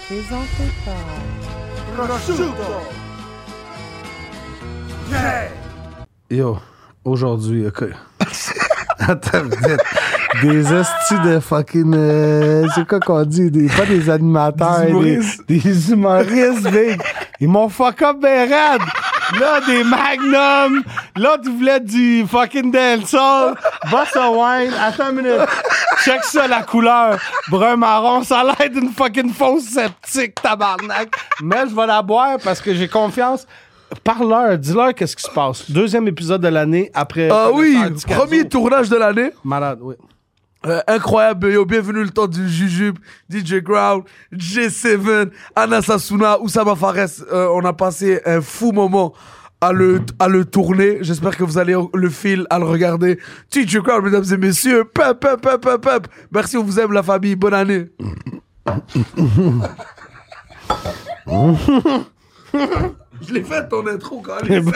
Présenté par Prosciutto. Yeah. Yo, aujourd'hui, ok. Attends, vite. Des hosties de fucking... c'est quoi qu'on dit? Pas des animateurs. Des humoristes, big. Ils m'ont fuck up ben raide. Là, des Magnum. Là, tu voulais du fucking dancehall. Bossa wine. Attends une minute. Check ça, la couleur. Brun marron. Ça a l'air d'une fucking fausse sceptique, tabarnak. Mais je vais la boire parce que j'ai confiance. Parle-leur, dis-leur qu'est-ce qui se passe. Deuxième épisode de l'année après... Ah oui, premier tournage de l'année. Malade, oui. Incroyable, yo, bienvenue le temps du Jujube, DJ Crowd, J7, Anna Sassouna, Oussama Fares. On a passé un fou moment à le tourner. J'espère que vous allez le fil à le regarder. DJ Crowd, mesdames et messieurs, pep. Merci, on vous aime la famille, bonne année. Je l'ai fait ton intro quand même.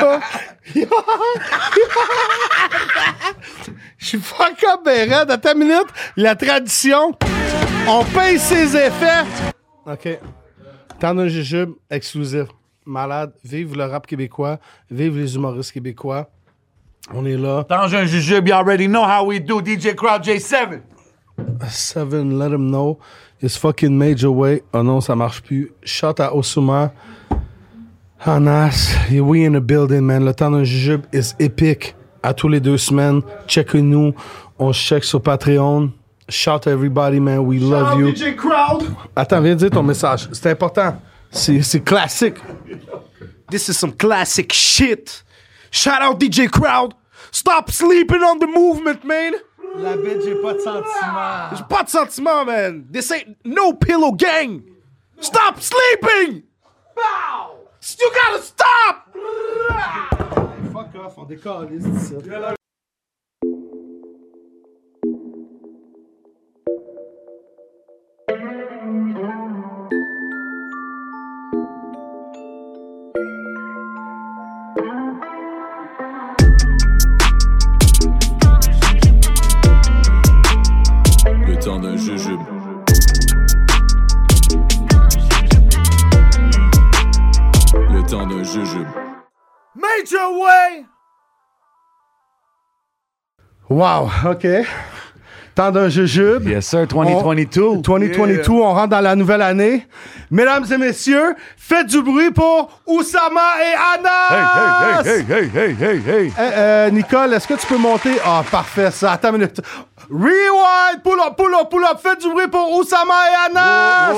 Je suis fuck up, ben raide. Attends une minute. La tradition, on paye ses effets. OK. Temps d'un jujube exclusif. Malade. Vive le rap québécois. Vive les humoristes québécois. On est là. Dans un jujube, you already know how we do. DJ Crowd J7. 7, let him know. It's fucking major way. Oh non, ça marche plus. Shot à Osuma. Anas, we in the building, man. Le temps d'un jujube is epic. À tous les 2 semaines, check-nous. On check sur Patreon. Shout to everybody, man. We love you. DJ Crowd. Attends, viens dire ton message. C'est important. C'est classique. This is some classic shit. Shout out DJ Crowd. Stop sleeping on the movement, man. La bitch, j'ai pas de sentiments. J'ai pas de sentiments, man. This ain't no pillow gang. Stop sleeping. Bow. You gotta stop. Fuck off, on décolle ici. Le temps d'un jujube. Le temps d'un jujube. Major way. Wow, OK. Temps d'un jujube. Yes, sir, 2022. 2022, on rentre dans la nouvelle année. Mesdames et messieurs, faites du bruit pour Oussama et Anas! Hey. Nicole, est-ce que tu peux monter? Ah, parfait, ça. Attends une minute. Rewind! Pull up! Faites du bruit pour Oussama et Anas!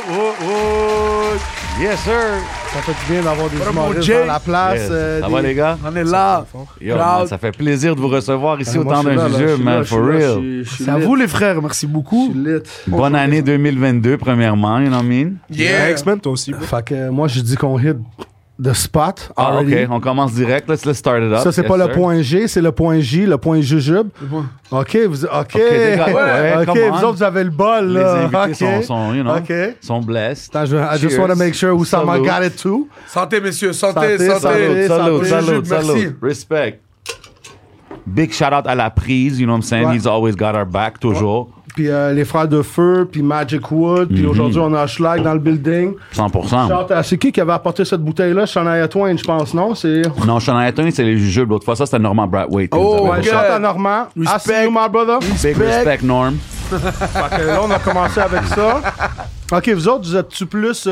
Yes, sir. Ça fait du bien d'avoir des humoristes Jay. dans la place. Yes. Ça va, les gars? On est là. Yo, man, ça fait plaisir de vous recevoir ici au moi, temps je suis d'un là, jujube, je man, suis for là, real. je suis C'est à lit. vous les frères, merci beaucoup. Je suis lit. Bonne année 2022, premièrement, you know what I mean? Yeah. X-Men, toi aussi. Fait que moi, je dis qu'on hit the spot. Ah, already. OK, on commence direct. Let's start it up. Ça, c'est Yes, pas sir. le point G, c'est le point J, le point jujube. OK, vous... OK, les gars, ouais, OK, come on. vous autres, vous avez le bol, Les là. invités OK. sont, you know, OK. sont blessed. Attends, I just Cheers. want to make sure Oussama Salute. got it too. Santé, messieurs, santé. Salute. Merci. Respect. Big shout out à la prise, you know what I'm saying? Ouais. He's always got our back, toujours. Puis les frères de feu, puis Magic Wood, puis aujourd'hui, on a Schlag dans le building. 100%. Shout à- C'est qui avait apporté cette bouteille-là? Shania Twain, je pense, non? C'est... Non, Shania Twain, c'est les jujubes. L'autre fois, ça, c'était Norman Brathwaite. qui nous Oh, avait Ouais, ok. shout à Normand. I see you, my brother. Big respect, Norm. Fait que là, on a commencé avec ça. OK, vous autres, vous êtes-tu plus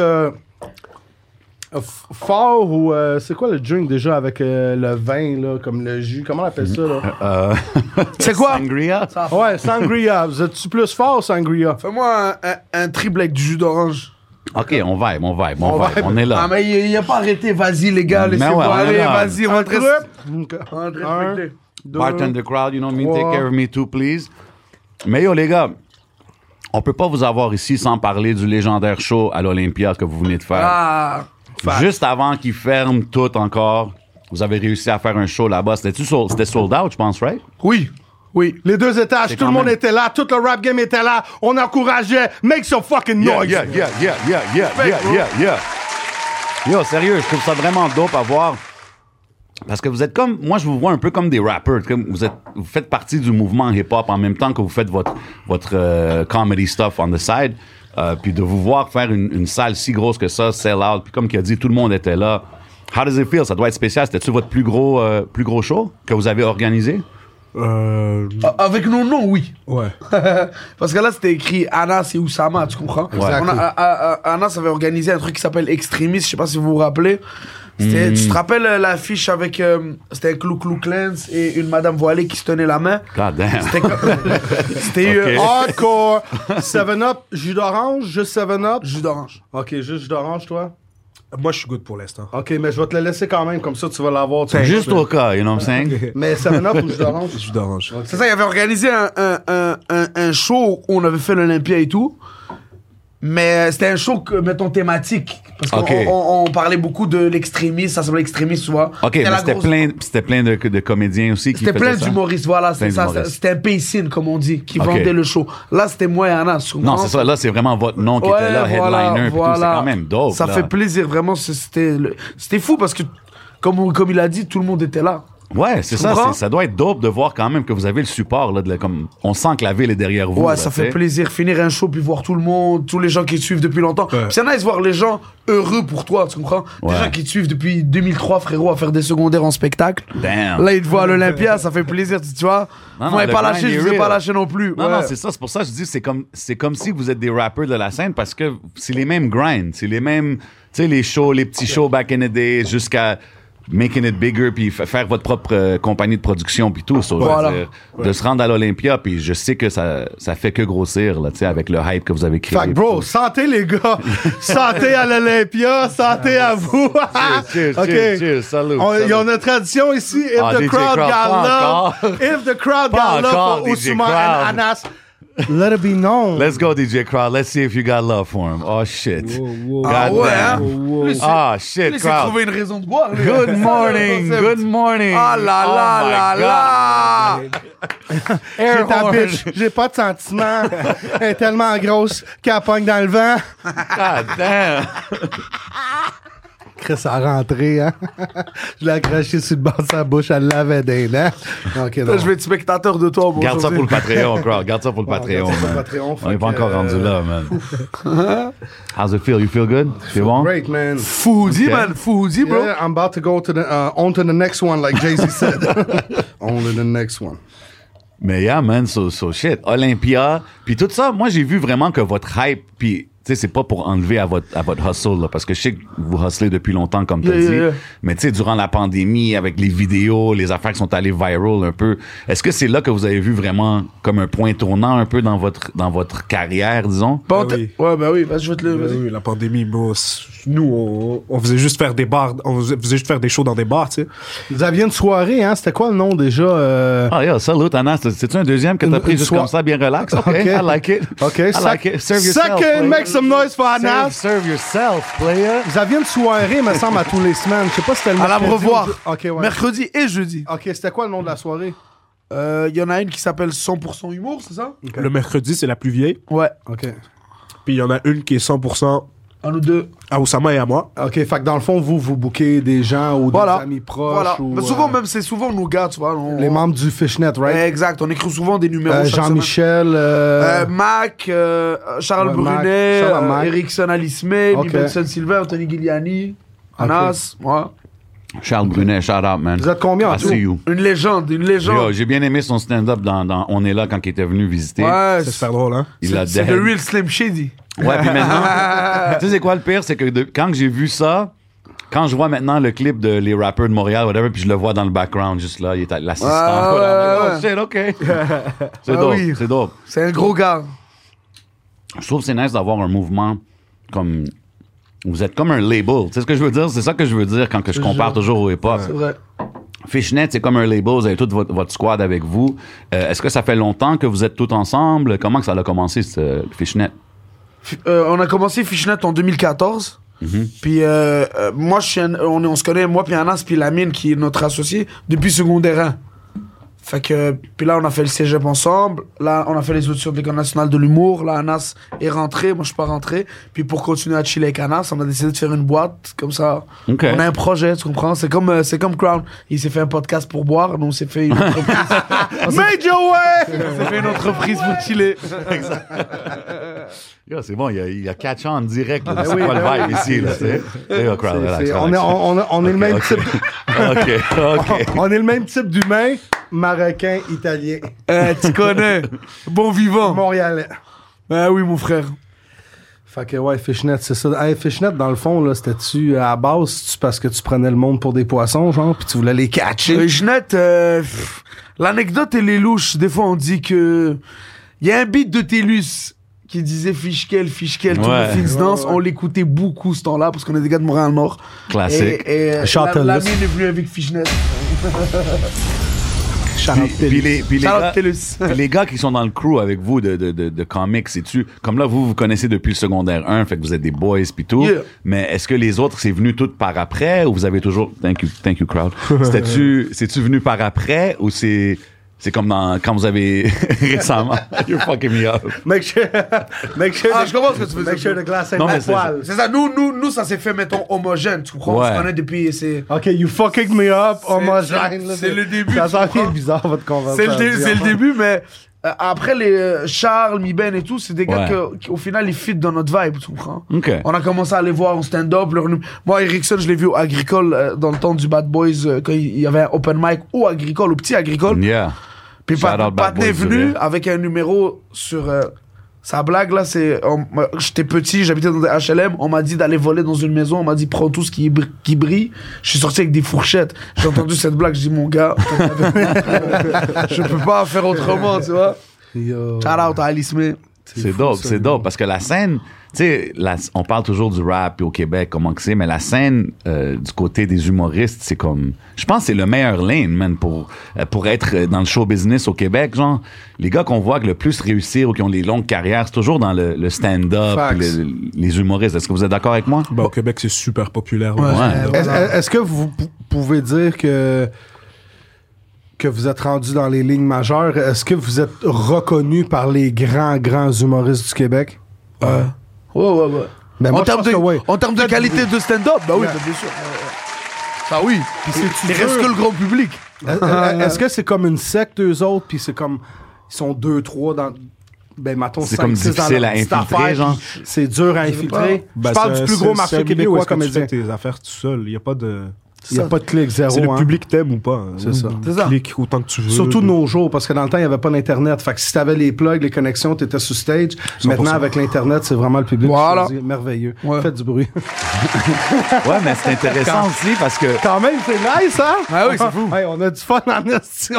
fort ou... c'est quoi le drink déjà avec le vin, là, comme le jus? Comment on appelle ça, là? C'est quoi? Sangria? Ouais, sangria. Vous êtes-tu plus fort ou sangria? Fais-moi un triple avec du jus d'orange. OK, on vibe. On est là. Ah, mais il a pas arrêté. Vas-y, les gars, Mais laissez-moi ouais, on est aller. là. Vas-y, rentrez. OK. Rentrez, Un, respectez. deux, Bartender crowd, you know what I mean? trois. Take care of me too, please. Mais yo, les gars, on peut pas vous avoir ici sans parler du légendaire show à l'Olympia que vous venez de faire. Ah, Juste avant qu'ils ferment tout encore, vous avez réussi à faire un show là-bas. C'était sold out, je pense, right? oui. Oui. Les 2 étages, C'est tout le quand monde même- était là, tout le rap game était là, on encourageait, make some fucking noise. Yeah. Yo, sérieux, je trouve ça vraiment dope à voir. Parce que vous êtes comme... Moi, je vous vois un peu comme des rappers. Comme vous faites partie du mouvement hip-hop en même temps que vous faites votre comedy stuff on the side. Puis de vous voir faire une salle si grosse que ça, sell out. Puis comme qu'il a dit, tout le monde était là. How does it feel? Ça doit être spécial. C'était-tu votre plus gros show que vous avez organisé? Avec nos noms, oui. Ouais. Parce que là, c'était écrit Anas et Oussama, tu comprends? Anas avait organisé un truc qui s'appelle Extremis, je sais pas si vous vous rappelez. Tu te rappelles l'affiche avec... c'était un Clou Clou Clans et une madame voilée qui se tenait la main? God damn. C'était... Hardcore. 7-Up, jus d'orange, juste 7-Up. Jus d'orange. Ok, juste jus d'orange, toi? Moi, je suis good pour l'instant. Ok, mais je vais te le laisser quand même, comme ça tu vas l'avoir. Juste au cas, you know what I'm saying? Mais 7-Up ou jus d'orange? Jus d'orange. Okay. C'est ça, il avait organisé un show où on avait fait l'Olympia et tout. Mais c'était un show, mettons, thématique. Parce qu'on parlait beaucoup de l'extrémisme, ça s'appelait l'extrémisme, tu vois. OK, mais c'était plein de comédiens aussi qui C'était faisaient plein ça. d'humoristes, voilà, c'est ça. C'était un pay-in, comme on dit, qui vendait le show. Là, c'était moi et Anas. Non, c'est ça. Là, c'est vraiment votre nom qui était là, headliner, pis tout. C'est quand même dope. Ça fait plaisir, vraiment. C'était fou parce que, comme il a dit, tout le monde était là. Ouais, c'est ça. Ça doit être dope de voir quand même que vous avez le support. Là, comme, on sent que la ville est derrière vous. Ouais, là, ça fait plaisir. Finir un show puis voir tout le monde, tous les gens qui te suivent depuis longtemps. Puis c'est nice voir les gens heureux pour toi, tu comprends? Des gens qui te suivent depuis 2003, frérot, à faire des secondaires en spectacle. Damn. Là, ils te voient à l'Olympia, ça fait plaisir, tu vois. Vous m'avez pas lâché, je vous ai pas lâché non plus. Non, c'est ça. C'est pour ça que je dis, c'est comme si vous êtes des rappers de la scène parce que c'est les mêmes grinds. C'est les mêmes, tu sais, les shows, les petits shows back in the day jusqu'à making it bigger, puis faire votre propre compagnie de production, puis tout. So, de se rendre à l'Olympia, puis je sais que ça fait que grossir, là, tu sais, avec le hype que vous avez créé. Fait que, bro, santé, les gars. Santé à l'Olympia, santé à vous. Cheers, salut. Il y a une tradition ici. If the crowd got love for Ousmane and Anas, let it be known. Let's go, DJ Crowd. Let's see if you got love for him. Oh, shit. Ah, shit, Crowd. Crowd. Trouvé une raison de boire. Good morning. Good morning. Ah là là. J'ai ta bitch. J'ai pas de sentiments. Elle est tellement grosse qu'elle pogne dans le vent. God damn. Chris a rentré, hein? Je l'ai accroché sur le bord de sa bouche, elle l'avait des dents. Okay, je vais être spectateur de toi, bon. Garde ça pour le Patreon, Crowd. Garde ça pour le Patreon, man. On n'est pas encore rendu là, man. How's it feel? You feel good? C'est bon? Great, man. Foodie, man. Foodie, bro. Yeah, I'm about to go to on to the next one, like Jay-Z said. On to the next one. Mais yeah, man, so shit. Olympia. Puis tout ça, moi, j'ai vu vraiment que votre hype, puis tu sais, c'est pas pour enlever à votre hustle, là, parce que je sais que vous hustlez depuis longtemps, comme tu as dit. Mais tu sais, durant la pandémie, avec les vidéos, les affaires qui sont allées viral un peu, est-ce que c'est là que vous avez vu vraiment comme un point tournant un peu dans votre carrière, disons? Oui. Ouais, bah oui, je vais te le... Oui, la pandémie, bro, nous, on faisait juste faire des bars, on faisait juste faire des shows dans des bars, tu sais. Vous aviez une soirée, hein? C'était quoi le nom déjà? Ah, yeah, salut, Anas. C'est-tu un deuxième que t'as pris juste comme ça, bien relax? OK, I like it. OK, I like it. Serve yourself. Second, make some noise for Anas. Serve yourself, player. Vous aviez une soirée, me semble, à tous les semaines. Je sais pas si c'était le à l'Abreuvoir. OK, ouais. Mercredi et jeudi. OK, c'était quoi le nom de la soirée? Il y en a une qui s'appelle 100% humour, c'est ça? Okay. Le mercredi, c'est la plus vieille. Ouais. OK. Puis il y en a une qui est 100% à nous deux. À Oussama et à moi. OK, fait que dans le fond, vous bookez des gens ou des amis proches. Voilà. Ou, mais souvent, même, c'est souvent nos gars, tu vois. Les membres du Fishnet, right? Exact. On écrit souvent des numéros. Jean-Michel. Mac, Charles Brunet, Erickson Alice May, Benson Silver, Anthony Giuliani, Anas, moi. Charles Brunet, shout out, man. Vous êtes combien en tout? Une légende. Yo, j'ai bien aimé son stand-up dans On est là quand il était venu visiter. Ouais, c'est super drôle, hein? C'est le real Slim Shady. Ouais, puis maintenant, tu sais c'est quoi le pire? C'est que quand j'ai vu ça, quand je vois maintenant le clip de les rappers de Montréal, whatever, puis je le vois dans le background, juste là, il est l'assistant. Oh shit, OK. C'est dope, oui. C'est dope. C'est un gros gars. Je trouve que c'est nice d'avoir un mouvement comme... Vous êtes comme un label. Tu sais ce que je veux dire? C'est ça que je veux dire quand que je compare toujours au hip-hop. C'est vrai. Fishnet, c'est comme un label. Vous avez toute votre squad avec vous. Est-ce que ça fait longtemps que vous êtes tous ensemble? Comment que ça a commencé, ce Fishnet? On a commencé Fishnet en 2014. Puis moi, on se connaît, moi puis Anas puis Lamine, qui est notre associé, depuis secondaire 1. Fait que, puis là, on a fait le cégep ensemble. Là, on a fait les auditions de l'École nationale de l'humour. Là, Anas est rentré. Moi, je suis pas rentré. Puis pour continuer à chiller avec Anas, on a décidé de faire une boîte. Comme ça, Ok. on a un projet, tu comprends? C'est comme Crown. Il s'est fait un podcast pour boire. Nous, on s'est fait une entreprise. Major way! On s'est fait une entreprise pour chiller. Yo, c'est bon, il a catch on direct. Là, c'est quoi le vibe ici, là, tu sais? Yo, crowd, relax, On est le même type. OK. On est le même type d'humain, marocain, italien, Tu connais. Bon vivant. montréalais. Ah oui, mon frère. Fait que ouais, Fishnet, c'est ça. Hey, Fishnet, dans le fond, là, c'était-tu à la base, c'est-tu parce que tu prenais le monde pour des poissons, genre, puis tu voulais les catcher? Ginette, l'anecdote, elle est louche. Des fois, on dit que. Il y a un beat de Télus qui disait Fishkel, tout Ouais. le Fix Dance. On l'écoutait beaucoup ce temps-là parce qu'on est des gars de Montréal-Nord. Classique. Et Shout out la Télus. mienne est venue avec Fishnet. Puis les Shout out gars, Télus. puis les gars qui sont dans le crew avec vous de comics, c'est-tu... Comme là, vous connaissez depuis le secondaire 1, fait que vous êtes des boys puis tout. Yeah. Mais est-ce que les autres, c'est venu tout par après ou vous avez toujours... Thank you, crowd. C'est-tu venu par après ou c'est comme quand vous avez récemment... You're fucking me up. Make sure Ah, je comprends ce que tu veux make sure dire. the glass ain't Non, mais at poil. C'est ça, nous, ça s'est fait, mettons, homogène. Tu comprends? Ouais. On se connaît depuis. C'est OK, you fucking me up, homogène. là, c'est le début, Ça tu sent comprends? bizarre, votre conversation. c'est le début, mais après, les Charles, Miben et tout, c'est des gars Ouais. qui, au final, ils fit dans notre vibe, tu comprends? OK. On a commencé à les voir en stand-up. Moi, Erickson, je l'ai vu au Agricole dans le temps du Bad Boys, quand il y avait un open mic au Agricole, au petit Agricole. Yeah. Puis Shout out Bad Pat est Boys, venu c'est vrai. avec un numéro sur... sa blague, là, c'est... J'étais petit, j'habitais dans des HLM. On m'a dit d'aller voler dans une maison. On m'a dit, prends tout ce qui brille. Je suis sorti avec des fourchettes. J'ai entendu cette blague. Je dis, mon gars, je peux pas faire autrement, tu vois. Yo. Shout out à Alice May. C'est dope, c'est dope. Parce que la scène, tu sais, on parle toujours du rap et au Québec, comment que c'est, mais la scène du côté des humoristes, c'est comme... Je pense que c'est le meilleur lane, man, pour être dans le show business au Québec. Genre, les gars qu'on voit que le plus réussir ou qui ont les longues carrières, c'est toujours dans le stand-up, Facts. puis les humoristes. Est-ce que vous êtes d'accord avec moi? Ben, au Québec, c'est super populaire. Ouais. Est-ce que vous pouvez dire que vous êtes rendu dans les lignes majeures? Est-ce que vous êtes reconnu par les grands humoristes du Québec? Ouais. Ben, moi, je pense que oui. En termes de qualité de stand-up, bah oui, Yeah. bien sûr. Ça oui. Il reste que le grand public. Est-ce que c'est comme une secte, eux autres, puis c'est comme... Ils sont 2-3 dans... Ben, mettons, C'est 5, comme 6 dans difficile leur à petite infiltrer, affaire, genre? puis c'est dur à infiltrer. Ben, je parle du plus gros marché québécois comédien. Tu fais tes affaires tout seul. Il n'y a pas de... Il n'y a pas de clic zéro. C'est le hein. public t'aime ou pas. C'est ça. C'est ça. Clique autant que tu veux. Surtout de nos jours, parce que dans le temps, il n'y avait pas d'Internet. Fait que si tu avais les plugs, les connexions, tu étais sur stage. 100%. Maintenant, avec l'Internet, c'est vraiment le public Voilà. qui choisit. Merveilleux. Ouais. Faites du bruit. Ouais, mais c'est intéressant aussi parce que... Quand même, c'est nice, hein? Ah oui, c'est fou. Hey, on a du fun en esti.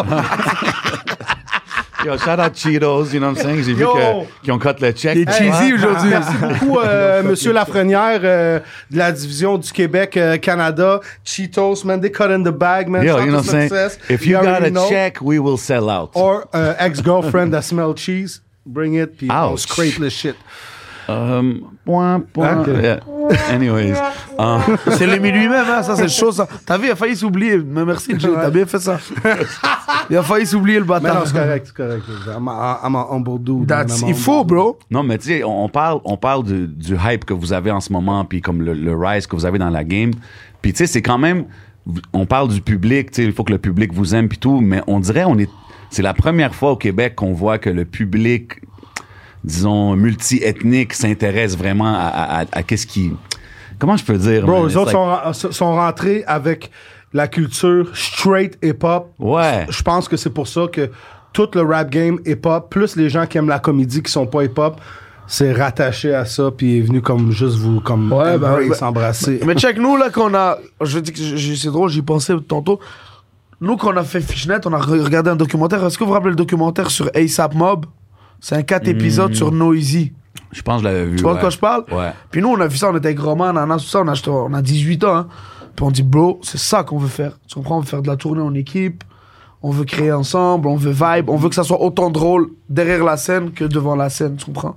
Yo, shout out Cheetos, you know what I'm saying? J'ai vu Yo. qu'ils ont cut le check. Il est cheesy aujourd'hui. Merci beaucoup, Monsieur Lafrenière de la division du Québec, Canada. Cheetos, man, they cut in the bag, man. Yo, Shout you know to what I'm saying? success. If you got already a know. check, we will sell out. Or ex-girlfriend that smell cheese. Bring it, puis on Ouch. scrape le shit. Point. Ok. Yeah. Anyways. C'est l'émis lui-même, hein, ça c'est chaud ça. T'as vu, il a failli s'oublier. Mais merci, Jay, t'as bien fait ça. Il a failli s'oublier le Mais non, bâtard. c'est correct, c'est correct. I'm a humble dude. man, I'm a Il faut, humble bro. Non, mais tu sais, on parle du hype que vous avez en ce moment, puis comme le rise que vous avez dans la game. Puis tu sais, c'est quand même... On parle du public, tu sais, il faut que le public vous aime, puis tout, mais on dirait, c'est la première fois au Québec qu'on voit que le public, disons, multi-ethnique s'intéresse vraiment à qu'est-ce qui... Comment je peux dire? Bro, man? les It's autres like- sont rentrés avec la culture straight hip-hop. Ouais. Je pense que c'est pour ça que tout le rap game hip-hop, plus les gens qui aiment la comédie qui sont pas hip-hop, c'est rattaché à ça, puis est venu comme juste vous, comme Ouais, embrace, embrasser. Mais check, nous là, qu'on a. Je dis que c'est drôle, j'y pensais tantôt. Nous, qu'on a fait Fishnet, on a regardé un documentaire. Est-ce que vous vous rappelez le documentaire sur A$AP Mob? C'est un 4 épisodes sur Noisy. Je pense que je l'avais vu. Tu vois de ouais. quoi je parle? Ouais. Puis nous, on a vu ça, on était avec Roman, Nana, tout ça, on a 18 ans. Hein. Puis on dit, bro, c'est ça qu'on veut faire. Tu comprends? On veut faire de la tournée en équipe. On veut créer ensemble, on veut vibe. On veut que ça soit autant drôle derrière la scène que devant la scène. Tu comprends?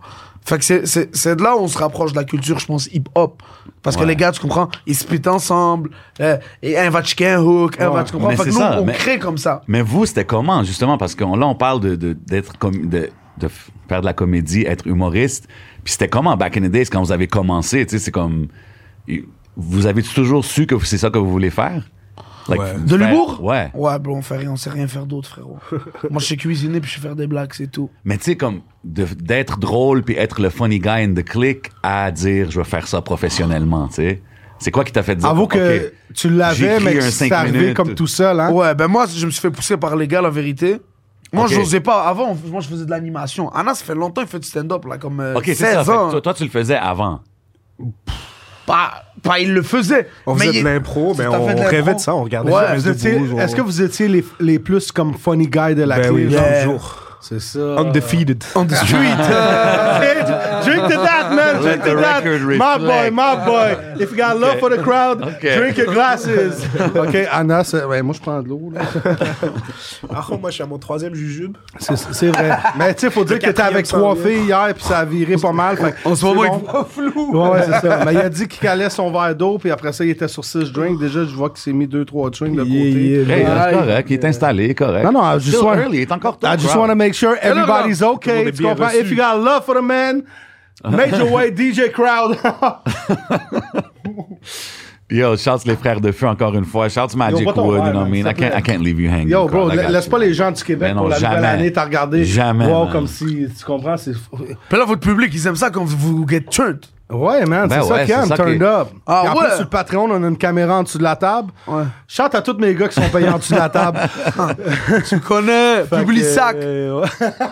Fait que c'est de là où on se rapproche de la culture, je pense, hip-hop. Parce que les gars, tu comprends, ils split ensemble, et un va checker un hook, un va, tu comprends. Mais Fait que c'est nous, ça, on mais- crée comme ça. Mais vous, c'était comment, justement? Parce que là, on parle de faire de la comédie, être humoriste. Puis c'était comment, back in the days, quand vous avez commencé? Tu sais, c'est comme... Vous avez toujours su que c'est ça que vous voulez faire? Like, De l'humour? Ouais. Ouais, bro, on sait rien faire d'autre, frérot. Moi, je sais cuisiner puis je sais faire des blagues, c'est tout. Mais tu sais, comme d'être drôle puis être le funny guy in the clique à dire je vais faire ça professionnellement, tu sais. C'est quoi qui t'a fait dire? Avoue que OK, tu l'avais, j'écris mais que un c'est 5 arrivé minutes. comme tout seul, hein? Ouais, ben moi, je me suis fait pousser par les gars, la vérité. Moi, Ok. je n'osais pas. Avant, moi, je faisais de l'animation. Anna, ça fait longtemps qu'il fait du stand-up, là, comme OK, c'est 16 ça. Fait ans. que toi, tu le faisais avant. Pas il le faisait. On mais faisait il- de l'impro, mais T'as on fait de rêvait l'impro? de ça, on regardait Ouais, ça. Vous étiez- Est-ce que vous étiez les plus comme funny guy de la Ben oui, clique? Yeah. toujours. C'est ça. Undefeated. On the street. Drink to that, man. Let Drink the to that. record My boy, reflect. my boy. If you got love for the crowd, drink your glasses. OK, Anna, moi, je prends de l'eau. Là. Moi, je suis à mon 3e jujube. C'est vrai. Mais tu sais, faut dire que t'étais avec 3 filles hier, puis ça a viré pas mal. Fait que En ce c'est moment, bon. il voit flou. Ouais, c'est ça. Mais il a dit qu'il calait son verre d'eau, puis après ça, il était sur 6 drinks. Déjà, je vois qu'il s'est mis 2-3 drinks de côté. Hey, Ouais. c'est correct, il est installé, correct. Non, non, I just Still want- early, il est encore tôt. I just crowd. want to make sure everybody's okay. Tout le monde est Tu bien comprends? reçu. If you got love for the man, Major Way DJ Crowd. Yo, shout les frères de feu encore une fois. Shout Magic pas ton Wood, verre, you know what I man, mean? s'il te plaît. I can't leave you hanging. Yo, bro, crowd. I got laisse you. pas les gens du Québec Mais non, pour la jamais. nouvelle année t'as regardé. Jamais, Wow, man. comme si, tu comprends? C'est... Puis là, votre public, ils aiment ça quand vous get turned. Ouais, man, Ben c'est ça ouais, qu'ils c'est aiment, ça turned qui- up. Ah Et en ouais? plus, sur le Patreon, on a une caméra en dessous de la table. Ouais. Chante à tous mes gars qui sont payés en dessous de la table. Tu connais, Fait publie que, sac. ouais.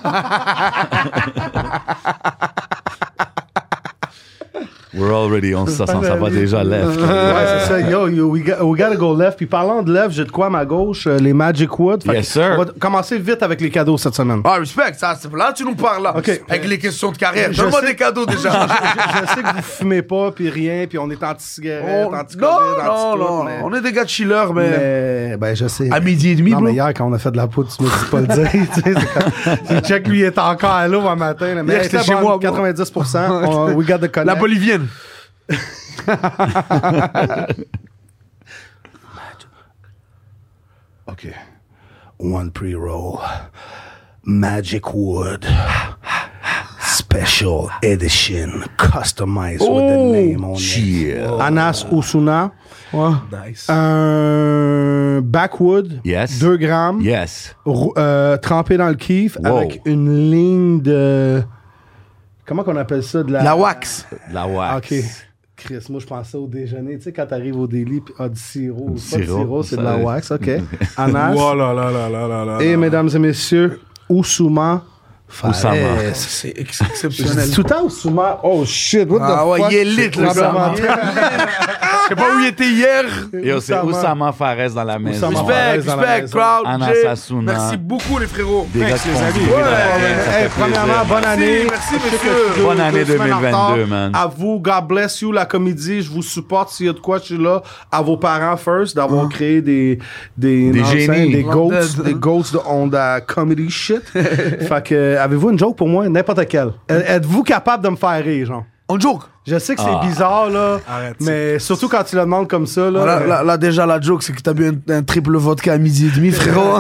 We're already, ça va déjà left. Ouais, c'est ça. Yo, we gotta go left. Puis parlant de left, j'ai de quoi à ma gauche? Les Magic Wood. Fait Yes, que sir. On va commencer vite avec les cadeaux cette semaine. Ah, respect, ça, là, tu nous parles, là. Ok. Avec les questions de carrière. Je Donne-moi sais- des cadeaux, déjà. Je sais que vous fumez pas, puis rien, puis on est anti-cigarette, anti-COVID, non, anti-tout, non, on est des gars de chillers, mais... Ben, je sais. À midi et demi, Non, bro. mais hier, quand on a fait de la poudre, tu me dis pas le dire. Tu sais, c'est comme- check, lui, il est encore à l'eau un matin. Là, mais Hier, c'était j'étais chez moi, bro. 90%. We got the connect. La bolivienne. OK. One pre-roll. Magic Wood. Special edition. Customized with the name on it. Anas Osuna. Nice. Un backwood. Yes. 2 grammes. Yes. Trempé dans le kiff Wow. avec une ligne de... Comment qu'on appelle ça? De La wax. La wax. OK. Chris, moi, je pensais au déjeuner. Tu sais, quand t'arrives au délit, puis du sirop. Du C'est pas de sirop, sirop, c'est de ça- la wax. OK. Anas. Oh là là là là là là. Et mesdames et messieurs, Oussouma. Oussama. Fares. C'est Je exceptionnel. dis tout le temps Oussouma. Oh shit, what the Ah ouais, fuck? il est lit, le Vraiment. Oussama. Je sais pas où il était hier. Yo, c'est Oussama Fares dans la maison. Oussama Respect, dans la respect, maison. crowd. Anna Jay. Sassouna. Merci beaucoup, les frérots. Des gars qui font du bruit Ouais. dans la game, ça Hey, fait premièrement, plaisir. bonne année. Merci, Je sais que messieurs. je suis Bonne année 2 semaines en 2022, retard. man. À vous, God bless you, la comédie. Je vous supporte. S'il y a de quoi, je suis là. À vos parents, first, d'avoir créé des génies. des goats on the comedy shit. Fait que, avez-vous une joke pour moi? N'importe quelle. Êtes-vous capable de me faire rire, genre? On joke. Je sais que c'est bizarre, là. Arrête. Mais surtout quand tu le demandes comme ça, là. Là, déjà, la joke, c'est que t'as bu un triple vodka à midi et demi, frérot.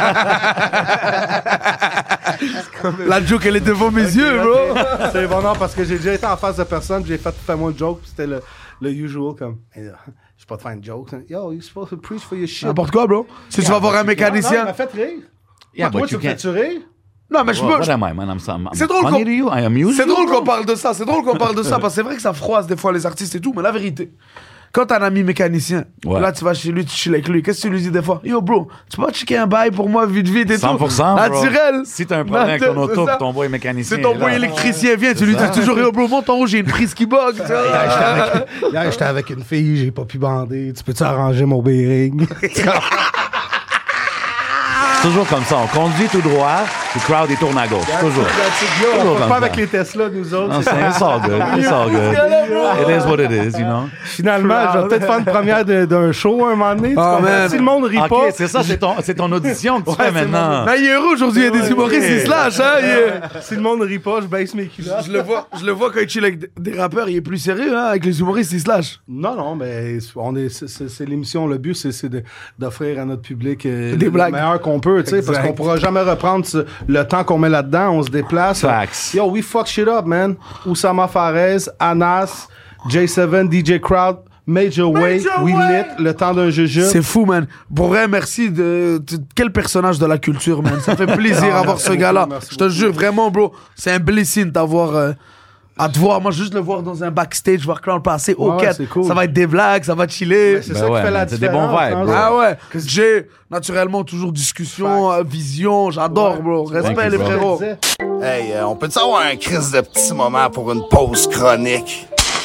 La joke, elle est devant mes yeux, bro. C'est bon, non, parce que j'ai déjà été en face de personne, puis j'ai fait fais-moi une joke, puis c'était le usual, comme, hey, là, je peux pas te faire une joke. Yo, you're supposed to preach for your shit. N'importe quoi, bro. Si tu vas voir un Non, il mécanicien. m'a fait rire. Yeah, Toi, but tu you me fais can't. rire? Non, mais je What peux. am I, man? I'm C'est drôle funny qu'on- to you? I amuse C'est you, drôle bro? qu'on parle de ça. C'est drôle qu'on parle de ça parce que c'est vrai que ça froisse des fois les artistes et tout, mais la vérité. Quand t'as un ami mécanicien, Ouais. là tu vas chez lui, tu chilles avec lui, qu'est-ce que tu lui dis des fois? Yo bro, tu peux pas checker un bail pour moi vite et 100%, tout? bro. Naturel. Si t'as un problème avec ton C'est auto, ça. ton boy mécanicien. C'est ton est boy là. électricien, viens, tu lui dis toujours yo bro, monte en haut, j'ai une prise qui bug. tu vois. Hier, j'étais avec une fille, j'ai pas pu bander. Tu peux-tu arranger mon bearing? C'est toujours comme ça. On conduit tout droit. Le crowd, il tourne à gauche. Toujours. On Toujours fait comme pas ça. avec les Tesla, nous autres. Non, it's all good. It's all good. It is what it is, you know. Finalement, je vais peut-être faire une première d'un show un moment donné. Tu comprends? man. Si le monde rit OK, pas... c'est ça, c'est ton audition que tu fais maintenant. Mais il est heureux aujourd'hui, il y a des humoristes, ils se lâchent, hein. Si le monde rit pas, je baisse mes culottes. Je le vois quand il chill avec des rappeurs, il est plus sérieux, hein. Avec les humoristes, ils se lâchent. Non, mais c'est l'émission. Le but, c'est d'offrir à notre public Des blagues. le meilleur qu'on peut, tu sais, parce qu'on pourra jamais reprendre le temps qu'on met là-dedans. On se déplace. Facts. Yo, we fuck shit up, man. Oussama Fares, Anas, J7, DJ Crowd, Major Way, We Lit, le temps d'un jujube. C'est fou, man. Pour vrai, merci quel personnage de la culture, man. Ça fait plaisir à voir ce gars-là. Je te jure, vraiment, bro. C'est un blessing d'avoir... à te voir, moi juste le voir dans un backstage, voir Clown passer au Ouais, quête. c'est cool. Ça va être des blagues, ça va chiller. C'est ça qui fait la c'est des bons différence, vibes, hein, bro. Ah ouais, j'ai naturellement toujours discussion, vision, j'adore, bro. Respect Thank you, les bro. frérots. Hey, on peut-tu avoir un crise de petit moment pour une pause chronique?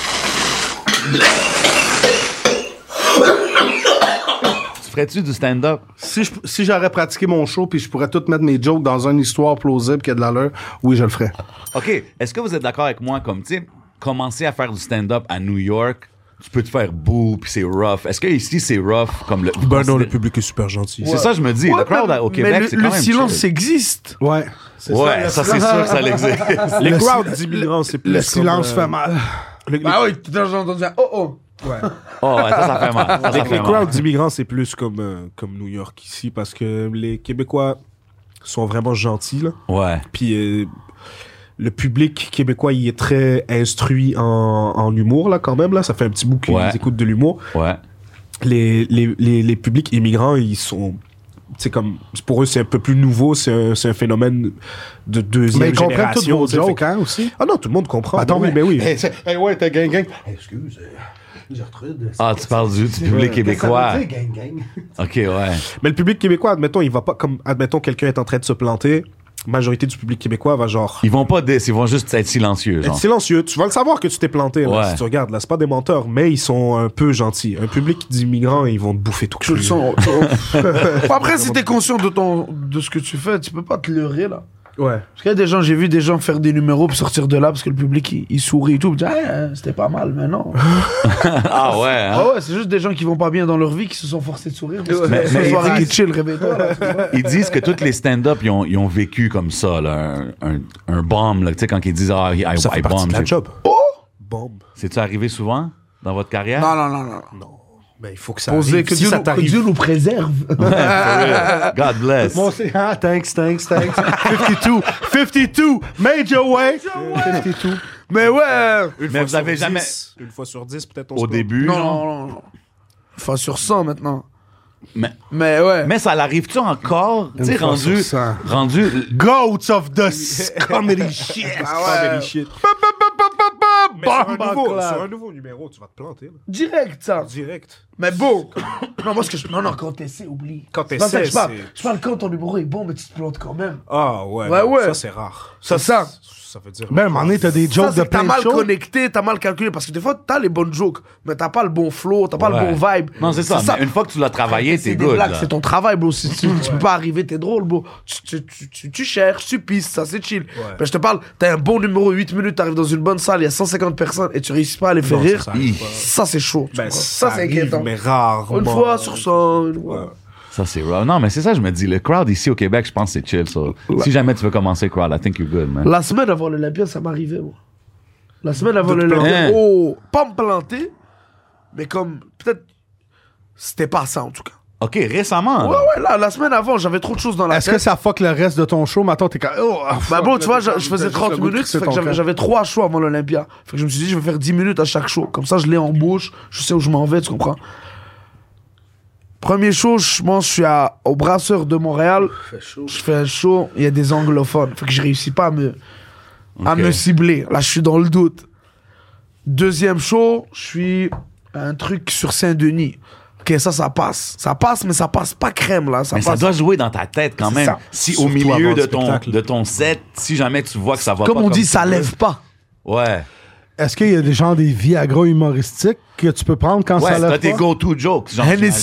Tu ferais-tu du stand-up? Si j'aurais pratiqué mon show puis je pourrais tout mettre mes jokes dans une histoire plausible qui a de l'allure, oui, je le ferais. OK, est-ce que vous êtes d'accord avec moi comme, tu sais, commencer à faire du stand-up à New York, tu peux te faire boo puis c'est rough. Est-ce que ici c'est rough comme le... Ben non, le public est super gentil. C'est ça, je me dis. Ouais, le crowd au Québec, mais c'est quand le même silence chill. existe. Ouais. Ouais, ça c'est sûr que ça existe. Les crowds d'immigrants, c'est plus Le comme, silence fait mal. Ah oui, tout à l'heure j'ai entendu un oh. Oh, ouais, ça fait mal. Ça Les fait crowds mal. d'immigrants, c'est plus comme New York ici, parce que les Québécois sont vraiment gentils, là. Ouais. Puis le public québécois, il est très instruit en humour, là, quand même, là. Ça fait un petit bout qu'ils Ouais. écoutent de l'humour. Ouais. Les publics immigrants, ils sont... C'est comme... Pour eux, c'est un peu plus nouveau. C'est un phénomène de deuxième Mais ils comprennent tous génération. vos tu sais, fait jokes, que- hein, aussi. Ah non, tout le monde comprend. Attends, oui, mais oui. Hey, ouais, t'as gang. Excuse, Gertrude. Ah, tu parles du public québécois. Gang. OK, ouais. Mais le public québécois, admettons, il va pas comme... Admettons, quelqu'un est en train de se planter. Majorité du public québécois va genre... Ils vont pas ils vont juste être silencieux, Être genre. silencieux. Tu vas le savoir que tu t'es planté, là, Ouais. si tu regardes. Là, c'est pas des menteurs, mais ils sont un peu gentils. Un public d'immigrants, ils vont te bouffer tout Tu le cru. sens. Après, si t'es conscient de ce que tu fais, tu peux pas te leurrer là. Ouais. Parce qu'il y a des gens, j'ai vu des gens faire des numéros puis sortir de là parce que le public il sourit et tout. Ils disent, c'était pas mal, mais non. Ah ouais, hein? Ah ouais, c'est juste des gens qui vont pas bien dans leur vie qui se sont forcés de sourire. Mais Mais soirée ils qui chill, réveille-toi. là, tu vois. Ils disent que tous les stand-up, ils ont vécu comme ça, là, un bomb, là, tu sais, quand ils disent « Ah, I Ça fait partie bomb de la job. Bombe. C'est-tu arrivé souvent dans votre carrière? Non. Ben, il faut que ça Posez, arrive. que, Si Dieu ça nous, que t'arrive... Dieu nous préserve. For real. God bless. Bon, c'est... Ah, thanks. 52. Major Way. 52. Mais ouais. Mais vous avez jamais... Une fois sur 10, peut-être on Au se début, genre? Non. Enfin, sur 100 maintenant. Mais Ouais. ça l'arrive-tu encore? Tu sais, fois rendu... sur 100. rendu Goats of the comedy shit. Comedy shit. Mais sur un nouveau numéro, tu vas te planter. Là. Direct, ça. Direct. Mais bon. Non, moi, non, quand t'essaies, oublie. Quand C'est pas ça que t'essaies, je parle quand ton numéro est bon, mais tu te plantes quand même. Ah ouais. Ouais, non, ouais. Ça, c'est rare. Ça. Ça veut dire... Ben, à un moment donné, t'as des Ça, jokes c'est de que t'as plein de mal choses. connecté, t'as mal calculé. Parce que des fois, t'as les bonnes jokes, mais t'as pas le bon flow, t'as pas Ouais. le bon vibe. Non, c'est ça. Mais une fois que tu l'as travaillé, C'est t'es des good, blagues, là. c'est ton travail, bro. Si tu peux pas arriver, t'es drôle, bro. Tu cherches, tu pisses, ça c'est chill. Mais je te parle, t'as un bon numéro 8 minutes, t'arrives dans une bonne salle, il y a 150 personnes et tu réussis pas à les faire Non, rire. ça arrive pas. Ça c'est chaud. tu Ben, comprends? ça c'est arrive, inquiétant. mais rarement. Une fois sur 100. une fois. Ouais. Ça, c'est raw. Non, mais c'est ça, je me dis. Le crowd ici au Québec, je pense que c'est chill. So. Si jamais tu veux commencer crowd, I think you're good, man. La semaine avant l'Olympia, ça m'arrivait, moi. La semaine avant De te l'Olympia. planter. Oh, pas me planter, mais comme, peut-être, c'était pas ça en tout cas. OK, récemment. Ouais, là. ouais, la semaine avant, j'avais trop de choses dans la Est-ce tête. que ça fuck le reste de ton show? Maintenant, t'es comme... Oh, Bah bon, tu vois, je t'as faisais juste 30 le goût de minutes, crisser fait que ton camp. j'avais 3 shows avant l'Olympia. Fait que je me suis dit, je vais faire 10 minutes à chaque show. Comme ça, je l'ai en bouche, je sais où je m'en vais, tu comprends? Premier show, je pense, je suis au Brasseur de Montréal. Je fais un show, il y a des anglophones. Fait que je réussis pas à me cibler. Là, je suis dans le doute. Deuxième show, je suis à un truc sur Saint-Denis. Ok, ça passe. Ça passe, mais ça passe pas crème, là. Mais ça passe. doit jouer dans ta tête quand C'est même. ça. Si Surtout au milieu avant le de spectacle. ton set, si jamais tu vois que ça va Comme pas on dit, tu ça veux. lève pas. Ouais. Est-ce qu'il y a des gens des Viagra humoristiques que tu peux prendre quand Ouais, ça lève t'as tes pas? go-to jokes. Genre, Hennessy. j'imagine.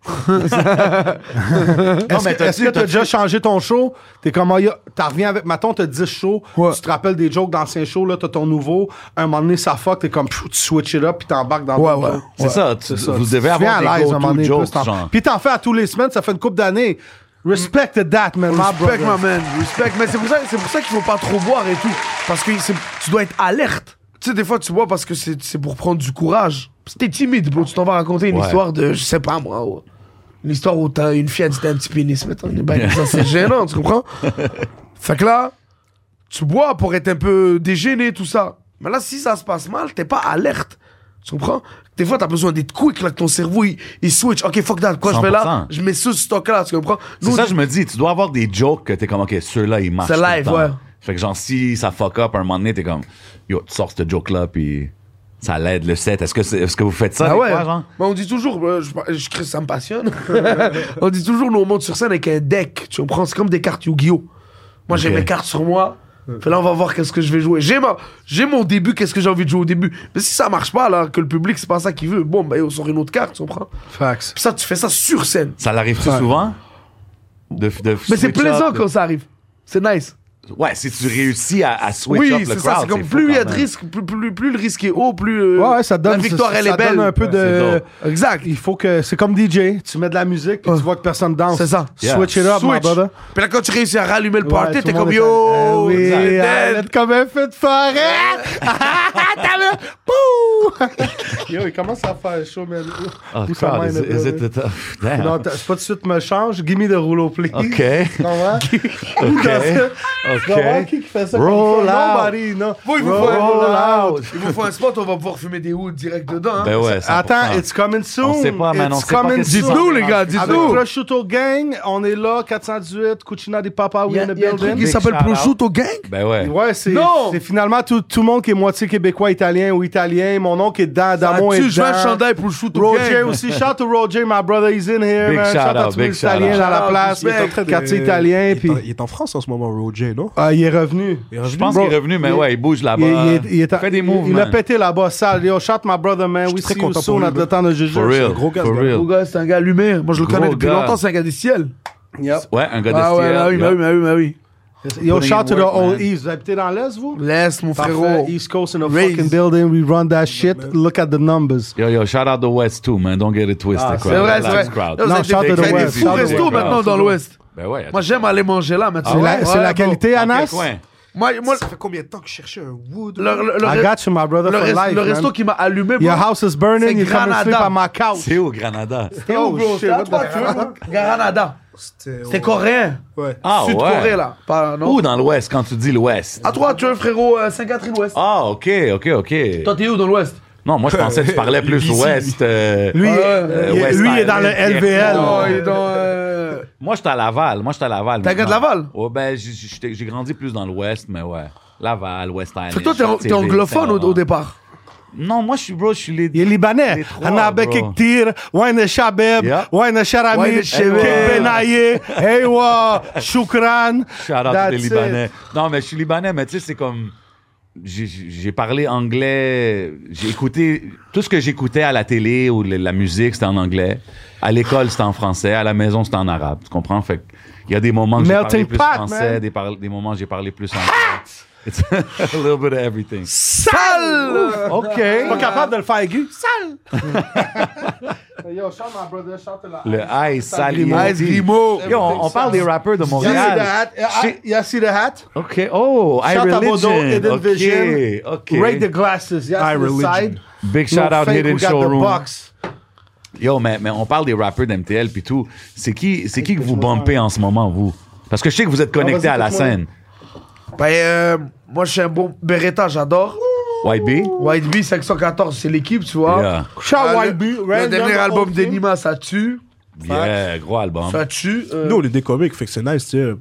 Est-ce que t'as déjà changé ton show? T'es comme, t'en reviens avec, mettons, t'as 10 shows, Ouais. tu te rappelles des jokes d'anciens shows, là, t'as ton nouveau, un moment donné, ça fuck, t'es comme, tu switch it up, puis t'embarques dans Ouais, ton ouais. show. C'est ça, vous devez Tu viens avoir à des l'aise, un moment go-to donné, jokes, plus t'en- genre. Puis t'en fais à tous les semaines, ça fait une couple d'années. Respect that, man, my Respect, brother. my man. Respect. Mais c'est pour ça qu'il faut pas trop boire et tout. Parce que tu dois être alerte. Tu sais, des fois, tu bois parce que c'est pour prendre du courage. Si t'es timide, bro, tu t'en vas raconter une Ouais. histoire de, je sais pas moi, ouais. Une histoire où t'as une fille a dit t'as un petit pénis, mais ça c'est gênant, tu comprends? Fait que là, tu bois pour être un peu dégêné, tout ça. Mais là, si ça se passe mal, t'es pas alerte. Tu comprends? Des fois, t'as besoin d'être quick, là, que ton cerveau, il switch. Ok, fuck that. Quoi je fais là? 100%. Je mets ce stock-là, tu comprends? C'est Nous, ça, je me dis, tu dois avoir des jokes que t'es comme, OK, ceux-là, ils marchent. C'est tout le live, temps. ouais. Fait que genre, si ça fuck up, un moment donné, t'es comme, yo, tu sors ce joke-là, puis ça l'aide le set. Est-ce que vous faites ça, Ah des ouais. fois, genre? Mais on dit toujours, ça me passionne. On dit toujours, nous on monte sur scène avec un deck. Tu comprends? C'est comme des cartes Yu-Gi-Oh! Moi j'ai Ok. mes cartes sur moi. Fait là on va voir qu'est-ce que je vais jouer. J'ai mon début, qu'est-ce que j'ai envie de jouer au début. Mais si ça marche pas, là, que le public c'est pas ça qu'il veut, bon, ben on sort une autre carte, tu comprends? Facts. Puis ça, tu fais ça sur scène. Ça l'arrive-tu souvent? De Mais c'est switch plaisant up, quand ça arrive. C'est nice. Ouais, si tu réussis à switch Oui, up le c'est crowd, ça. C'est comme fou plus il y a quand de même. risques, plus le risque est haut, plus Ouais, ça donne, la victoire elle ça est belle. donne un peu Ouais, de. c'est Exact. Il faut que. C'est comme DJ, tu mets de la musique, puis tu vois que personne danse. C'est ça. Yeah. Switch it up, my Switch. brother. Puis là quand tu réussis à rallumer le Ouais, party, tout t'es le comme monde est yo. oui, c'est dead. arrête comme un feu de forêt. T'as vu? Pouh! Yo, il commence à faire chaud, man. Oh, Où ça crowd, mène, is brother? it damn. Non, c'est pas tout de suite me change. Give me the rouleau, please. OK. Tu comprends? OK. Tu comprends qui fait ça? Roll comme ça? out. Nobody, non. Bon, il vous Roll faut out. Il vous faut un spot, on va pouvoir fumer des hoods direct dedans. Hein. Ben ouais, 100%. Attends, it's coming soon. On sait pas, man, on It's sait pas coming qu'est-ce qui soon. Dites-nous, les gars, Avec dites-nous. Prosciutto Gang, on est là, 418, Cucina di Papa, we Il y in a the un truc building. qui s'appelle shout-out. Prosciutto Gang. Ben ouais. Ouais, c'est Non! c'est finalement tout le monde qui est moitié québécois, italien ou italien. Mon oncle est dedans, Damon est Tu je veux un dedans. chandail Prosciutto Roger Gang. aussi. Shout to Roger, my brother, he's in here, Big man. shout Shout out, out to big les Italiens shout dans la out. place. Il est en train Quartier italien, puis Il est en France en ce moment, Roger, non? il est revenu. Je pense Bro, qu'il est revenu, mais ouais, il bouge là-bas. il est fait des moves, Il a man. pété là-bas, sale. Yo, shout my brother, man. We très see you content soon pour at lui, the temps de Juju. For real, gros gars, for ce real. Gros gars, c'est un gars allumé. Moi, je le Gros connais depuis gars. longtemps, c'est un gars du ciel. Yep. Ouais, un gars de Ah ouais, bah oui, style. bah oui, bah oui, bah oui. Yo, Putting shout in to the work, old man. East. Vous habitez dans l'Est, vous? Laisse, mon Parfait. frérot. East Coast in a Raise. fucking building. We run that shit. Look at the numbers. Yo, shout out the West too, man. Don't get it twisted. Ah, crowd. C'est vrai, c'est Relax, vrai. crowd. Là, vous Non, êtes shout des- to the vous êtes des West. fous Shout to the restos West. maintenant dans l'Ouest. Ben ouais. Moi, j'aime aller manger là maintenant. C'est la, c'est la qualité, Dans quel Anas? coin? Moi, Ça fait combien de temps que je cherchais un wood? le I got you, my brother, for life, le resto man. qui m'a allumé, bro. Your house is burning. C'est You come and Granada. sleep on my couch. C'est où, Granada? Oh, bro, c'est à toi, tu veux? Granada. C'était coréen. Ouais. Ah, Sud-Corée, ouais. là. Pas, non. Où dans l'Ouest, quand tu dis l'Ouest? À toi, tu veux, frérot, Sainte-Catherine-Ouest. Ah, OK. Toi, t'es où dans l'Ouest? Non, moi, je pensais que tu parlais plus Ici. Ouest. Lui, West lui est dans le Island, LVL. Oh, il est dans. Moi, j'étais à Laval. T'es un gars de Laval? Ouais, ben, j'ai grandi plus dans l'Ouest, mais ouais. Laval, West Island. Fait que toi, t'es anglophone au départ. Non, moi, je suis les... Il est libanais. Les trois, Anabe bro. Kiktir, Wayne Shabeb, Yeah. Wayne Sharami, Wayne Kik Shabeb. Benaye, Eywa, Shukran. Shout out That's les it. Libanais. Non, mais je suis Libanais, mais tu sais, c'est comme... J'ai parlé anglais. J'ai écouté... Tout ce que j'écoutais à la télé ou la musique, c'était en anglais. À l'école, c'était en français. À la maison, c'était en arabe. Tu comprends? Fait il y a des moments que j'ai parlé Melting plus pot, français, man. des moments que j'ai parlé plus anglais. It's a little bit of everything. Sale! OK. Pas capable de le faire aigu. Sale. Yo, shout my brother, shout to la Le Ice Salier. Ice Grimo. Yo, on parle des rappeurs de You see the Montréal. hat? You see the hat? OK. Oh, I Shout out Bodo, Religion. Hidden OK. Vision. OK. Rate the glasses. Yes, I to the Religion. side. Big shout No out fake, Hidden we got the Showroom. box. Yo, mais on parle des rappeurs d'MTL puis tout. C'est qui que vous bumpez en ce moment, vous? Parce que je sais que vous êtes connecté vas-y, à la écoute-moi. scène. Moi, je suis un bon Beretta, j'adore. White B? White Bee 514, c'est l'équipe, tu vois. Yeah. Shout Ah, White Bee. Le dernier album d'Enima, ça tue. Yeah, gros album. Ça tue. Nous, on est des comiques, fait que c'est nice, tu sais.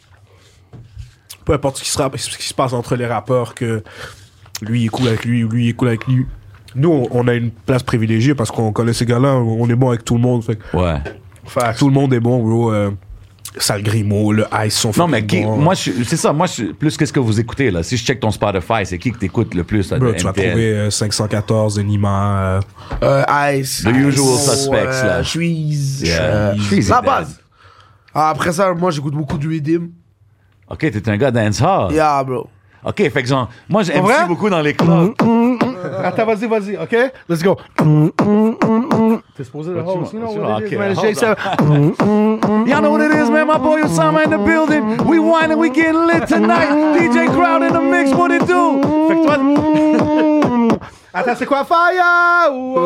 Peu importe ce qui se passe entre les rappeurs, que lui est cool avec lui ou lui est cool avec lui. Nous, on a une place privilégiée parce qu'on connaît ces gars-là, on est bon avec tout le monde. Fait que Ouais. tout le monde est bon, bro. Sal Grimo, le Ice sont Non, mais fucking bons. moi, c'est ça. Moi, plus qu'est-ce que vous écoutez, là? Si je check ton Spotify, c'est qui que t'écoutes le plus, là, de Bro, tu vas MTL? trouver 514 de Nima. Ice. The usual Ice, suspects, là. Shreeze. Yeah. Shreeze La est base. Ah, après ça, moi, j'écoute beaucoup du Redeem. OK, t'es un gars dancehall. Yeah, bro. OK, fait que genre, moi, j'aime vrai? beaucoup dans les clubs. Attends, vas-y, OK? Let's go. T'es supposé le host. You know what it is, man. hold J7. Y'all know what it is, man. My boy Osama in the building. We whining, we getting lit tonight. DJ Crowd in the mix, what it do? Fait que toi... Attends, c'est quoi? Fire!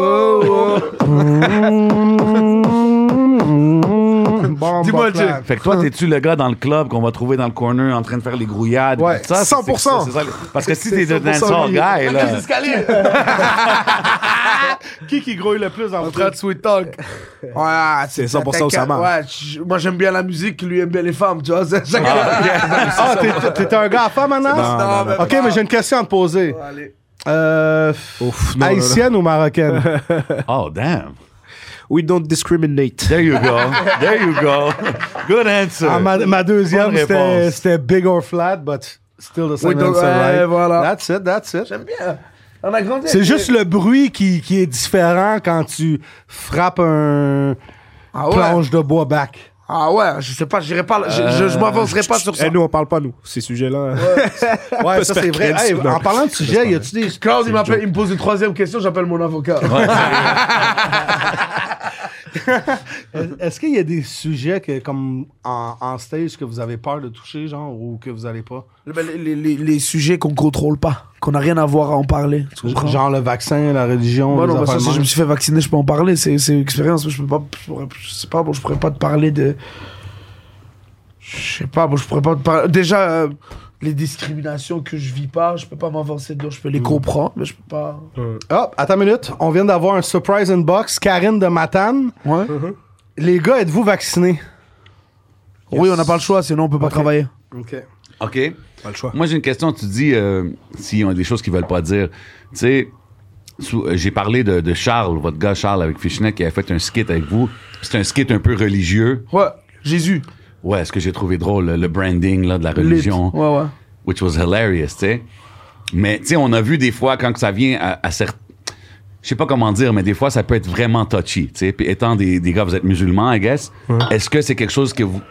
Dis-moi, Jay. Fait que toi, t'es-tu le gars dans le club qu'on va trouver dans le corner en train de faire les grouillades? Ouais, tout ça, 100%. c'est ça. Parce que si t'es de 100% dancehall lui. guy, là... Qui grouille le plus en En train de sweet talk. Ouais, C'est 100% Osama. Ouais, moi, j'aime bien la musique, lui aime bien les femmes, tu vois. Ah, t'es un gars à femme maintenant? Non, OK, mais j'ai une question à te poser. Allez. Ouf, non, Haïtienne ou marocaine? Oh, damn. We don't discriminate. There you go. There you go. Good answer. Ah, ma deuxième, Bonne réponse. c'était big or flat, but still the same Oui, donc, answer, right? voilà. That's it. J'aime bien. On a grandi. C'est avec juste le bruit qui est différent quand tu frappes un Ah ouais. planche de bois back. Ah ouais, je sais pas, j'irai pas, je m'avancerai pas sur ça. Eh, nous, on parle pas, nous, ces sujets-là. Ouais, ça c'est vrai. Hey, en parlant de sujet, y a-tu des... Claude, il me pose une troisième question, j'appelle mon avocat. Est-ce qu'il y a des sujets que, comme en stage que vous avez peur de toucher, genre, ou que vous allez pas? Les sujets qu'on contrôle pas, qu'on a rien à voir à en parler. Tu comprends? Genre le vaccin, la religion, Moi, les non, bah, ça, affaires si de je me même. suis fait vacciner, je peux en parler. C'est une expérience. Je sais pas, bon, je pourrais pas te parler de. Je sais pas, bon, je pourrais pas te parler. Déjà, les discriminations que je vis pas, je peux pas m'avancer dedans. Je peux les comprendre, mais je peux pas. Oh, attends une minute. On vient d'avoir un surprise inbox. Karine de Matane. Ouais. Les gars, êtes-vous vaccinés? Oui, on n'a pas le choix, sinon on peut pas travailler. OK. OK. Pas le choix. Moi, j'ai une question. Tu dis s'ils ont des choses qu'ils veulent pas dire. Tu sais, j'ai parlé de Charles, votre gars Charles avec Fishnet qui a fait un skit avec vous. C'est un skit un peu religieux. Ouais, Jésus. Ouais, ce que j'ai trouvé drôle, le branding là, de la religion. Lit. Ouais, ouais. Which was hilarious, tu sais. Mais, tu sais, on a vu des fois, quand ça vient à certains... Je sais pas comment dire, mais des fois, ça peut être vraiment touchy, tu sais. Puis étant des gars, vous êtes musulmans, I guess. Est-ce que c'est quelque chose que vous...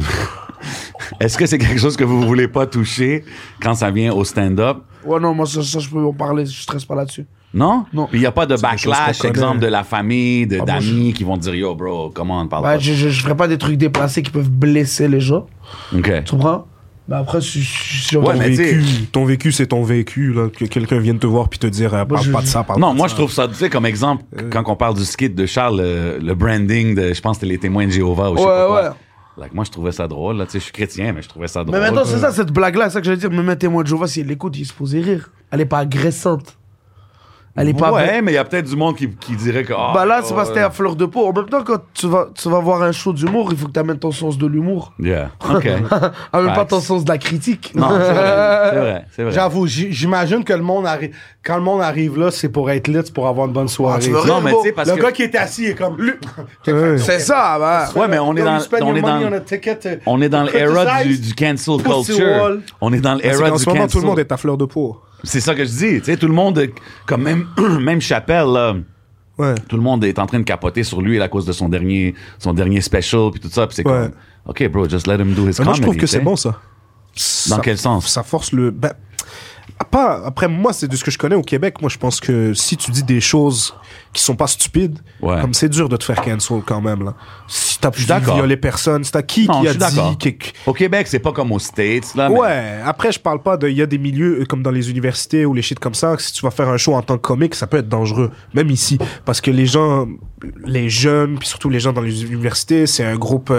Est-ce que c'est quelque chose que vous voulez pas toucher quand ça vient au stand-up? Ouais, non, moi, ça je peux en parler, je stresse pas là-dessus. Non? Non. Puis il n'y a pas de des choses backlash, qu'on connaît. exemple de la famille, moi, d'amis qui vont te dire, yo, bro, comment on parle Ouais, pas? je ferai pas des trucs déplacés qui peuvent blesser les gens. OK. Tu comprends? Mais après, si on Ouais, Ton mais vécu, t'sais- ton vécu, c'est ton vécu. Là, que quelqu'un vienne te voir puis te dire parle je- pas de ça, parle Non, pas moi, de je ça. trouve ça, tu sais, comme exemple, quand on parle du skit de Charles, le branding de, je pense que c'était les témoins de Jéhovah ou je sais pas quoi. Ouais. Like, moi, je trouvais ça drôle. Là. Tu sais, je suis chrétien, mais je trouvais ça drôle. Mais maintenant, c'est ça, cette blague-là, c'est ça que j'allais dire. Même un témoin de Jéhovah, s'il l'écoute, il se posait rire. Elle est pas agressante. Elle est pas. Ouais, mais il y a peut-être du monde qui dirait que. Bah là, c'est parce que t'es à fleur de peau. En même temps, quand tu vas voir un show d'humour, il faut que tu amènes ton sens de l'humour. Yeah. OK. Amène pas Facts. ton sens de la critique. Non, c'est vrai. C'est vrai. C'est vrai. J'avoue, j'imagine que le monde arrive... Quand le monde arrive là, c'est pour être lit, c'est pour avoir une bonne soirée. tu veux Non, rire, mais gros. tu sais, parce Le que. gars qui est assis est comme... C'est ça, bah. Ouais, mais on est Yo, dans. you spend On your est money dans. on a ticket to On est dans l'era criticize. du cancel Pussy culture. wall. On est dans C'est l'era qu'en du ce moment, tout cancel. le monde est à fleur de peau. C'est ça que je dis. Tu sais, tout le monde, comme même Chappelle, là, Ouais. tout le monde est en train de capoter sur lui à cause de son dernier special puis tout ça. Puis c'est Ouais. comme, OK, bro, just let him do his Mais moi, comedy. je trouve que tu c'est sais. bon, ça. Dans Ça- quel sens? Ça force le... Ben, pas, après, moi, c'est de ce que je connais au Québec. Moi, je pense que si tu dis des choses qui sont pas stupides, Ouais. comme c'est dur de te faire cancel quand même, là. Si t'as suis d'accord. violé personne, si t'as Non, qui je a suis d'accord. dit... Au Québec, c'est pas comme aux States, là. mais- Ouais, après, je parle pas de... Il y a des milieux, comme dans les universités ou les shit comme ça, que si tu vas faire un show en tant que comique, ça peut être dangereux. Même ici. Parce que les gens, les jeunes, puis surtout les gens dans les universités, c'est un groupe...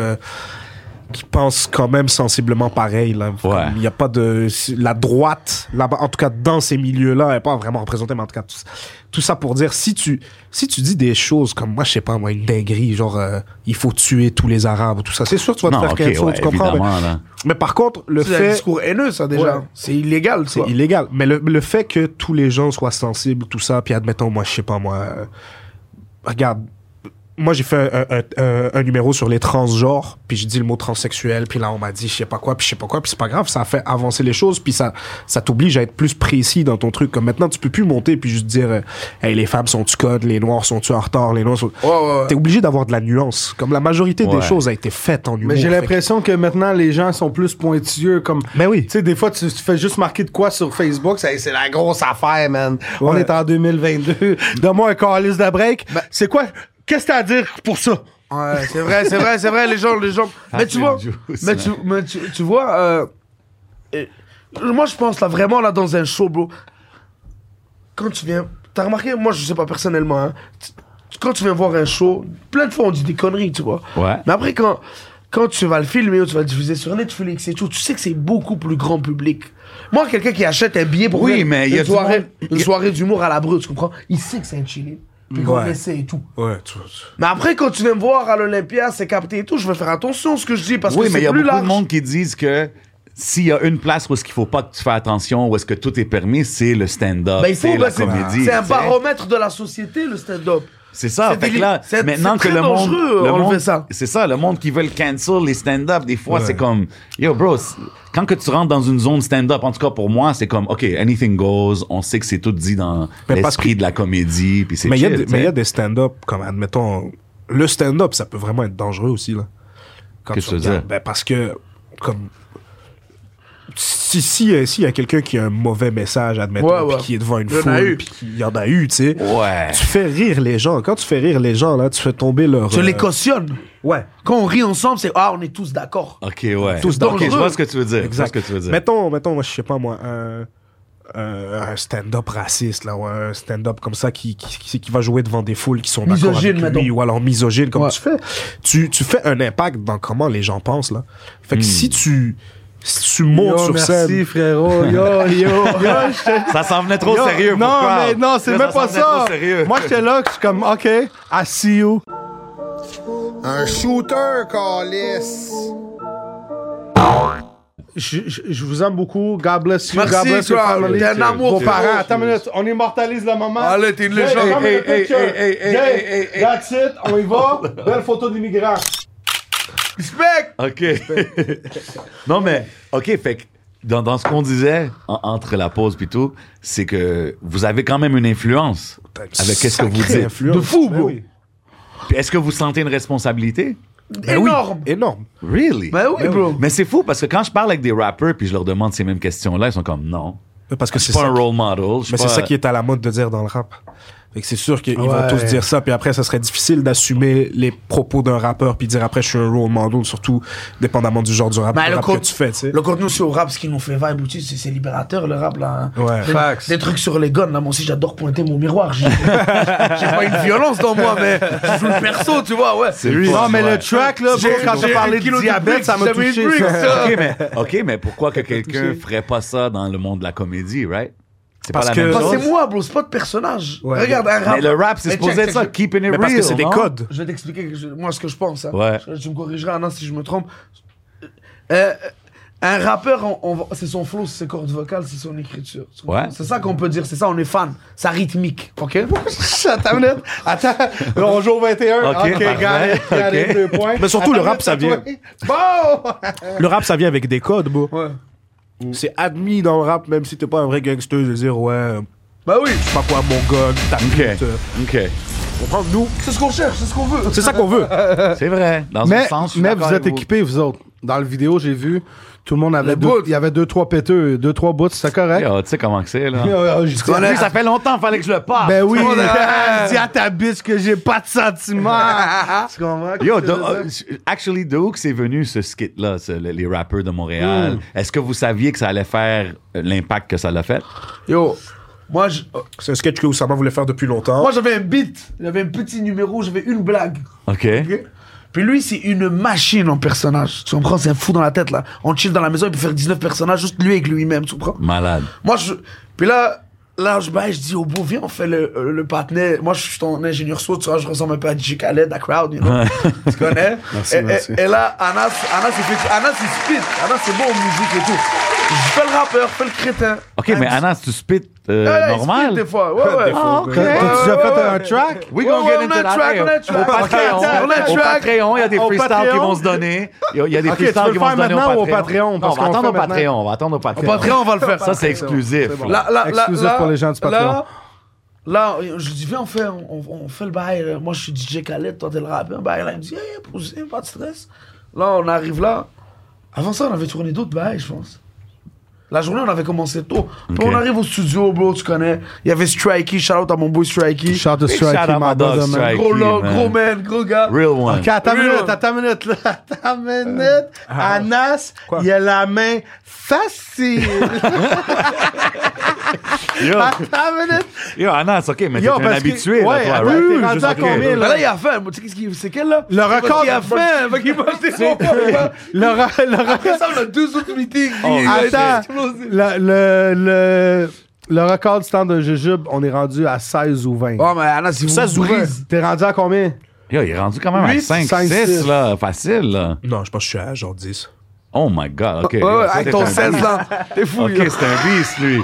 qui pensent quand même sensiblement pareil. Là. Ouais. Il n'y a pas de... La droite, là-bas, en tout cas dans ces milieux-là, elle n'est pas vraiment représentée, mais en tout cas, tout ça pour dire, si tu dis des choses comme, moi, je sais pas, moi, une dinguerie, genre, il faut tuer tous les Arabes, tout ça, c'est sûr que tu vas Non, te faire OK, cancel, ouais, tu comprends? évidemment, là. Mais par contre, le C'est un fait... discours haineux, ça, déjà. Ouais. C'est illégal, C'est ça. illégal. Mais le fait que tous les gens soient sensibles, tout ça, puis admettons, moi, je sais pas, moi... regarde, moi, j'ai fait un numéro sur les transgenres, puis j'ai dit le mot transsexuel, puis là, on m'a dit je sais pas quoi, puis c'est pas grave, ça a fait avancer les choses, puis ça t'oblige à être plus précis dans ton truc. Comme maintenant, tu peux plus monter puis juste dire hey, les femmes sont-tu codes, les noirs sont-tu en retard, les noirs sont... Ouais. T'es obligé d'avoir de la nuance. Comme la majorité des choses a été faite en humour. Mais j'ai l'impression que maintenant, les gens sont plus pointilleux, comme... Mais oui. Tu sais, des fois, tu fais juste marquer de quoi sur Facebook, c'est la grosse affaire, man. Ouais. On est en 2022. Donne-moi un calice de break. C'est quoi... Qu'est-ce que t'as à dire pour ça? Ouais, c'est vrai, les gens. Mais tu vois, tu vois, moi je pense là vraiment là dans un show, bro. Quand tu viens, t'as remarqué, moi je sais pas personnellement, hein, quand tu viens voir un show, plein de fois on dit des conneries, tu vois. Ouais. Mais après quand tu vas le filmer ou tu vas le diffuser sur Netflix et tout, tu sais que c'est beaucoup plus grand public. Moi, quelqu'un qui achète un billet pour Oui, mais il y a une soirée d'humour à la brute, tu comprends? Il sait que c'est un chilling. Puis qu'on essaie et tout. Ouais, Mais après, quand tu viens me voir à l'Olympia, c'est capté et tout, je vais faire attention à ce que je dis parce que Oui, mais il y c'est a plus beaucoup large. de monde qui disent que s'il y a une place où est-ce qu'il faut pas que tu fasses attention, où est-ce que tout est permis, c'est le stand-up, Ben, il c'est faut, la ben, comédie. c'est un tu sais. baromètre de la société, le stand-up. C'est ça, C'est fait que là, c'est maintenant que très le monde, dangereux, le enlever monde, ça. c'est ça, le monde qui veut le cancel, les stand-up, des fois, c'est comme, yo, bro, quand que tu rentres dans une zone stand-up, en tout cas pour moi, c'est comme, OK, anything goes, on sait que c'est tout dit dans l'esprit de la comédie, puis c'est mais chill, il y a des stand-up, comme, admettons, le stand-up, ça peut vraiment être dangereux aussi, là. Qu'est-ce que tu veux dire? Ben, parce que, comme, s'il y a quelqu'un qui a un mauvais message, admettons, puis qui est devant une foule, puis qu'il y en a eu, tu sais, tu fais rire les gens. Quand tu fais rire les gens, là, tu fais tomber leur... Tu les cautionnes. Ouais. Quand on rit ensemble, c'est on est tous d'accord. OK, ouais. Tous OK, je dangereux. vois ce que tu veux dire. Exact. Je vois ce que tu veux dire. Mettons, moi, je sais pas, moi, un stand-up raciste, là, ou un stand-up comme ça qui va jouer devant des foules qui sont d'accord avec lui, mettons. ou alors misogyne, comme Ouais. tu fais un impact dans comment les gens pensent, là. Fait que si tu montes sur merci, scène... frérot. Ça s'en venait trop Yo, sérieux. Non, pourquoi? mais non, c'est Là, même pas s'en venait trop ça. sérieux. Moi, j'étais là, je suis comme, OK, I see you. Un shooter, calice. Je vous aime beaucoup. God bless you. Merci, God bless your Crowd. family. T'es un amour, Vos parents. frérot. Attends une minute. On immortalise le moment. Allez, t'es une Jay, légende. come in the picture. hey, Jay, that's it. On y va. Belle photo d'immigrant. Respect! OK. Non, mais, OK, fait que dans ce qu'on disait entre la pause et tout, c'est que vous avez quand même une influence avec qu'est-ce que vous dites. Influence. De fou, Ben bro. oui. Puis est-ce que vous sentez une responsabilité? Énorme. Énorme. Really? Ben oui, bro. Mais c'est fou parce que quand je parle avec des rappers puis je leur demande ces mêmes questions-là, ils sont comme non. Parce que Je c'est suis pas ça. un role model. Mais c'est ça qui est à la mode de dire dans le rap. Fait que c'est sûr qu'ils vont tous dire ça, puis après, ça serait difficile d'assumer les propos d'un rappeur, puis dire après, je suis un role model, surtout dépendamment du genre du rap, Ben, que tu fais, tu sais. Le contenu sur le rap, ce qui nous fait vibe, c'est libérateur, le rap, là. Ouais. Des trucs sur les guns, là. Moi aussi, j'adore pointer mon miroir. J'ai pas une violence dans moi, mais je joue le perso, tu vois, ouais. Non, mais le track, là, bro, quand j'ai t'as parlé un de kilo de diabète, bricks, ça m'a j'avais touché. une brick, ça. ça. OK, mais pourquoi que quelqu'un ferait pas ça dans le monde de la comédie, right? C'est pas Parce la que- même Parce que chose. c'est moi, bro, c'est pas de personnage. Ouais. Regarde, un rap. Mais le rap, c'est Mais supposé check, être ça, check, keeping it Mais real, parce que c'est des non? codes. Je vais t'expliquer moi ce que je pense. Hein. Ouais. Tu me corrigeras, Anna, si je me trompe. Un rappeur, c'est son flow, c'est ses cordes vocales, c'est son écriture. Tu comprends? Ouais. C'est ça qu'on peut dire, c'est ça, on est fan. C'est rythmique, ok? Attends une minute. Attends. On joue au 21. Ok, OK, parfait. gardez Ok. 2 points. Mais surtout, le Attends, rap, ça vient. Bon! Le rap, ça vient avec des codes, bro. Ouais. C'est admis dans le rap, même si t'es pas un vrai gangster, de dire, ouais, Bah oui, je sais pas quoi, mon gun, ta OK. pute. OK. Comprends? Nous, c'est ce qu'on cherche, c'est ce qu'on veut. c'est ça qu'on veut. C'est vrai. Dans un Mais, sens, je suis mais d'accord vous êtes avec équipés, vous autres. Dans le vidéo, j'ai vu, tout le monde avait Le bout. il y avait 2-3 péteux, 2-3 bouts, c'est correct? Yo, tu sais comment que c'est, là. Je dis, Lui, ça fait longtemps, fallait que je le parle. ben oui, Tu vois, dis à ta bitch que j'ai pas de sentiments. Tu comprends? Yo, actually, de où que c'est venu ce skit-là, les rappeurs de Montréal? Est-ce que vous saviez que ça allait faire l'impact que ça l'a fait? Yo, moi, C'est un sketch que Oussama voulait faire depuis longtemps. moi j'avais un beat, j'avais un petit numéro, j'avais une blague. OK. Ok. Puis lui, c'est une machine en personnage. Tu comprends? C'est un fou dans la tête, là. On chill dans la maison, il peut faire 19 personnages, juste lui avec lui-même, tu comprends? Malade. Moi, puis là, je dis au beau, viens, on fait le partenaire. Moi, je suis ton ingénieur son, tu vois, je ressemble un peu à DJ Khaled, à Crowd, you know? Tu connais? Merci. Et là, Anas, il spit. Anas, c'est bon en musique et tout. Je fais le rappeur, fais le crétin. OK, mais Anas, tu spit normal. Des fois, ouais. Ah, OK. T'as déjà fait un track? We gonna get into that. On a track. Au Patreon, il y a des freestyles qui vont se donner. Il y a des Ok, tu veux freestyles le qui vont faire se donner maintenant ou au au Patreon? Non, Parce on va qu'on attendre au le fait Patreon. On va attendre au Patreon. Au Patreon, on va le faire. Ça, c'est exclusif. C'est bon. Là, Exclusif pour les gens du Patreon. Là, je dis, viens, on fait le bail. Moi, je suis DJ Khaled, toi, t'es le rappeur. Là, il me dit, posez, pas de stress. Là, on arrive là. Avant ça, on avait tourné d'autres bails, je pense. La journée, on avait commencé tôt. Puis on arrive au studio, bro, tu connais. Il y avait Strikey, shout out à mon boy Strikey. Shout out to Big Strikey, shout out my my dog, brother, man. Strikey. Gros love, man. gros man, gros gars. Real one. Ok, attends une Real. minute, attends une minute. Anas, il a la main facile. Yo, Attends une minute. yo, Anas, OK, mais t'es Yo, un parce que- habitué, ouais, là, attends, toi, right? t'es rendu à combien, Mais là? là, il a faim. Tu sais qu'est-ce qu'il c'est quel, là? Le record- Il a faim. Fait qu'il mange des bonbons. Après ça, on a 2 autres meetings. Il a Attends, explosé. le record du temps de jujube, on est rendu à 16 ou 20. Oh, mais Anna, si vous 16 ou 20. brise. T'es rendu à combien? Yo, il est rendu quand même à 8, 5, 5, 6, 6. là. Facile, là. Non, je pense que je suis à genre 10. Oh my God, OK. Ouais, Yo, ouais, ça, avec t'es ton un 16 beast. là. T'es fou, OK, yo. c'est un beast, lui.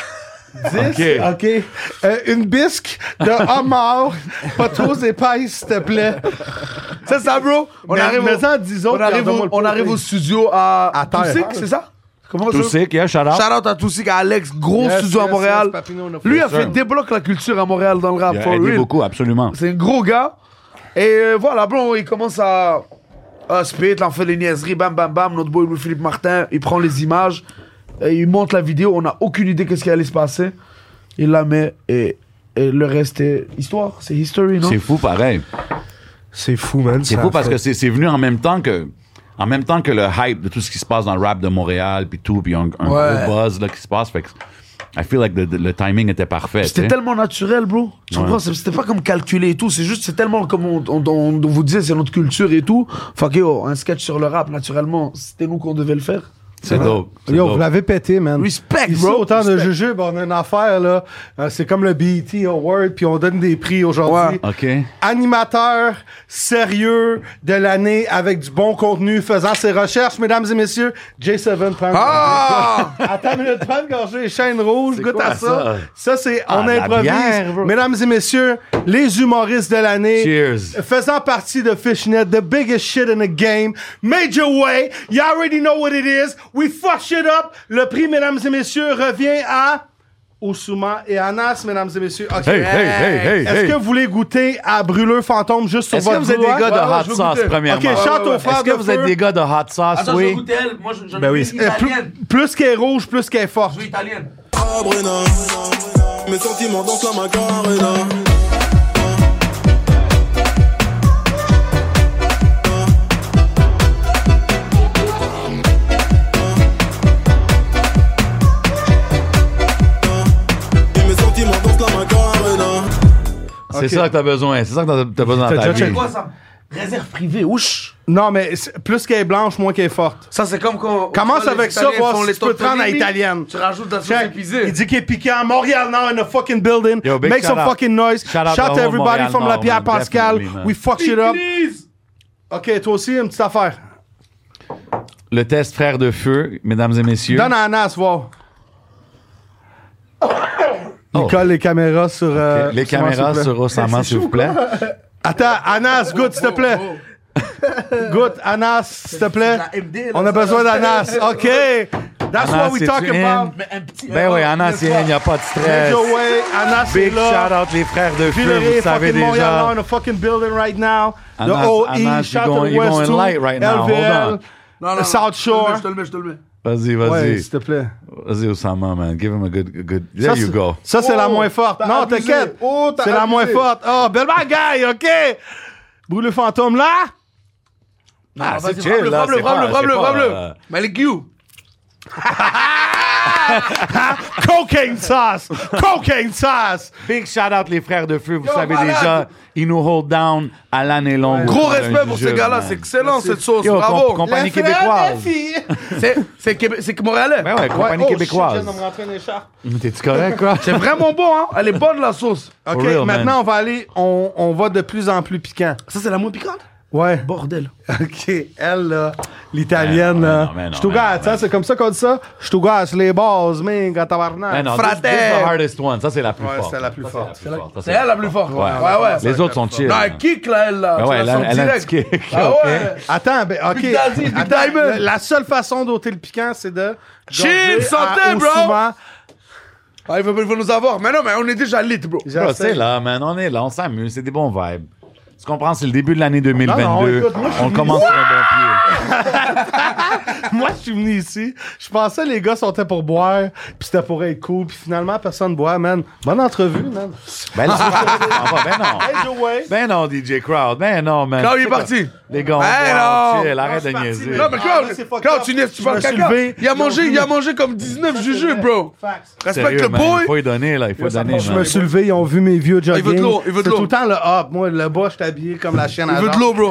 10? OK. OK. Une bisque de homard, pas trop épaisse, s'il te plaît. C'est ça, bro. On Mais- arrive mais en 10 autres, on arrive au studio à terre. Toussic, c'est ça? Comment Tu ça? sais qu'il y a shout out. Shout out à Toussic, à Alex, gros Yes, studio à yes, Montréal. yes, Papineau, no Lui a fun. fait débloquer la culture à Montréal dans le rap. Il a for aidé real. beaucoup, absolument. C'est un gros gars. Et voilà, bro, il commence à spit, là, on fait les niaiseries, bam, bam, bam. Notre boy Louis-Philippe Martin, il prend les images, et il monte la vidéo. On n'a aucune idée qu'est-ce qui allait se passer. Il la met, et le reste est histoire. C'est history, non? C'est fou, pareil. C'est fou, man. C'est fou parce que c'est venu en même temps que le hype de tout ce qui se passe dans le rap de Montréal, puis tout, puis un Ouais. gros buzz là, qui se passe. Fait que I feel like le timing était parfait. C'était tu sais. tellement naturel, bro. Tu comprends? C'était pas comme calculé et tout. C'est juste, c'est tellement comme on vous disait, c'est notre culture et tout. Fait que yo, un sketch sur le rap, naturellement, c'était nous qu'on devait le faire. C'est dope. c'est Yo, dope. vous l'avez pété, man. Respect, Ici, bro. autant de Respect. jujube, on a une affaire, là. C'est comme le BET Award, puis on donne des prix aujourd'hui. Ouais. OK. Animateur sérieux de l'année avec du bon contenu, faisant ses recherches, mesdames et messieurs. J7 prend. Ah! Attends une minute, prends une gorgée, chaîne rouge, C'est goûte quoi à ça. ça? Ça, c'est Ah, on de la improvise. bière, bro. Mesdames et messieurs, les humoristes de l'année. Cheers. Faisant partie de Fishnet, the biggest shit in the game. Major Way, you already know what it is. We fuck shit up. Le prix, mesdames et messieurs, revient à Oussouma et Anas, mesdames et messieurs. OK. Hey. Est-ce que vous voulez goûter à Brûleur Fantôme juste sur Est-ce que votre vous êtes des doigt? gars de Ouais, hot je veux sauce, goûter. premièrement? OK, chante au frère Est-ce que de vous êtes feu. des gars de hot sauce, Attends, je vais oui? goûter elle. Moi, j'en ai Ben oui. une italienne. Plus qu'elle est rouge, plus qu'elle est forte. Je veux italienne. Ah, Brenna, mes sentiments dansent la Macarena. Et mes sentiments dansent la Macarena. C'est Ok. ça que t'as besoin. C'est ça que t'as besoin dans T'as ta déjà vie. C'est quoi ça? Réserve privée, ouch. Non, mais plus qu'elle est blanche, moins qu'elle est forte. Ça, c'est comme quand. Commence les avec ça, Italiens voir font si les tu peux te rendre à tortellini. italienne. Tu rajoutes ta sauce Check. épisée. Il dit qu'il est piquant. Montréal now in a fucking building. Yo, big Make some shout out. fucking noise. Shout out Shout the to whole everybody Montréal from La Nord, Pierre man. Pascal. Definitely, man. We fuck shit up. Please. OK, toi aussi, une petite affaire. Le test frère de feu, mesdames et messieurs. Donne à Anas, voir. Oh. Il colle les caméras sur... Les caméras sur Osama, s'il vous plaît. Attends, Anas, goûte, s'il te plaît. Goûte, Anas, s'il te plaît. La MD, là, On a ça, besoin ça, d'Anas. OK. That's Anas, what we talk c'est-tu about. Mais un petit. Ben oui, Anas, il n'y a pas de stress. Major Way, Anas est Big là. shout out les frères de feu, Villeray, vous savez fucking Montréal now déjà. in a fucking building right now. The Anas, OE, Anas, shout you're to going- the you're West going 2, light right now. Hold LVL, Non, non, South Shore. Je te le mets. Vas-y, Ouais, vas-y. s'il te plaît. Vas-y, Osama, man. Give him a good. There Ça, you c'est- go. Ça, c'est la Oh, moins forte. t'as Non, abusé. t'inquiète. Oh, t'as C'est la abusé. moins forte. Oh, belle bagaille, OK. Brûle fantôme là. Ah, Vas-y, c'est chill, là. frappe-le, c'est pas- c'est pas, frappe-le. Mais les Q. Cocaine sauce. Cocaine sauce. Big shout out les frères de feu, vous savez malade. déjà, ils nous hold down à l'année longue. Gros Autour d'un respect pour ces jujube, gars-là. man. C'est excellent cette sauce. Yo, Bravo. compagnie Les frères québécoise. des filles. C'est Montréalais. Ben ouais, compagnie Oh, québécoise. shit, je viens de me rentrer une écharpe. T'es-tu correct, quoi? C'est vraiment bon, hein. Elle est bonne, la sauce. OK, For real, maintenant, man. on va aller... On va de plus en plus piquant. Ça, c'est la moins piquante. Ouais. Bordel. OK, elle, là, l'italienne. Mais non, Je te gâte, ça, c'est comme ça qu'on dit ça. Je te gâte les bases, mais quand tabarnak. Non, Frate. this is the hardest one. Ça, c'est la plus Ouais, forte. c'est la plus forte. C'est elle la plus forte. Ouais, ouais. Les autres sont chill. Non, elle kick, là, elle, là. Ben Tu ouais, la elle a sens un direct. petit kick. Ah OK. ouais. Attends, ben, OK. Big Daddy, Big Attends, Diamond. la seule façon d'ôter le piquant, c'est de... Chill, gorger santé, à bro. Osuma. Ah, il va nous avoir. Mais non, mais on est déjà lit, bro. Bro, c'est là, man. On est là, on s'amuse. C'est des bons vibes. Tu comprends? C'est le début de l'année 2022. Non, écoute, moi, je suis on venu- commence sur un bon pied. Moi, je suis venu ici. Je pensais que les gars sont pour boire, puis c'était pour être cool, puis finalement, personne boit, man. Bonne entrevue, man. Ben, ben non. Hey, Joey. Ben non, DJ Crowd. Ben non, man. Claude, il est C'est quoi? parti. Les gars, on Ben boit, non. chill, arrête de je suis niaiser. parti, Non, mais Ah, là, c'est fucked Claude, up. tu niaises, tu Je parles me suis caca. levé. Il a mangé comme 19 jujubes, bro. Respecte Sérieux, le man, boy. il faut y donner, là. Il faut donner, Je man. me suis levé, ils ont vu mes vieux jogging. Il veut de l'eau, il veut de C'est l'eau. tout le temps le hop. Moi, le bas, je suis habillé comme la chienne à Il veut de Jean. l'eau, bro.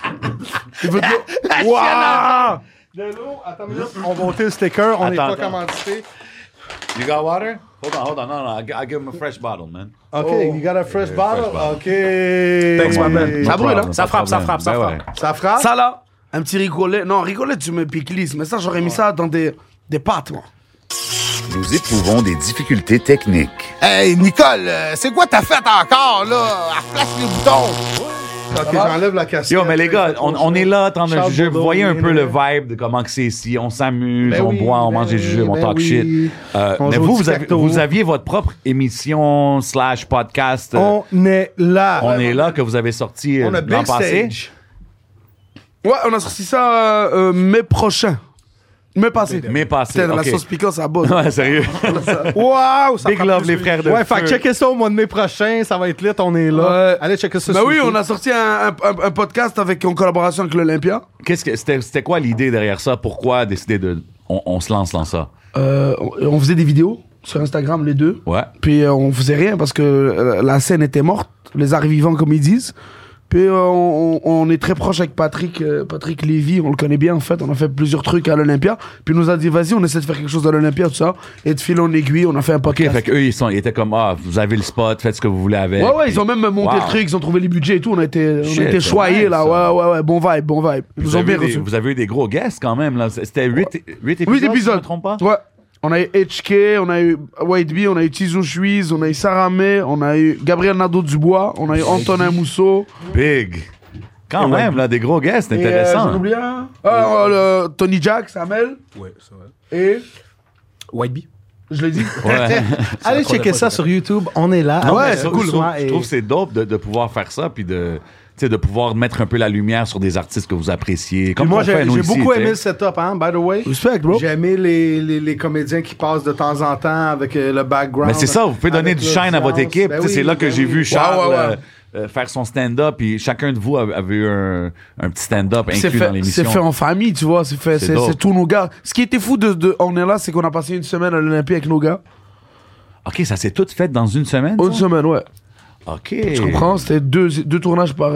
Il veut de l'eau. Waouh. De l'eau, attends une minute. On va ôter le sticker, on n'est pas Attends. commandité. You got water? Hold on. No. I give him a fresh bottle, man. OK, you got a fresh bottle? bottle. OK. Thanks, my man. Ça brûle, hein? Ça frappe. Ben ouais. Ça frappe? Ça, là, un petit rigolet. Non, rigolet, tu me piquelises. Mais ça, j'aurais mis ça dans des pâtes, moi. Nous éprouvons des difficultés techniques. Hey, Nicole, c'est quoi t'as fait encore, là? Elle flash les boutons. OK, j'enlève la casquette. Yo, mais les gars, on est là, attendre un Charles jujube. Vous Bourdeau, voyez un peu le Néné. vibe de comment que c'est ici. On s'amuse, Ben on oui, boit, on ben mange des jujubes, on oui, talk ben shit. oui. On Mais joue vous, au vous, tic-tac-toe. aviez votre propre émission / podcast. On est là. On est là que vous avez sorti On a l'an Big passé. Stage. Ouais, on a sorti ça mai prochain. Mai passé. Mai passé, Putain, la ok. sauce piquante, ça bosse. Ouais, sérieux. Wow! ça Big frappe love, plus. les frères de Ouais, feu. fait que checker ça au mois de mai prochain. Ça va être lit, on est là. Ouais. Allez checker ça Ben sur oui, YouTube. on a sorti un podcast en collaboration avec l'Olympia. C'était quoi l'idée derrière ça? Pourquoi décider de... On se lance dans ça? On faisait des vidéos sur Instagram, les deux. Ouais. Puis on faisait rien parce que la scène était morte, les arts vivants comme ils disent. Puis on est très proche avec Patrick Lévy, on le connaît bien en fait, on a fait plusieurs trucs à l'Olympia. Puis il nous a dit vas-y, on essaie de faire quelque chose à l'Olympia, tout ça. Et de fil en aiguille, on a fait un OK, podcast. fait qu'eux, ils étaient comme, vous avez le spot, faites ce que vous voulez avec. Ouais, ils ont même monté Wow. le truc, ils ont trouvé les budgets et tout, on a été Shit, choyés c'est là, nice, ça. ouais, bon vibe. Ils nous ont bien reçus. Vous avez eu des gros guests quand même, là. C'était 8 épisodes, 8 si je épisodes. me trompe pas? Ouais. On a eu HK, on a eu White Bee, on a eu Tizou Chuiz, on a eu Sarah May, on a eu Gabriel Nadeau-Dubois, on a eu Antonin Mousseau. Big. Quand même, là, des gros guests, Et, intéressant. j'en oublie un. Tony Jack, Samuel. Ouais, c'est vrai. Et. White Bee. Je l'ai dit. Ouais. Allez checker ça sur YouTube. On est là. Non, Ouais, mais c'est je cool. trouve- Je trouve que c'est dope de pouvoir faire ça, puis de pouvoir mettre un peu la lumière sur des artistes que vous appréciez. Comme Moi, on fait, j'ai nous, j'ai ici, beaucoup tu sais. aimé le setup, hein, by the way. Respect, bro. J'ai aimé les comédiens qui passent de temps en temps avec le background. Mais c'est ça, vous pouvez donner avec du shine à votre l'audience. équipe. Ben Tu sais, oui, c'est là que ben j'ai oui. vu Charles Ouais. faire son stand-up, puis chacun de vous avait eu un petit stand-up inclus dans l'émission. C'est fait en famille, tu vois. C'est dope. tous nos gars. Ce qui était fou On est là, c'est qu'on a passé une semaine à l'Olympia avec nos gars. OK, ça s'est tout fait dans une semaine? Une ça? semaine, ouais. OK. Tu comprends? C'était deux tournages par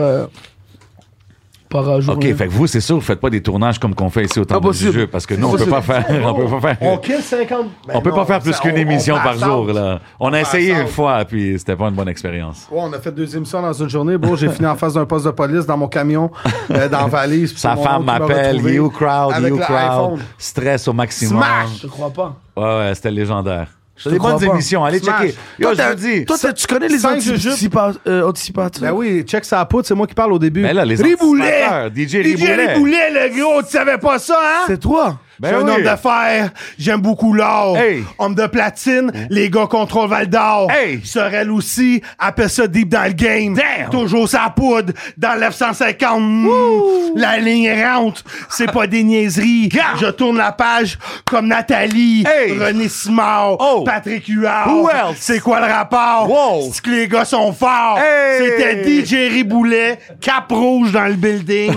journée. OK, fait que vous, c'est sûr, vous faites pas des tournages comme qu'on fait ici au temps de Impossible. jeu, parce que nous, on peut pas faire... On peut pas faire... On kill 50. Ben On peut non, pas faire plus ça, qu'une on émission par passe jour, out. là. On a essayé une fois, puis c'était pas une bonne expérience. Ouais, on a fait 2 émissions dans une journée. Bon, j'ai fini en face d'un poste de police dans mon camion, dans la valise. puis Sa c'est mon femme oncle qui m'a m'appelle, retrouvé You Crowd, avec You le Crowd. iPhone. Stress au maximum. Smash! Je crois pas. Ouais, c'était légendaire. C'est te des bonnes crois pas. émissions, allez Smash. checker. Yo, Toi, je vous dis. Toi, tu connais les 5 jujubes. anticipateurs? Ben oui, check sa poudre, c'est moi qui parle au début. Ben là, les Riboulet! anticipateurs, DJ Riboulet. le gros, tu savais pas ça, hein? C'est toi. Je suis un homme d'affaires, j'aime beaucoup l'or. Hey. Homme de platine, les gars contrôlent Val d'Or. Hey. Sorel aussi, appelle ça deep dans le game. Damn. Toujours sa poudre, dans le 950. La ligne est rentre, c'est pas des niaiseries. Je tourne la page comme Nathalie, Hey. René Simard, Oh. Patrick Huard. Who else? C'est quoi le rapport? Wow. C'est que les gars sont forts. Hey. C'était DJ Riboulet, cap rouge dans le building.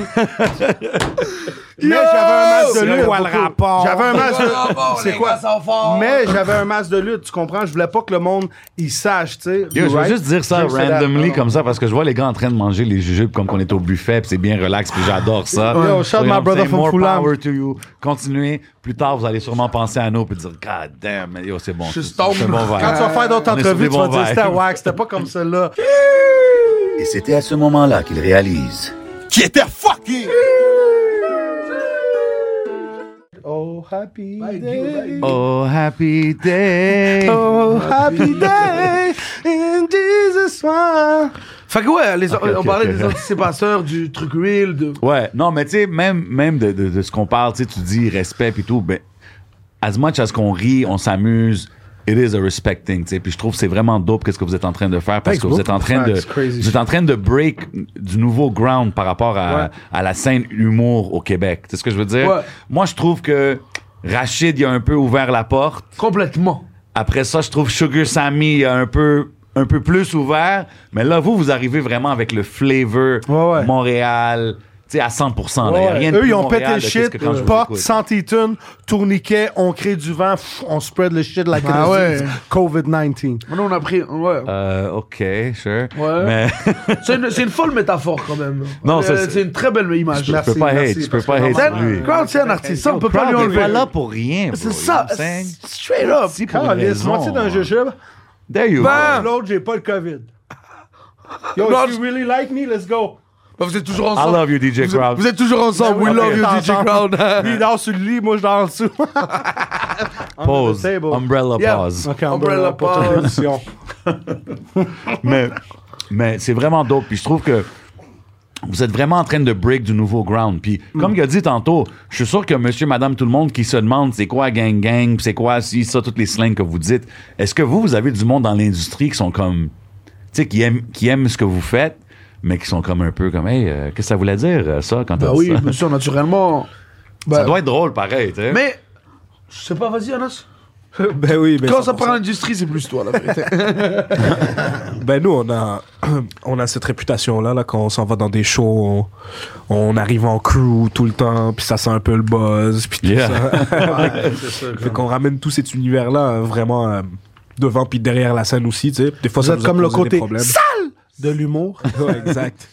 Mais j'avais un masque de C'est lutte. quoi le rapport? J'avais un masque de C'est quoi? Mais j'avais un masque de lutte, tu comprends? Je voulais pas que le monde il sache, tu sais. Yo, je veux Right? juste dire ça Je sais la- randomly non. comme ça parce que je vois les gars en train de manger les jujubes comme qu'on est au buffet puis c'est bien relax puis j'adore ça. Yo, shout So, you my know what I'm brother saying? from More Fulham. power to you. Continuez. Plus tard, vous allez sûrement penser à nous puis dire God damn, yo, c'est bon. C'est tombe. un bon vibe. Quand tu vas faire d'autres On est sur entrevues, des tu vas bons dire vibes. c'était wack, c'était pas comme celle-là. Et c'était à ce moment-là qu'il réalise. Qui était fucking. happy day. Oh, happy day. Oh, happy day in Jesus' name. Fait que ouais, on parlait ok. des anticipateurs, du truc real, de... Ouais, non, mais tu sais, même de ce qu'on parle, tu sais, tu dis respect et tout, ben, as much as qu'on rit, on s'amuse, it is a respecting, tu sais. Puis je trouve que c'est vraiment dope qu'est-ce que vous êtes en train de faire parce que vous êtes en train de break du nouveau ground par rapport à la scène humour au Québec. Tu sais ce que je veux dire? Ouais. Moi, je trouve que Rachid, il a un peu ouvert la porte. Complètement. Après ça, je trouve Sugar Sammy a un peu plus ouvert. Mais là, vous arrivez vraiment avec le flavor Montréal, tu sais, à 100%. Là. Y a rien de Eux, plus ils ont Montréal pété le de shit, qu'est-ce que quand je vous porte, écoute. Santé-Tune, tourniquet, on crée du vent, on spread le shit like Ah ouais. COVID-19. Nous, on a pris... Ouais. OK, sure. Ouais. Mais C'est une folle métaphore, quand même. Non, c'est une très belle image. je peux pas hate, je peux pas hate sur lui. Crowd, c'est un artiste. Ça, on peut pas Crowd lui est enlever. pas là pour rien, bro, C'est you ça. know what I'm saying? Straight up. Si pour une Calice, raison. moitié d'un jujube. There you Bam! go. L'autre, j'ai pas le COVID. Yo, Non, if you really like me, let's go. Bah, vous êtes toujours I ensemble. love you, DJ Crowd. Vous êtes toujours ensemble. We Ok, love you, t'entends. DJ Crowd. Lui, il dort sur le lit, moi, je dors en dessous. Pause. table. Umbrella Yeah. pause. Ok, Umbrella pour ton pause. émission. Mais c'est vraiment dope. Puis je trouve que vous êtes vraiment en train de break du nouveau ground. Puis comme il a dit tantôt, je suis sûr que monsieur, madame, tout le monde qui se demande c'est quoi gang gang, c'est quoi si ça, toutes les slangs que vous dites. Est-ce que vous avez du monde dans l'industrie qui sont comme, tu sais, qui aiment ce que vous faites, mais qui sont comme un peu comme, hey, qu'est-ce que ça voulait dire ça quand t'as Bah dit oui, ça? bien sûr, naturellement. Bah, Ça doit être drôle pareil, tu sais. Mais, je sais pas, vas-y, Anas. Ben oui, ben Quand ça 100%. parle d'industrie, c'est plus toi, la vérité. Ben nous, on a cette réputation-là, là, quand on s'en va dans des shows, on arrive en crew tout le temps, puis ça sent un peu le buzz, puis tout Yeah. ça. Fait qu'on ramène tout cet univers-là vraiment devant puis derrière la scène aussi, tu sais. Des fois, Vous ça êtes nous a comme le posé des côté problèmes. sale de l'humour. Ouais, exact.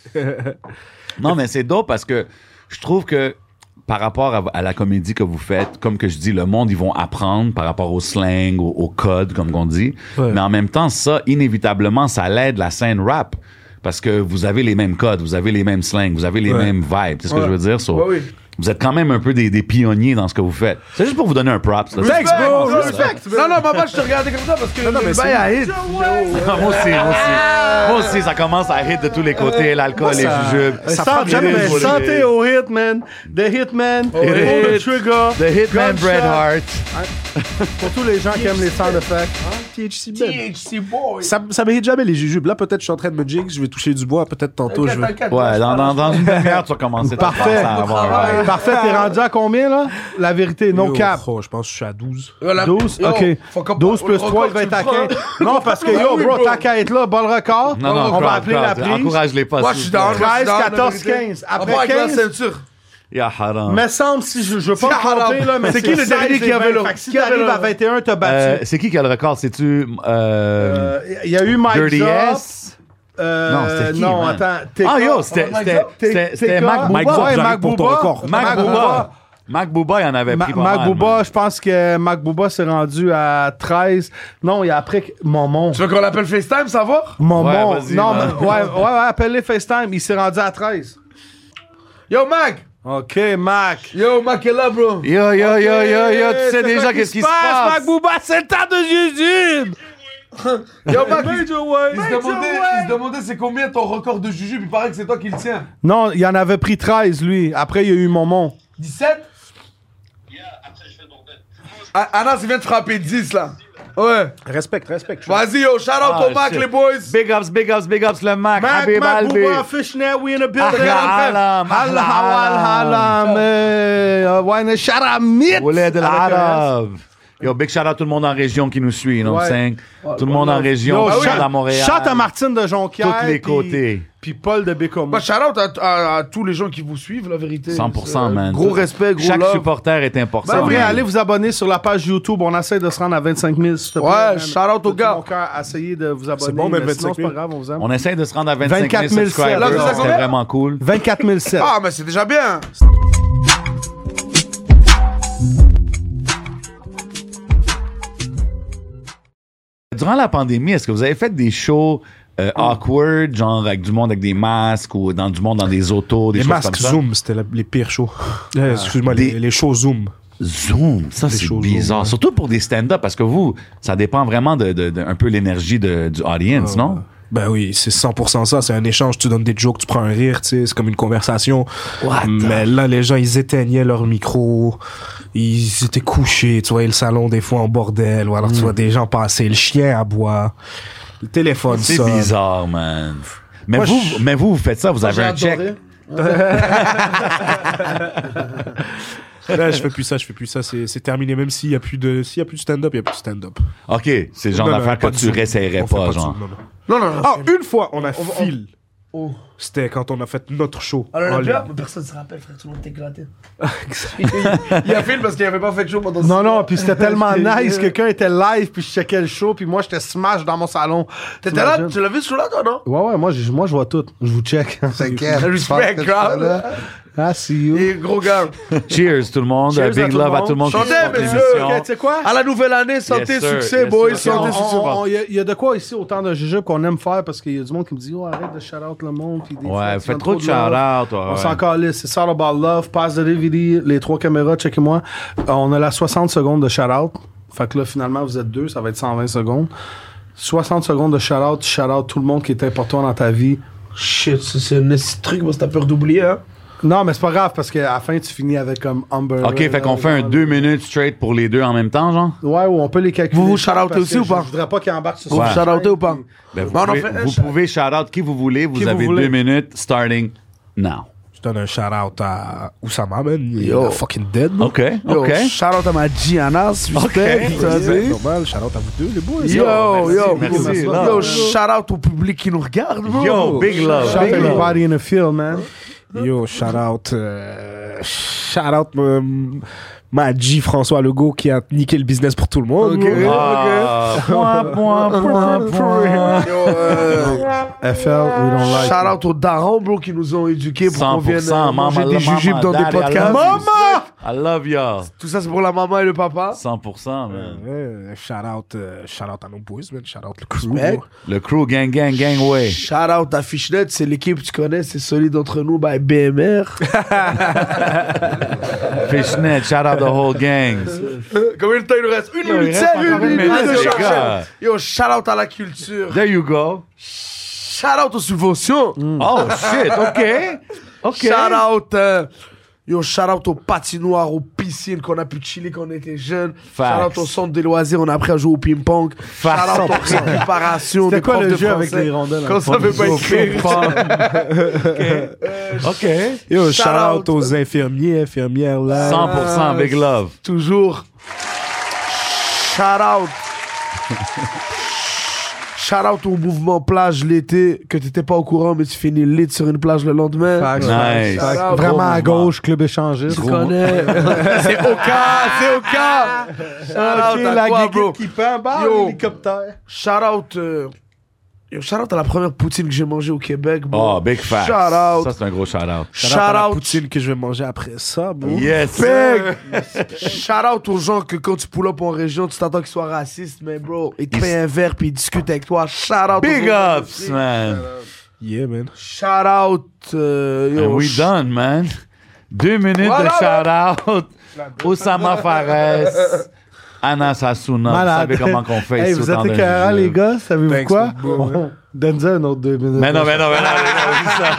Non, mais c'est dope parce que je trouve que par rapport à la comédie que vous faites, comme que je dis, le monde, ils vont apprendre par rapport au slang, au code, comme qu'on dit. Ouais. Mais en même temps, ça, inévitablement, ça l'aide la scène rap. Parce que vous avez les mêmes codes, vous avez les mêmes slangs, vous avez les mêmes vibes. C'est ce que je veux dire? So, Ouais, oui. vous êtes quand même un peu des pionniers dans ce que vous faites. C'est juste pour vous donner un props. là. Thanks, bro. C'est- Respect. Non, maman, je te regardais comme ça parce que le mais bail a hit. Moi aussi, ça commence à hit de tous les côtés, l'alcool, les jujubes. Ça frappe jamais, mais les santé au Hitman, The Hitman, pull hit. the trigger, The Hitman gunshot. Bret Hart. Pour tous les gens qui aiment les sound effects. THC Ben. THC boy. Ça mérite jamais les jujubes. Là, peut-être je suis en train de me jinx, je vais toucher du bois, peut-être tantôt je vais... Ouais, dans une demi-heure, tu vas commencer Parfait. à avoir. Parfait, t'es rendu à combien, là? La vérité, no Yo, cap. oh, je pense que je suis à 12. 12? Yo, OK. faut qu'on 12 parle- plus le 3, record, il va tu être à le prends. 15. Non, parce que, Ah yo, oui, bro, bro. tant qu'à être là, bon record. Non, on crowd, va appeler la crowd, prise. encourage-les pas. Moi, je suis down. 13, la 14, vérité. 15. En Après rapport avec la 15, ceinture. Ya haram. me semble, si je veux pas me C'est haram. tromper, là, mais C'est qui le 16 dernier et qui avait 20. le- Fait que si qui avait t'arrives le- à 21, t'as battu. C'est qui a le record? C'est-tu Il y a eu Mike Dirty Zop. S? Non, c'était qui, Non, man? attends. Ah yo, c'était Mac Mac Booba. Ouais, j'arrive Mac pour ton Booba. record. Mac Booba. Mac Booba, il en avait pris pas mal. Mac Booba, man. je pense que Mac Booba s'est rendu à 13. Non, il y a après Momon. Tu veux qu'on l'appelle FaceTime, savoir? Momon. Ouais, vas-y, Non, man. mais- ouais, appelle-les FaceTime. Il s'est rendu à 13. Yo, Mac! OK, Mac. Yo, Mac est là, bro. Yo, tu sais déjà qu'est-ce qui se passe. Mac Booba, c'est le temps de YouTube. Yo, Mac, il Major Way. se demandait c'est combien ton record de jujube. Il paraît que c'est toi qui le tiens. Non, il en avait pris 13, lui. Après, il y a eu Momon. 17? Ah, Anas, il vient de frapper 10, là. Ouais. Respect. Vas-y, yo, shout out au Mac, shit. les boys. Big ups, le Mac. Habib Mac Albi. Booba, Fishnet, we in the building. Ahla, Halam. Wine Sharamit. Ouled al-Arab. Yo, big shout out à tout le monde en région qui nous suit, you know what I'm saying? Tout le monde en région, Yo, tout le monde à Montréal. Chante à Martine de Jonquière. Tous les puis- côtés. Puis Paul de Bécomo. Bah, shout out à tous les gens qui vous suivent, la vérité. 100%, man. Gros respect, gros Chaque love. supporter est important. C'est vrai, man. allez vous abonner sur la page YouTube. On essaie de se rendre à 25 000, s'il te plaît. Ouais, man. shout out aux De tout gars. mon cœur, essayez de vous abonner. C'est bon, mais mais sinon, 25 c'est 000. pas grave, on vous aime. On essaie de se rendre à 25 000 24 007. subscribers. Là, vous ça, êtes c'est combien? vraiment cool. 24 007. Ah, mais c'est déjà bien. Durant la pandémie, est-ce que vous avez fait des shows awkward, genre avec du monde avec des masques ou du monde dans des autos, des Les choses masques comme ça? Zoom, c'était les pires shows. Excuse-moi, Des- les shows Zoom. Zoom, ça c'est shows bizarre. Zoom, ouais. Surtout pour des stand-up, parce que vous, ça dépend vraiment de un peu l'énergie du audience, non? Ben oui, c'est 100% ça. C'est un échange. Tu donnes des jokes, tu prends un rire, tu sais. C'est comme une conversation. Mais là, les gens, ils éteignaient leur micro. Ils étaient couchés. Tu vois, le salon, des fois, en bordel. Ou alors, tu vois des gens passer. Le chien aboie. Le téléphone C'est sonne. bizarre, man. Mais Moi, vous faites ça, vous avez un check. Là, je fais plus ça. C'est terminé. Même s'il y a plus de stand-up, il y a plus de stand-up. OK, c'est le genre Non, d'affaire que pas de tu Zoom. réessayerais On fait pas, de genre. Zoom, non. Non. Ah, une fois, on a fil. C'était quand on a fait notre show. Alors, en ligne. personne se rappelle, frère, tout le monde t'éclatait. Il a fait parce qu'il avait pas fait de show pendant Non, puis c'était tellement nice. Quelqu'un était live, puis je checkais le show, puis moi, j'étais smash dans mon salon. T'étais là, tu l'as vu ce show-là, toi, non? Ouais, moi, je vois tout. Je vous check. T'inquiète. Respect, grave. Ah, see you. Et gros gars. Cheers, tout le monde. Cheers Big à tout love le à tout le monde qui Chantez, supporte messieurs. l'émission. Ok, tu sais quoi? À la nouvelle année, santé, Yes, sir. succès, Yes, boys, sir. santé, succès. Il y a de quoi ici, autant de jujubes qu'on aime faire, parce qu'il y a du monde qui me dit, arrête de shout-out le monde. Puis des fois, Ouais, tu fais donnes trop de love. shout-out, On ouais. s'en calisse. C'est all about love. Passe de DVD, les 3 caméras, checkez-moi. On a la 60 secondes de shout-out. Fait que là, finalement, vous êtes 2, ça va être 120 secondes. 60 secondes de shout-out tout le monde qui est important dans ta vie. Shit, c'est un petit truc, moi, t'as peur d'oublier, hein? Non, mais c'est pas grave, parce qu'à la fin, tu finis avec comme Umber. OK, fait qu'on fait un 2 minutes straight pour les deux en même temps, genre? Ouais, ou on peut les calculer. Vous shout-outez parce aussi que ou pas? Je voudrais pas qu'ils embarquent sur Vous Ouais. shout-outez ou pas? Ben, vous Non, pouvez, fait un vous pouvez shout-out qui vous voulez. Vous Qui avez vous voulez. 2 minutes starting now. Je donne un shout-out à Oussama, man. Il Yo. est fucking dead, bro. OK, Yo, OK. shout out à ma Giannas, respect. Ok. t'as C'est dit? normal. Shout-out à vous deux, les boys. merci, Yo, love. shout out au public qui nous regarde, bro. Yo, big love. Shout Big love. everybody in the field, man. Yo, shout out Maji François Legault qui a niqué le business pour tout le monde. Ok. bro. Ah, point. Yo, FL, we don't like. shout out aux darons, bro, qui nous ont éduqués pour qu'on vienne 100%. manger des jujubes dans des daddy, podcasts. I love you. Maman! I love y'all. Tout ça, c'est pour la maman et le papa. 100%, man. Ouais, shout out à nos boys, man. Shout out le crew. Respect. bro. Le crew, gang, way. Shout out à Fishnet, c'est l'équipe, tu connais, c'est solide entre nous, by BMR. Fishnet, shout out the whole gang. Combien de temps il nous reste? Une Yo, minute, il reste 7 encore une minutes. minute, de les shout-out. gars. Yo, shout out à la culture. There you go. Shout out aux subventions. Oh, shit, OK. Shout out, shout out aux patinoires, aux piscines qu'on a pu chiller quand on était jeunes. Facts. Shout out au centre des loisirs, on a appris à jouer au ping-pong. Shout out aux réparations C'était des quoi profs le de jeu avec français. les rondelles? Quand ça veut pas écrire. OK. Yo, Shout shout out out aux infirmières là. 100% big love. Toujours. Shout out. Shout out au mouvement plage l'été, que t'étais pas au courant, mais tu finis lit sur une plage le lendemain. Facts. Nice. Shout out. Vraiment à mouvement. gauche, club échangiste. Tu connais. C'est au cas. Shout out Ok, à la quoi, guéguette bro? qui pend, bah, Yo. l'hélicoptère. Shout out. Shout out à la première poutine que j'ai mangée au Québec, bro. Oh, big fact. Shout out. Ça, c'est un gros shout out. Shout à la out. poutine que je vais manger après ça, bro. Yes. Big. Shout out aux gens que quand tu pull up en région, tu t'attends qu'ils soient racistes, mais bro, ils te payent un verre puis ils discutent avec toi. Shout out. Big aux gens ups, aussi. man. Yeah, man. Shout out. And we done, man. 2 minutes Voilà, de shout out. Oussama Fares. Anna Sassouna. Vous Malade. savez comment qu'on fait Hey, ici vous au temps êtes d'un écœurants, jeu. les gars. Savez-vous Thanks, quoi? bro, man. Donne-nous un autre 2 minutes. Mais non, oublie ça.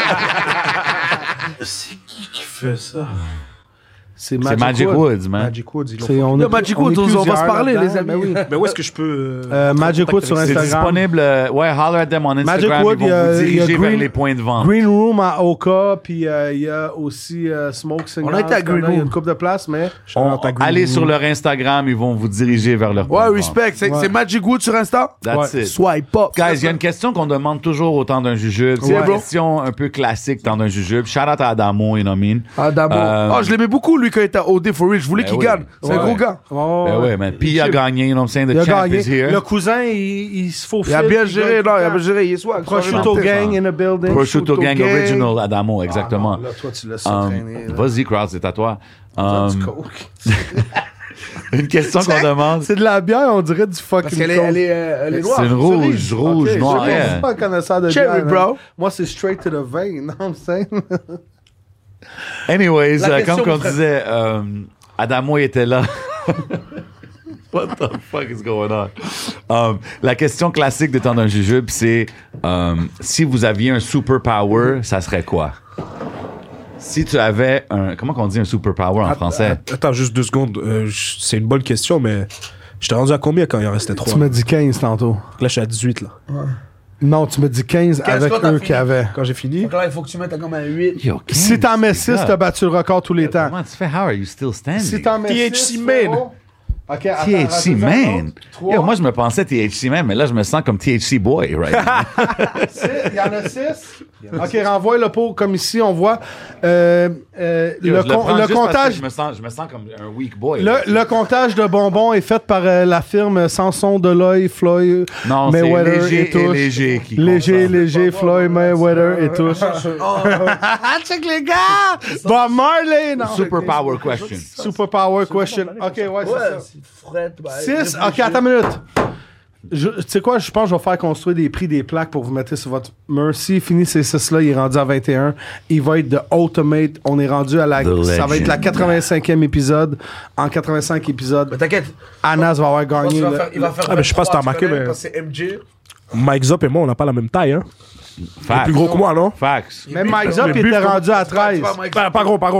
C'est qui fait ça? C'est Magic Woods, man. Magic Woods, ils l'ont C'est- fait. on Yo, est- Magic on est Woods, on va se plusieurs parler, là-dedans, les amis. mais oui. Mais où est-ce que je peux... Magic Woods sur C'est Instagram. disponible. Ouais, holler at them on Instagram. Magic Wood, Ils vont vous il y a diriger vers Green- les points de vente. Green Room à Oka, puis il y a aussi Smoke Signal. On a été à Green Il y a Room. une couple de places, mais... Allez sur leur Instagram, ils vont vous diriger vers leur point Ouais, de vente. respect. C'est Magic Wood sur Insta? That's Ouais. it. Swipe up. Guys, il y a une question qu'on demande toujours au temps d'un jujube. C'est Ouais, une bro. question un peu classique dans un jujube. Shout out à Adamo, you know what I mean? Adamo. Oh, je l'aimais beaucoup, lui, quand il était à OD for real. Je voulais Ben qu'il oui. gagne. C'est un Ouais. gros gars. Ben ouais, man. Puis il a gagné, you know what I'm saying? Il a The champ gagné. is here. Le cousin, il se faufile. Il a bien puis géré, gagne non, tout il le a bien temps. géré. Il est swag. Prosciutto Gang in a building. Prosciutto Gang Gang. Original, Adamo, exactement. Ah, là, toi, tu laisses Um, traîner. là. Vas-y, Crowd, c'est à toi. Du coke. Une question qu'on demande. C'est de la bière, on dirait du fucking Parce qu'elle est, coke. elle est noire. C'est une rouge, cerise. rouge, Ok, noire. je yeah. suis pas un connaisseur de Cherry, bière. bro. man. Moi, c'est straight to the vein, non, I'm saying. Anyways, La question, comme mon on frère. disait, Adamo était là. What the fuck is going on? La question classique de Temps d'un jujube, c'est si vous aviez un superpower, ça serait quoi? Si tu avais un... Comment on dit un superpower en français? Attends, juste 2 secondes. C'est une bonne question, mais je t'ai rendu à combien quand il en restait 3? Tu m'as dit 15 tantôt. Là, je suis à 18, là. Non, tu m'as dit 15 avec quand t'as eux fini. qui avaient. Quand j'ai fini... Donc là, il faut que tu mettes comme un 8. Yo, Si t'en mets 6, c'est t'as battu le record tous les temps. Comment tu fais? How are you still standing? Si t'en mets THC 6, man. OK, attends, THC rajoute-en un man. autre. 3. Yo, moi, je me pensais THC man, mais là, je me sens comme THC boy, right now. Il y en a 6. OK, renvoie le pot comme ici, on voit. Le comptage... Je me sens comme un weak boy. Le comptage de bonbons est fait par la firme Samson Deloy, Floyd, Non, c'est Mayweather léger et touche. léger qui Léger, Floyd, Mayweather et touche. Check les gars! Bob Marley! Non. Superpower question. Superpower question. OK, ouais, c'est ça. c'est frette. 6, OK, attends une minute. Tu sais quoi, je pense que je vais faire construire des prix, des plaques pour vous mettre sur votre mur. S'il finit ces 6-là, il est rendu à 21. Il va être de Ultimate. On est rendu à la... Ça va être la 85e épisode. En 85 épisodes, Mais t'inquiète. Anas va avoir Je pense gagné. qu'il va là. faire- il va faire. Ah, mais je sais pas si t'as 23, tu remarqué, connais, mais- parce que c'est MJ. Mike Zop et moi, on n'a pas la même taille, hein. Facts. Plus gros que moi, non? Facts. Même Mike Zop Mais était Buff, rendu à 13. Pas gros, Non,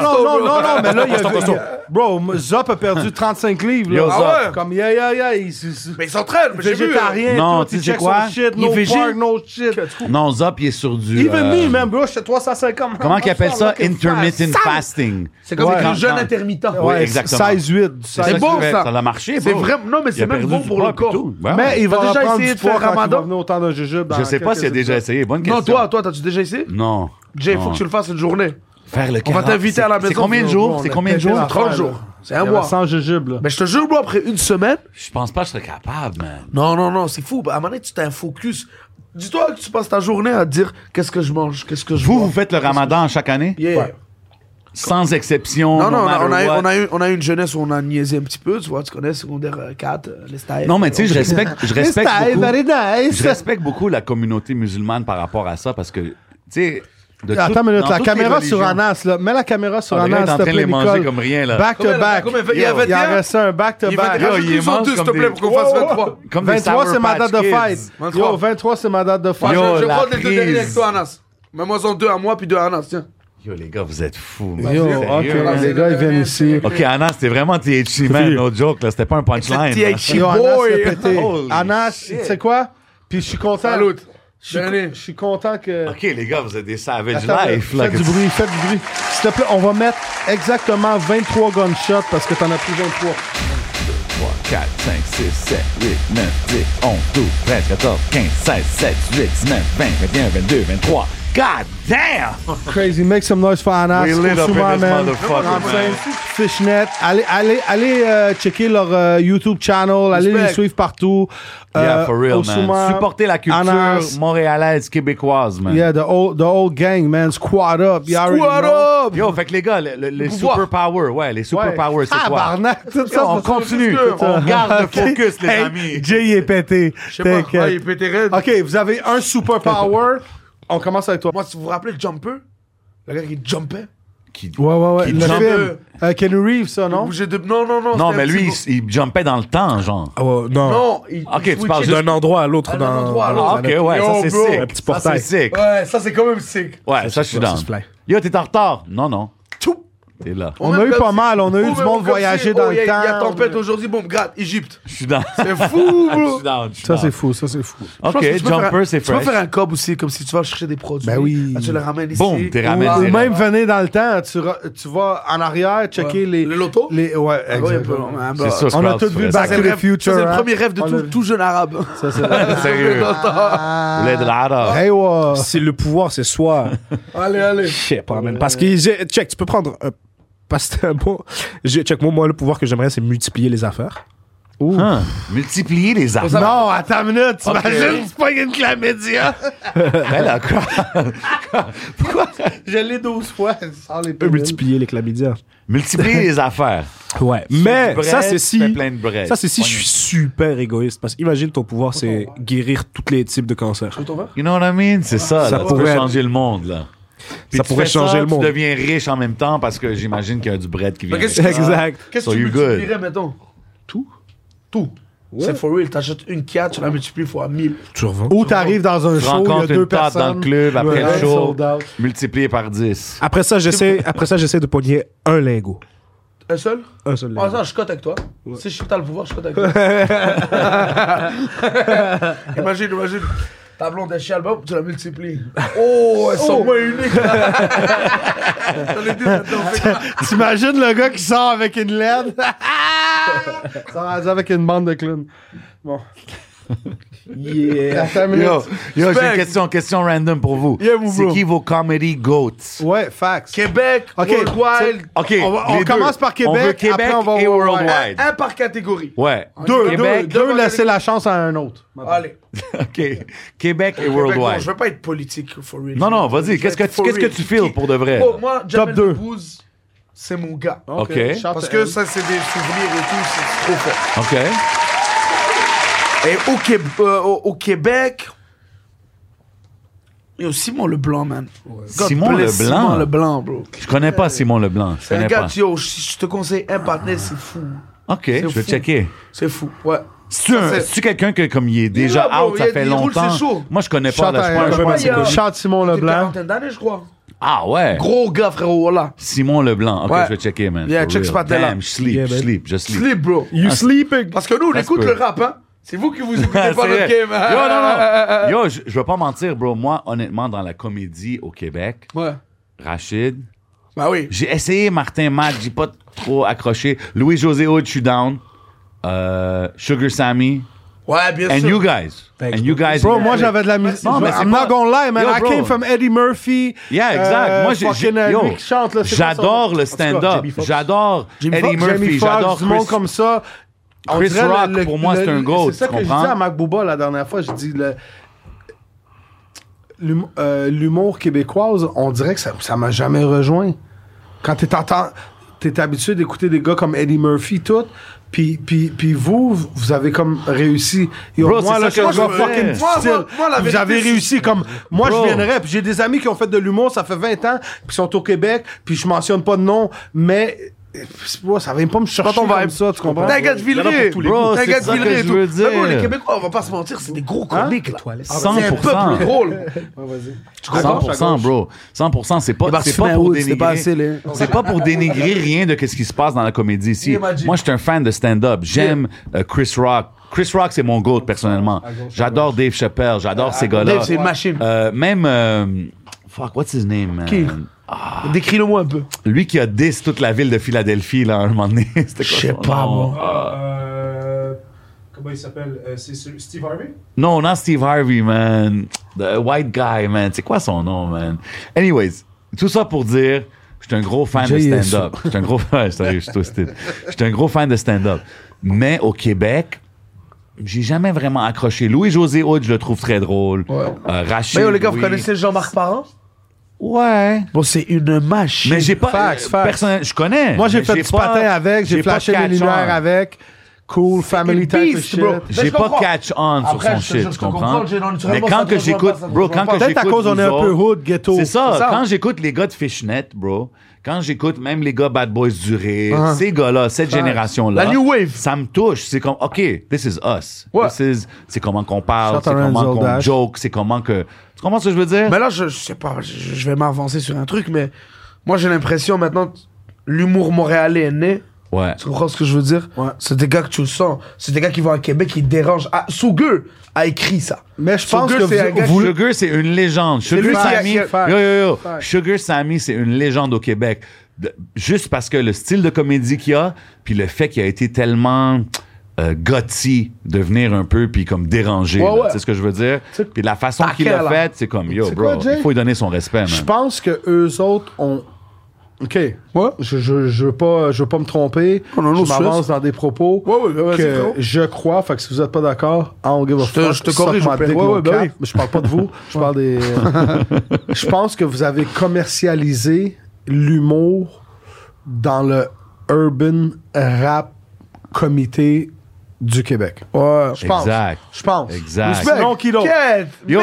mais là, il y a... Bro, Zop a perdu 35 livres. Yo, Là. Zop. Ah ouais? Comme, yeah. Il Mais il s'entraîne, mais j'ai vu. végétarien, Non, tout, tu il sais check quoi? son shit, Il no est végé? pork, no shit. Non, Zop, il est sur du... Even me, man, bro, j'étais 350. Comment qu'ils appellent ça? Intermittent fasting. C'est comme Ouais. un jeûne Quand- intermittent. Oui, Ouais, exactement. 16-8. C'est bon, ça. Ça a marché, C'est bro. vraiment. Non, mais Il c'est a même perdu bon du pour poids le et corps. tout. Ouais, Mais ouais. il va T'as déjà reprendre essayé du de faire poids quand il va Ramadan? venir autant de jujube. Je sais pas s'il a déjà essayé. Bonne question. Non, toi, t'as-tu déjà essayé? Non. Jay, il faut Non. que tu le fasses une journée. Faire le On va 40, t'inviter à la c'est maison. combien de Bro, jours? on C'est a combien de pété jours? l'affaire, 30 là. jours. C'est un Il y mois. avait 100 jujubes, là. Mais je te jure, bro, après une semaine. Je pense pas que je serais capable, man. Non, c'est fou. À un moment donné, tu t'as un focus. Dis-toi que tu passes ta journée à te dire qu'est-ce que je mange, qu'est-ce que je Vous, bois. vous faites le ramadan chaque année? Yeah. Ouais. Sans exception, Non, no on matter what? a eu une jeunesse où on a niaisé un petit peu, tu vois, tu connais, secondaire 4, les styles. Non, mais tu sais, je respecte beaucoup. very nice. Je respecte beaucoup la communauté musulmane par rapport à ça parce que, tu sais. Attends une minute, dans la toutes caméra les sur religions- Anas, là. Mets la caméra sur Ah, le gars Anas, est en s'il te train de plaît, les manger Nicole. comme rien, là. Back to back. Il y a 21. Il en reste un back to Il va back. te Yo, rajouter il est sur mange 2, s'il te comme plaît, des- pour qu'on fasse 23. Comme des 23, Sour c'est ma Patch date de Kids. fight. 23. Yo, 23, c'est ma date de fight. Yo, Je la prends les deux derniers prise. avec toi, Anas. Mets-moi en 2 à moi, puis 2 à Anas, tiens. Yo, les gars, vous êtes fous, man. Yo, Sérieux, ok, man. les gars, ils viennent ici. Ok, Anna, c'était vraiment THC, man. No joke, là. C'était pas un punchline. C'est là. THC. Yo, Anas Boy. l'a pété. Holy Anas, shit. tu sais quoi? Puis je suis content. Salut. Je suis content que... Ok, les gars, vous êtes des savage Attends, life, là. faites du bruit. S'il te plaît, on va mettre exactement 23 gunshots parce que t'en as pris 23. 3, 4, 5, 6, 7, 8, 9, 10, 11, 12, 13, 14, 15, 16, 17, 18, 19, 20, 21, 22, 23. God damn! Crazy, make some noise for Anas. We lit up in Osuma, this man. motherfucker, man. Fishnet. Allez checker leur YouTube channel. Allez les Respect. suivre partout. Yeah, for real, Osuma, man. Supporter la culture Anas. montréalaise, québécoise, man. Yeah, the old gang, man. Squad up. You already Squad know. up! Yo, fait que les gars, les pouvoir. superpowers, ouais, les superpowers, c'est quoi? Tabarnak, tout Yo, ça, on c'est ça. continue, juste que- on garde le focus, les Hey, amis. Jay, il est pété. Je sais pas. T'inquiète. Ouais, il pétait raide. OK, vous avez un superpower. On commence avec toi. Moi, si vous vous rappelez le Jumper? Le gars qui jumpait? Ouais. Qui Le jump. film. Kenny Reeves, ça, Il non? bougeait de... Non. Non, c'était mais un lui, petit il jumpait dans le temps, genre. Ah ouais, non. Non, il Ok, tu switchait parles juste D'un endroit à l'autre. D'un endroit à dans l'autre. Ah, la ok, planète. ouais, Yo, ça c'est bro. sick. Un petit Ça portail. c'est sick. Ouais, ça c'est quand même sick. Ouais, ça je suis down. c'est fly. Yo, t'es en retard? Non. Tout. T'es là. On a eu pas mal. On a eu Oh, du mais monde comme voyager si, dans oh, le Il y a temps. tempête aujourd'hui, bon, gratte, Égypte. Je suis down. C'est fou, Je bro. suis down. Ça, c'est fou. Je pense Ok, que tu peux Jumper, faire c'est Tu peux fresh. faire un cob aussi, comme si tu vas chercher des produits. Ben oui. Tu les ramènes ici. Boom, t'es ramènes Ou direct. même venir dans le temps, tu vas en arrière, checker les... Le loto? Ouais, Ouais, exactement. C'est ça, On a Scrubs, tous vu frère. Back C'est to le the rêve- Future. ça, c'est le hein. premier rêve de On l'a tout jeune arabe. Ça, c'est... Sérieux. Vous l'êtes là, Hey, ouais. C'est le pouvoir, c'est soit. Allez. Je sais pas, man. Parce que, check, tu peux prendre. Parce que c'est un bon. Check, moi, le pouvoir que j'aimerais, c'est multiplier les affaires. Hein? Multiplier les affaires. Non, attends une minute. Ok. T'imagines, c'est pas une chlamydia. Ben là, quoi? Je l'ai 12 fois. Sans les pénibles. Multiplier les chlamydia. Multiplier les affaires. Ouais. Tu fais Mais du bread, ça, c'est tu si. fais plein de bread. Ça, c'est si je suis super égoïste. Parce qu'imagine ton pouvoir, c'est guérir tous les types de cancers. You know what I mean? C'est ça, Ça là. Tu peux pourrait changer le monde, là. Puis Ça tu pourrait fais changer ça, le monde. Tu deviens riche en même temps parce que j'imagine qu'il y a du bread qui vient. Mais avec qu'est-ce ça. Exact. Qu'est-ce que So tu you good. multiplierais, mettons? Tout. C'est for real. T'achètes une 4, tu la multiplies fois 1000. Tu revends. Ou t'arrives dans un Tu show, il y a rencontres 2 une tarte personnes. dans le club après Ouais, le show, sold out. multiplié par 10. Après ça, j'essaie de pogner un lingot. Un seul? Un seul Ah, lingot. ça, je cote avec toi. Si je t'as le pouvoir, je cote avec toi. imagine. Ta blonde est chez Album, tu la multiplies. Oh, elles sont moins uniques. J'en ai dit là-dedans. T'imagines le gars qui sort avec une LED? Ça va dire avec une bande de clowns. Bon. Yeah. Attends une minute. Yo, j'ai une question random pour vous. Yeah, mon C'est bro. qui vos comedy goats? Ouais, facts. Québec, Ok, Worldwide, OK, On les commence deux. par Québec, On veut Québec après on va et worldwide. worldwide. un par catégorie. Ouais. Deux, Québec. deux, laisser la chance à un autre. Allez. OK. Québec et Québec, non, worldwide. je veux pas être politique, for real. Non, vas-y. Qu'est-ce que tu feels pour de vrai? Oh, moi, Jamel deux. Debbouze, c'est mon gars. OK. Parce que ça, c'est des souvenirs et tout, c'est trop fort. OK. Et au Québec, il y a Simon Leblanc, man. God Simon bless Leblanc? Simon Leblanc, bro. Je connais pas Simon Leblanc. Je C'est un connais gars, pas. yo, je te conseille un partenaire, c'est fou. OK, je vais fou. checker. C'est fou, ouais. C'est-tu quelqu'un que, comme il est déjà là, bro, out, ça fait il roule, longtemps? c'est chaud. Moi, je connais pas. Chante Là, je pense- pas, il y a- Chante Simon Une Leblanc. quarantaine d'années, je crois. Ah ouais. Gros gars, frérot, voilà. Simon Leblanc. OK, Ouais. je vais checker, man. Yeah, For check real. ce patin-là. Damn, je sleep, Yeah, je man. sleep, je sleep. Sleep, bro. You sleeping? Parce que nous, on Ça se écoute peut. le rap, hein. C'est vous qui vous écoutez C'est pas notre vrai. game. hein. Yo, non. Yo, je vais pas mentir, bro. Moi, honnêtement, dans la comédie au Québec, Ouais. Rachid, Bah oui. j'ai essayé Martin Matt, j'ai pas trop accroché. Louis-José Hood, je suis down. Sugar Sammy. Ouais, bien And sûr. you guys. And you guys. Bro, moi j'avais de la musique. Non, mais c'est I'm pas- not gonna lie, man. Yo, I bro. came from Eddie Murphy. Yeah, exact. Moi, fucking, yo, lui qui chante, là, c'est quoi son j'adore nom? le stand-up. Jamie Foxx. J'adore Eddie Jamie Murphy. Foxx, J'adore du monde Chris. comme ça. On Chris dirait Rock, pour moi, c'est un goat, C'est ça tu que je comprends? disais à Mac Booba la dernière fois. Je dis l'humour québécoise, on dirait que ça m'a jamais rejoint. Quand t'es habitué d'écouter des gars comme Eddie Murphy, tout. Puis vous avez comme réussi. Et Bro, moi, c'est là, ça que que je vois je veux fucking dire. difficile. Moi, la Vous vérité, avez c'est- réussi comme. Moi, Bro. je viendrais. Puis j'ai des amis qui ont fait de l'humour, ça fait 20 ans, puis qui sont au Québec, puis je mentionne pas de nom, mais. Ça vient pas me chercher ton comme vibe. ça, tu comprends? T'es un gars de Villeray. Bro, T'es un c'est gars de ça que Villeray et je tout. veux dire. Mais bon, les Québécois, on va pas se mentir, c'est des gros comiques, là. C'est un 100%. peuple drôle. 100%, bro. 100%, c'est pas Martin pour Wood, c'était dénigrer. pas assez, là. C'est pas pour dénigrer rien de ce qui se passe dans la comédie ici. Imagine. Moi, je suis un fan de stand-up. J'aime Chris Rock. Chris Rock, c'est mon goat, personnellement. J'adore Dave Chappelle. J'adore ces gars-là. Dave, c'est une machine. Même... fuck, what's his name, man? Qui? Décris-le-moi un peu. Lui qui a diss toute la ville de Philadelphie, là, à un moment donné. C'était quoi Je sais son pas, nom? moi. Comment il s'appelle? C'est Steve Harvey? Non, not Steve Harvey, man. The white guy, man. C'est quoi son nom, man? Anyways, tout ça pour dire, je suis un gros fan de stand-up. Je suis un gros fan. Sérieux, je suis twisted. Je suis un gros fan de stand-up. Mais au Québec, j'ai jamais vraiment accroché. Louis-José Hood, je le trouve très drôle. Rachid. Mais yo, les gars, vous oui. connaissez Jean-Marc Parent? Ouais. Bon, c'est une machine. Mais j'ai pas. Facts. Personnel, je connais. Moi, j'ai mais fait du patin avec, j'ai pas flashé les catch lumières on. avec. Cool, family une type of beast, shit. bro. J'ai je pas comprends. catch on sur Après, son je shit, te tu comprends, comprends? j'ai naturellement, Mais quand ça que te rejoint j'écoute, pas, ça te bro, rejoint quand pas. que Peut-être à j'écoute cause on est un vous peu autres- hood, ghetto. C'est ça, C'est ça. quand j'écoute les gars de Fishnet, bro, quand j'écoute même les gars Bad Boys du Rire, Uh-huh. ces gars-là, cette génération-là, La new wave. ça me touche. C'est comme, OK, this is us. Ouais. C'est comment qu'on parle, Shout c'est out comment Renzo qu'on Dash. joke, c'est comment que... Tu comprends ce que je veux dire? Mais là, je sais pas, je vais m'avancer sur un truc, mais moi, j'ai l'impression maintenant, l'humour montréalais est né. Ouais. Tu comprends ce que je veux dire? Ouais. C'est des gars que tu le sens. C'est des gars qui vont à Québec, qui dérangent. Ah, Sugar a écrit ça. Mais je pense Sugar, que c'est un gars vous... Sugar, c'est une légende. Sugar lui qui a- Sammy, qui a- yo. Sugar Sammy, c'est une légende au Québec. Juste parce que le style de comédie qu'il a, puis le fait qu'il a été tellement gutsy de venir un peu puis comme déranger. Ouais, là. ouais. Tu sais ce que je veux dire? Puis la façon Taquin, qu'il l'a là. fait, c'est comme, yo, C'est bro, quoi, Jay? il faut lui donner son respect, man. Je pense que eux autres ont... OK. Ouais. Je veux pas me tromper. Oh, non, non, je m'avance dans des propos Ouais, que vas-y, frérot. je crois. Fait que si vous êtes pas d'accord, I don't give a fuck. je te corrige, Suck my au pire. dick, Ouais, no ouais, ben cap. oui. Mais je parle pas de vous. Je parle des... je pense que vous avez commercialisé l'humour dans le urban rap comité du Québec. Ouais. Je pense. Exact. Je pense. Exact. Sinon, qui d'autre? Yo,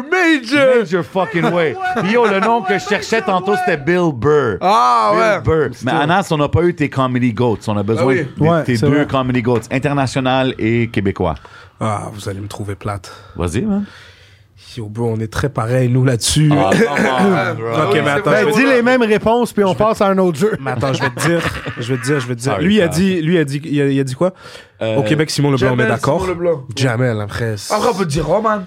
Major. fucking way. Puis yo, le nom que je cherchais tantôt, c'était Bill Burr. Ah ouais. Bill Burr. Mais Anas, on n'a pas eu tes comedy goats. On a besoin oui. de tes c'est deux vrai. comedy goats, international et québécois. Ah, vous allez me trouver plate. Vas-y, man. Yo, bro, on est très pareils, nous, là-dessus. Ah, come on, bro. Ok, mais attends, vrai. je vais Dis dire- les mêmes réponses, puis on passe à un autre jeu. Mais attends, je vais te dire. Sorry, Lui, il a pal. dit quoi? Au Québec, Simon Leblanc, on est Jamel, d'accord? Simon Leblanc. Jamel, après. Après, on peut dire Roman.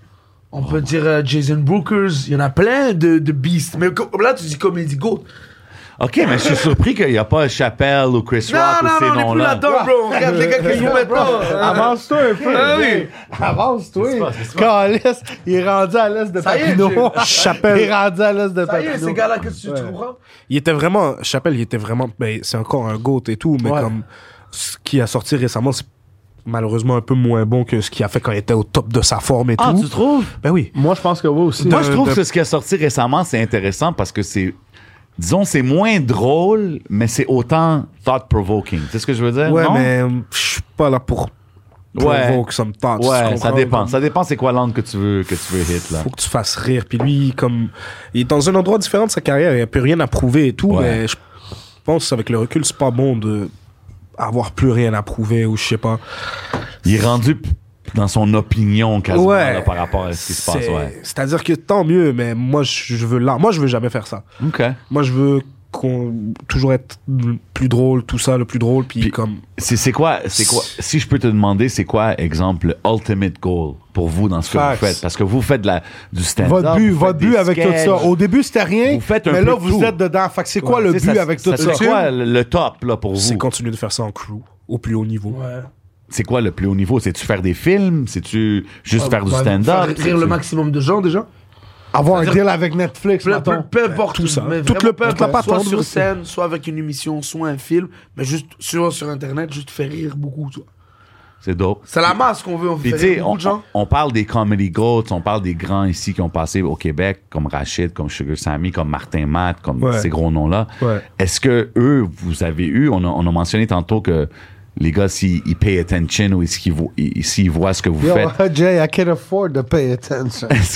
On peut dire Jason Brookers. Il y en a plein de beasts. Mais là, tu dis Comedy Goat. OK, mais je suis surpris qu'il n'y a pas Chappelle ou Chris Non, Rock ou non, ces non, on est plus noms-là. là-dedans, bro. Regarde les gars qui jouent maintenant. Avance-toi un peu. Ah oui. Avance-toi. Qu'est-ce qui Calice, il est rendu à l'est de Ça y est, Papineau. Il Chappelle, est rendu à l'est de Ça y est, Papineau. ces gars-là, qu'est-ce que tu comprends? Chappelle, il était vraiment, ben, c'est encore un GOAT et tout, mais Ouais. comme, ce qui a sorti récemment, c'est malheureusement un peu moins bon que ce qu'il a fait quand il était au top de sa forme et Ah, tout. tu trouves? Ben oui. Moi, je pense que oui aussi. Moi, je trouve de- que ce qui a sorti récemment, c'est intéressant parce que c'est... Disons, c'est moins drôle, mais c'est autant thought-provoking. Tu sais ce que je veux dire? Ouais, non? mais je suis pas là pour Ouais. provoke some thoughts. tu Ouais, ça comprends? dépend. Comme, Ça dépend c'est quoi l'angle que tu veux hit, là. faut que tu fasses rire. Puis lui, comme, il est dans un endroit différent de sa carrière, il a plus rien à prouver et tout, Ouais. mais je pense avec le recul, c'est pas bon de avoir plus rien à prouver ou je sais pas. Il est rendu dans son opinion quasiment Ouais. là, par rapport à ce qui se passe, C'est-à-dire que tant mieux, mais moi, je veux jamais faire ça. OK. Moi, je veux toujours être le plus drôle, tout ça, le plus drôle, puis comme... C'est quoi, si je peux te demander, c'est quoi, exemple, le ultimate goal pour vous dans ce que Facts. vous faites? Parce que vous faites du stand-up. Votre but avec tout ça. Au début, c'était rien, Vous faites un mais peu là, de vous tout. êtes dedans. Fait que c'est quoi le Tu sais, but ça- avec tout ça? C'est quoi le top, là, pour C'est vous? continuer de faire ça en crew, au plus haut niveau. Ouais. C'est quoi le plus haut niveau? C'est-tu faire des films? C'est-tu juste faire du Ouais, stand-up? faire rire C'est-tu- le maximum de gens, déjà. Avoir un C'est-à-dire- deal avec Netflix, mettons. Peu importe tout ça. Mais Tout vraiment, le- peu toute la importe. Soit patente, sur là, scène, soit avec une émission, soit un film. Mais juste sur Internet, juste faire rire beaucoup, tu vois. C'est dope. C'est la masse qu'on veut. On Puis fait tu sais, rire beaucoup de gens. on parle des comedy goats, on parle des grands ici qui ont passé au Québec, comme Rachid, comme Sugar Sammy, comme Martin Matt, comme Ouais. ces gros noms-là. Ouais. Est-ce que eux, vous avez eu, on a mentionné tantôt que les gars, s'ils pay attention ou s'ils voient ce que vous Yo, faites. Jay, I can't afford to pay attention. Est-ce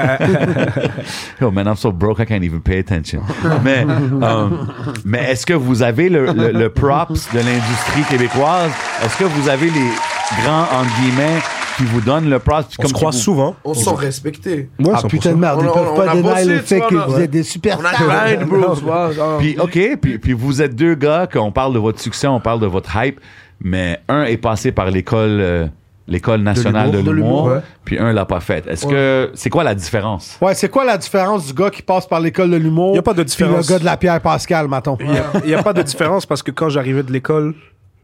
que... Yo, man, I'm so broke, I can't even pay attention. Mais est-ce que vous avez le props de l'industrie québécoise? Est-ce que vous avez les grands, entre guillemets, qui vous donnent le props? Puis On se croise souvent. On se sent respecté. Ouais, Ah, putain de merde, ils On a- peuvent on pas a dénier bossé, le tu fait vois, que là. vous êtes des super On a grind, bro, tu vois. genre. Puis, OK, puis vous êtes deux gars, qu'on parle de votre succès, on parle de votre hype, mais un est passé par l'école nationale de l'humour, l'humour, ouais. puis un l'a pas fait. Est-ce que... C'est quoi la différence? Ouais, c'est quoi la différence du gars qui passe par l'école de l'humour? Y a pas de Puis différence. le gars de la Pierre Pascal, mettons. Il n'y a pas de différence parce que quand j'arrivais de l'école,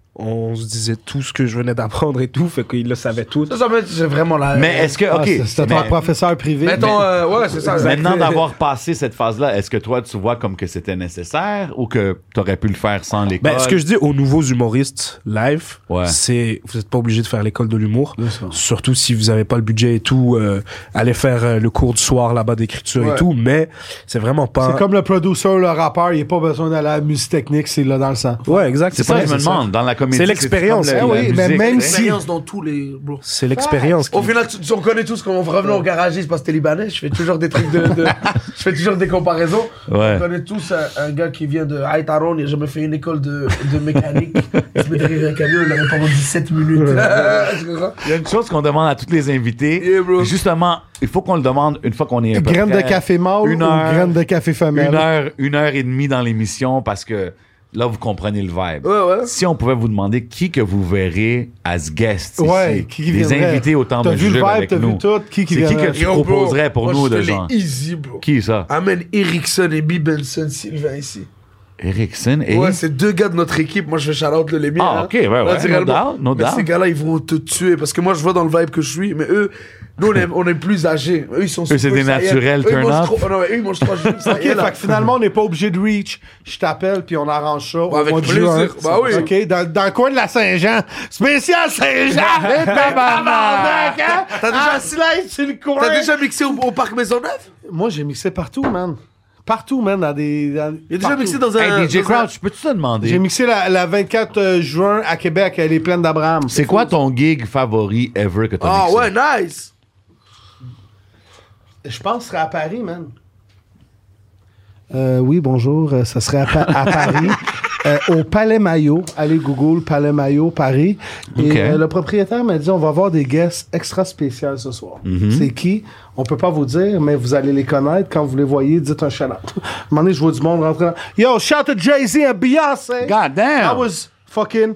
on se disait tout ce que je venais d'apprendre et tout, fait qu'il le savait tout. Ça, c'est vraiment la. Mais est-ce que... Ah, OK, c'était ton professeur privé. Mettons, ouais, c'est ça. maintenant d'avoir passé cette phase-là, est-ce que toi, tu vois comme que c'était nécessaire ou que tu aurais pu le faire sans l'école? Ben, ce que je dis aux nouveaux humoristes live, Ouais. c'est vous n'êtes pas obligé de faire l'école de l'humour. Surtout si vous n'avez pas le budget et tout, allez faire le cours du soir là-bas d'écriture Ouais. et tout, mais c'est vraiment pas... C'est comme le producer, le rappeur, il n'a pas besoin d'aller à la musique technique, c'est là dans le sang. Ouais, exact. C'est ça pas que je me nécessaire. demande. Dans la comédie, C'est l'expérience. comme Eh oui, mais musique, même tu sais. si- Expérience dans tous les. Bro. C'est l'expérience. Au final, on connaît tous quand on revenait au garagiste parce que t'es libanais. Je fais toujours des trucs je fais toujours des comparaisons. Ouais. On connaît tous un gars qui vient de Haïtaron. Il a jamais fait une école de mécanique. Il se met derrière un camion. Il avait pendant 17 minutes. Tu comprends? Il y a une chose qu'on demande à tous les invités. Yeah, bro. Justement, il faut qu'on le demande une fois qu'on est à peu Graines de près café mâle une ou heure- graines de café femelle? une heure et demie dans l'émission parce que là, vous comprenez le vibe. Ouais, ouais. Si on pouvait vous demander qui que vous verrez as guest Ouais, ici, qui les viendrait? invités au temps T'as de vu le jeu vibe, avec t'as nous. vu tout, qui C'est qui viendrait? que tu Yo, bro, proposerais pour moi, nous je de fais gens? les easy, bro. Qui ça? Amène Erickson et B. Benson Sylvain ici. Erickson et... Ouais, c'est deux gars de notre équipe. Moi, je fais shout-out les miens. Ah, hein. ok, ouais, ouais. Naturellement. No doubt. Mais ces gars-là, ils vont te tuer. Parce que moi, je vois dans le vibe que je suis. Mais eux, nous, on est plus âgés. Eux, ils sont Eux, c'est des super saiyans. naturels Eux, ils mangent turn-up. trop- non, mais eux, ils mangent 3 jus. Ok, fait que finalement, on n'est pas obligé de reach. Je t'appelle, puis on arrange ça au avec mois de plaisir. juin. Bah oui. Ok, dans le coin de la Saint-Jean. Spécial Saint-Jean! Tabarnak, hein? T'as déjà- En slide sur le coin. T'as déjà mixé au Parc Maisonneuve? Moi, j'ai mixé partout, man. Partout, man, dans des... Il a déjà mixé dans un... Hey, DJ Crouch, peux-tu te demander? J'ai mixé la 24 juin à Québec, elle est pleine d'Abraham. C'est quoi ton gig favori ever que t'as Ah mixé? ouais, nice! Je pense que ce serait à Paris, man. Oui, bonjour. Ça serait à Paris. Au Palais Maillot. Allez, Google, Palais Maillot, Paris. Et le propriétaire m'a dit, on va avoir des guests extra spéciaux ce soir. C'est qui? On peut pas vous dire, mais vous allez les connaître. Quand vous les voyez, dites un shout-out. À un moment donné, je vois du monde rentrer dans... Yo, shout to Jay-Z and Beyoncé! God damn! That was fucking...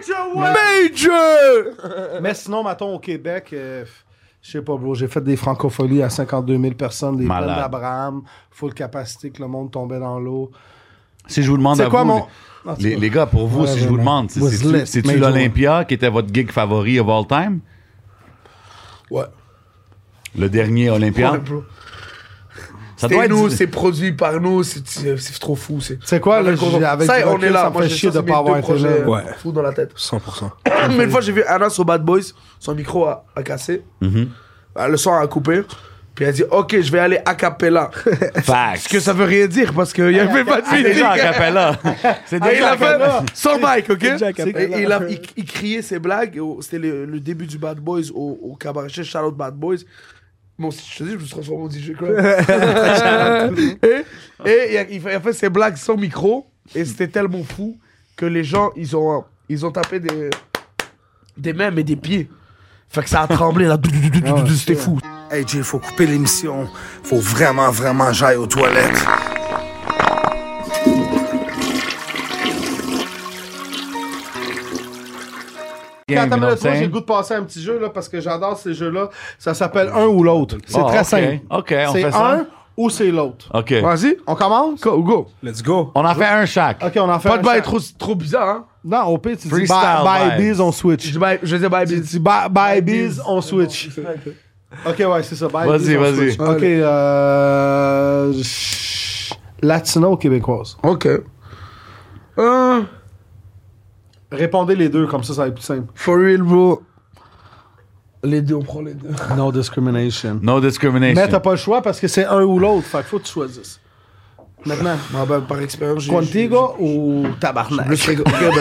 Major! Mais sinon, mettons, au Québec... je sais pas, bro, j'ai fait des francopholies à 52 000 personnes, des plaines d'Abraham, full capacité que le monde tombait dans l'eau. Si je vous demande à vous, les gars, pour vous, si je vous demande, c'est-tu l'Olympia qui était votre gig favori of all time? Ouais. Le dernier Olympia? Ouais, bro. Ça doit être nous, c'est produit par nous, c'est trop fou. C'est quoi, là, avec ça, on est là. Ça moi, me fait chier de pas avoir projet fou dans la tête. 100%. Mais une fois, j'ai vu Anna sur Bad Boys, son micro a cassé. Le son a coupé. Puis elle a dit, OK, je vais aller a cappella. Facts. Ce que ça veut rien dire parce qu'il n'y avait pas de C'est déjà a cappella. C'est déjà a cappella. Sans mic, OK? Et il criait ses blagues. C'était le début du Bad Boys au cabaret. Shout out Bad Boys. Bon, je te dis, je me suis transformé en DJ Crowd. et il a fait ses blagues sans micro. Et c'était tellement fou que les gens, ils ont tapé des mains et des pieds. Fait que ça a tremblé là. C'était fou. Hey Jay, faut couper l'émission. Faut vraiment j'aille aux toilettes. Attends, moi, j'ai le goût de passer à un petit jeu là, parce que j'adore ces jeux-là. Ça s'appelle un ou l'autre. C'est très simple. OK, on fait c'est ça. un ou c'est l'autre. OK. Vas-y, On commence? go. Let's go. On en fait un chaque. OK, on en fait Pas de bail chaque. trop bizarre, hein? Non, au pire, tu dis Freestyle bye vibes. biz, on switch. Je dis bye, Tu dis bye biz, on switch. OK, ouais, c'est ça. Bye biz, on Vas-y. switch. OK, latino ou québécoise? OK. Répondez les deux, comme ça va être plus simple. For real, bro. Les deux, on prend les deux. No discrimination. No discrimination. Mais t'as pas le choix parce que c'est un ou l'autre. Fait qu'il faut que tu choisisses. Maintenant, Moi, ben, par expérience, j'ai... Contigo ou tabarnak? C'est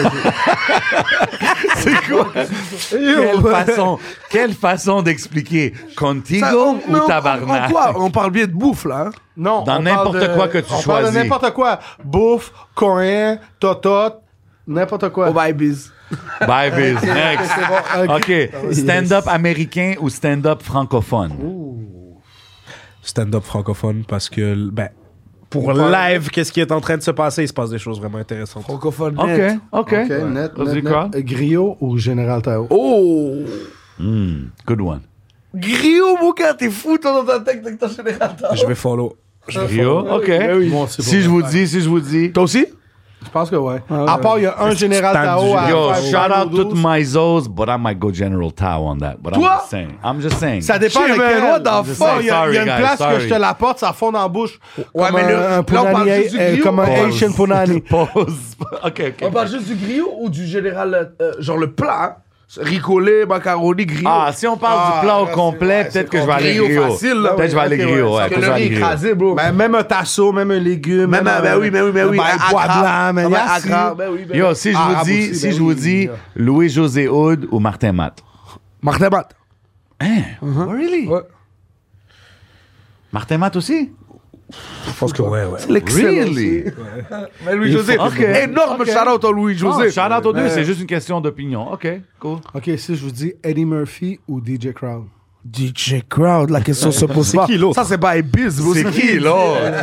quoi? Quelle façon d'expliquer? Contigo ou tabarnak? En quoi? On parle bien de bouffe, là. Hein? Non. Dans on n'importe parle de- quoi que tu on choisis. parle de n'importe quoi. Bouffe, coréen, totot, n'importe quoi. Oh, bye, biz. Bye, biz. Next. C'est bon. OK. Stand-up américain ou stand-up francophone? Stand-up francophone parce que, pour live, qu'est-ce qui est en train de se passer? Il se passe des choses vraiment intéressantes. Francophone OK. net. OK, net. Vas-y, quoi? Griot ou Général Tao? Oh! Good one. Griot, mon gars, t'es fou, toi, dans ta tête, avec ta général. Je vais follow. Rio? OK. Bon, c'est Si je vous dis... Toi aussi? Je pense que ouais. À part, il y a un Général Tao à Yo, faire shout out to 12. my Zos, but I might go General Tao on that. But Toi? I'm just saying. Ça dépend Shit, man, lequel. what the Je fuck? sais, Il y a Sorry, une guys, place sorry. que je te l'apporte, ça fond dans la bouche. Ouais, Comme mais un là, on parle punani, juste du griot. comme un Pause. Asian punani. Pause. OK. On parle juste du griot ou du général, genre le plat, hein? Ricolé, macaroni, griot. Ah, si on parle du plat au complet, peut-être que je vais aller griot. facile, là. Peut-être que je vais aller Ok, griot, ouais. ouais. Parce que peut-être le je vais riz aller griot. écrasé, bro. Ben, même un tasso, même un légume. Ben oui. Un bois blanc, mais il y a Accra, ben oui. Yo, si je Arabe vous dis, aussi, si ben je vous oui. dis Louis-José Hood ou Martin Matt. Martin Matt. Really? Ouais. Martin Matt aussi? Je pense que ouais. Really? Mais Louis-José, Ok. énorme Ok. shout-out à Oh, Louis-José. shout out aux deux, c'est juste une question d'opinion. OK, cool. OK, si je vous dis Eddie Murphy ou DJ Crowd? DJ Crowd, la question se pose pas. qui l'autre? Ça, c'est pas Ibiz, bro. C'est qui, là?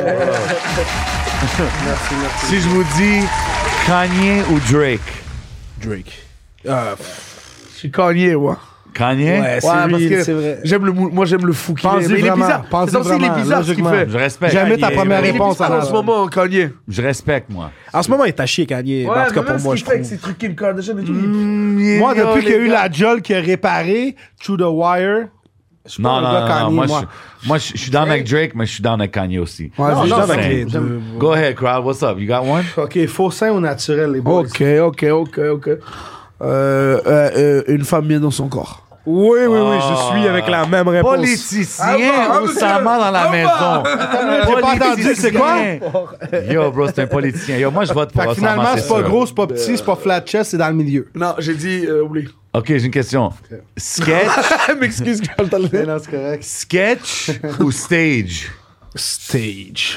Si je vous dis Kanye ou Drake? Drake. Je suis Kanye, moi. Kanye? Ouais, parce que vrai. moi, j'aime le fou qu'il est. Pense-y Mais il est vraiment, bizarre. pense-y C'est aussi, il est vraiment, bizarre ce qu'il logiquement. fait. Je respecte. Jamais ta Kanye. première Il est réponse bizarre à en la- ce moment, Kanye. Je respecte, moi. En ce moment, il est à chier, Kanye. En tout cas, pour moi, je fait avec trouve. ses trucs Kim Kardashian et tout. Moi, depuis qu'il y a eu la Jolle qui a réparé Through the Wire, je suis pas Non, un non, gars non, Kanye, moi, je suis down avec Drake, mais je suis down avec Kanye aussi. Ouais, Non, c'est non, juste avec ça. les deux. Go ahead, crowd. What's up? You got one? OK, faux sein ou naturel, les boys? Ok. Une femme bien dans son corps. Oui, je suis avec la même réponse. Politicien Oussama dans la maison. J'ai pas entendu, c'est quoi? Yo, bro, c'est un politicien. Yo, moi, je vote pour Fait que Oussama, finalement, c'est pas sûr. gros, c'est pas petit, c'est pas flat chest, c'est dans le milieu. Non, j'ai dit, oublie. OK, j'ai une question. Sketch, M'excuse, je vais le Non, c'est correct. sketch ou stage? Stage.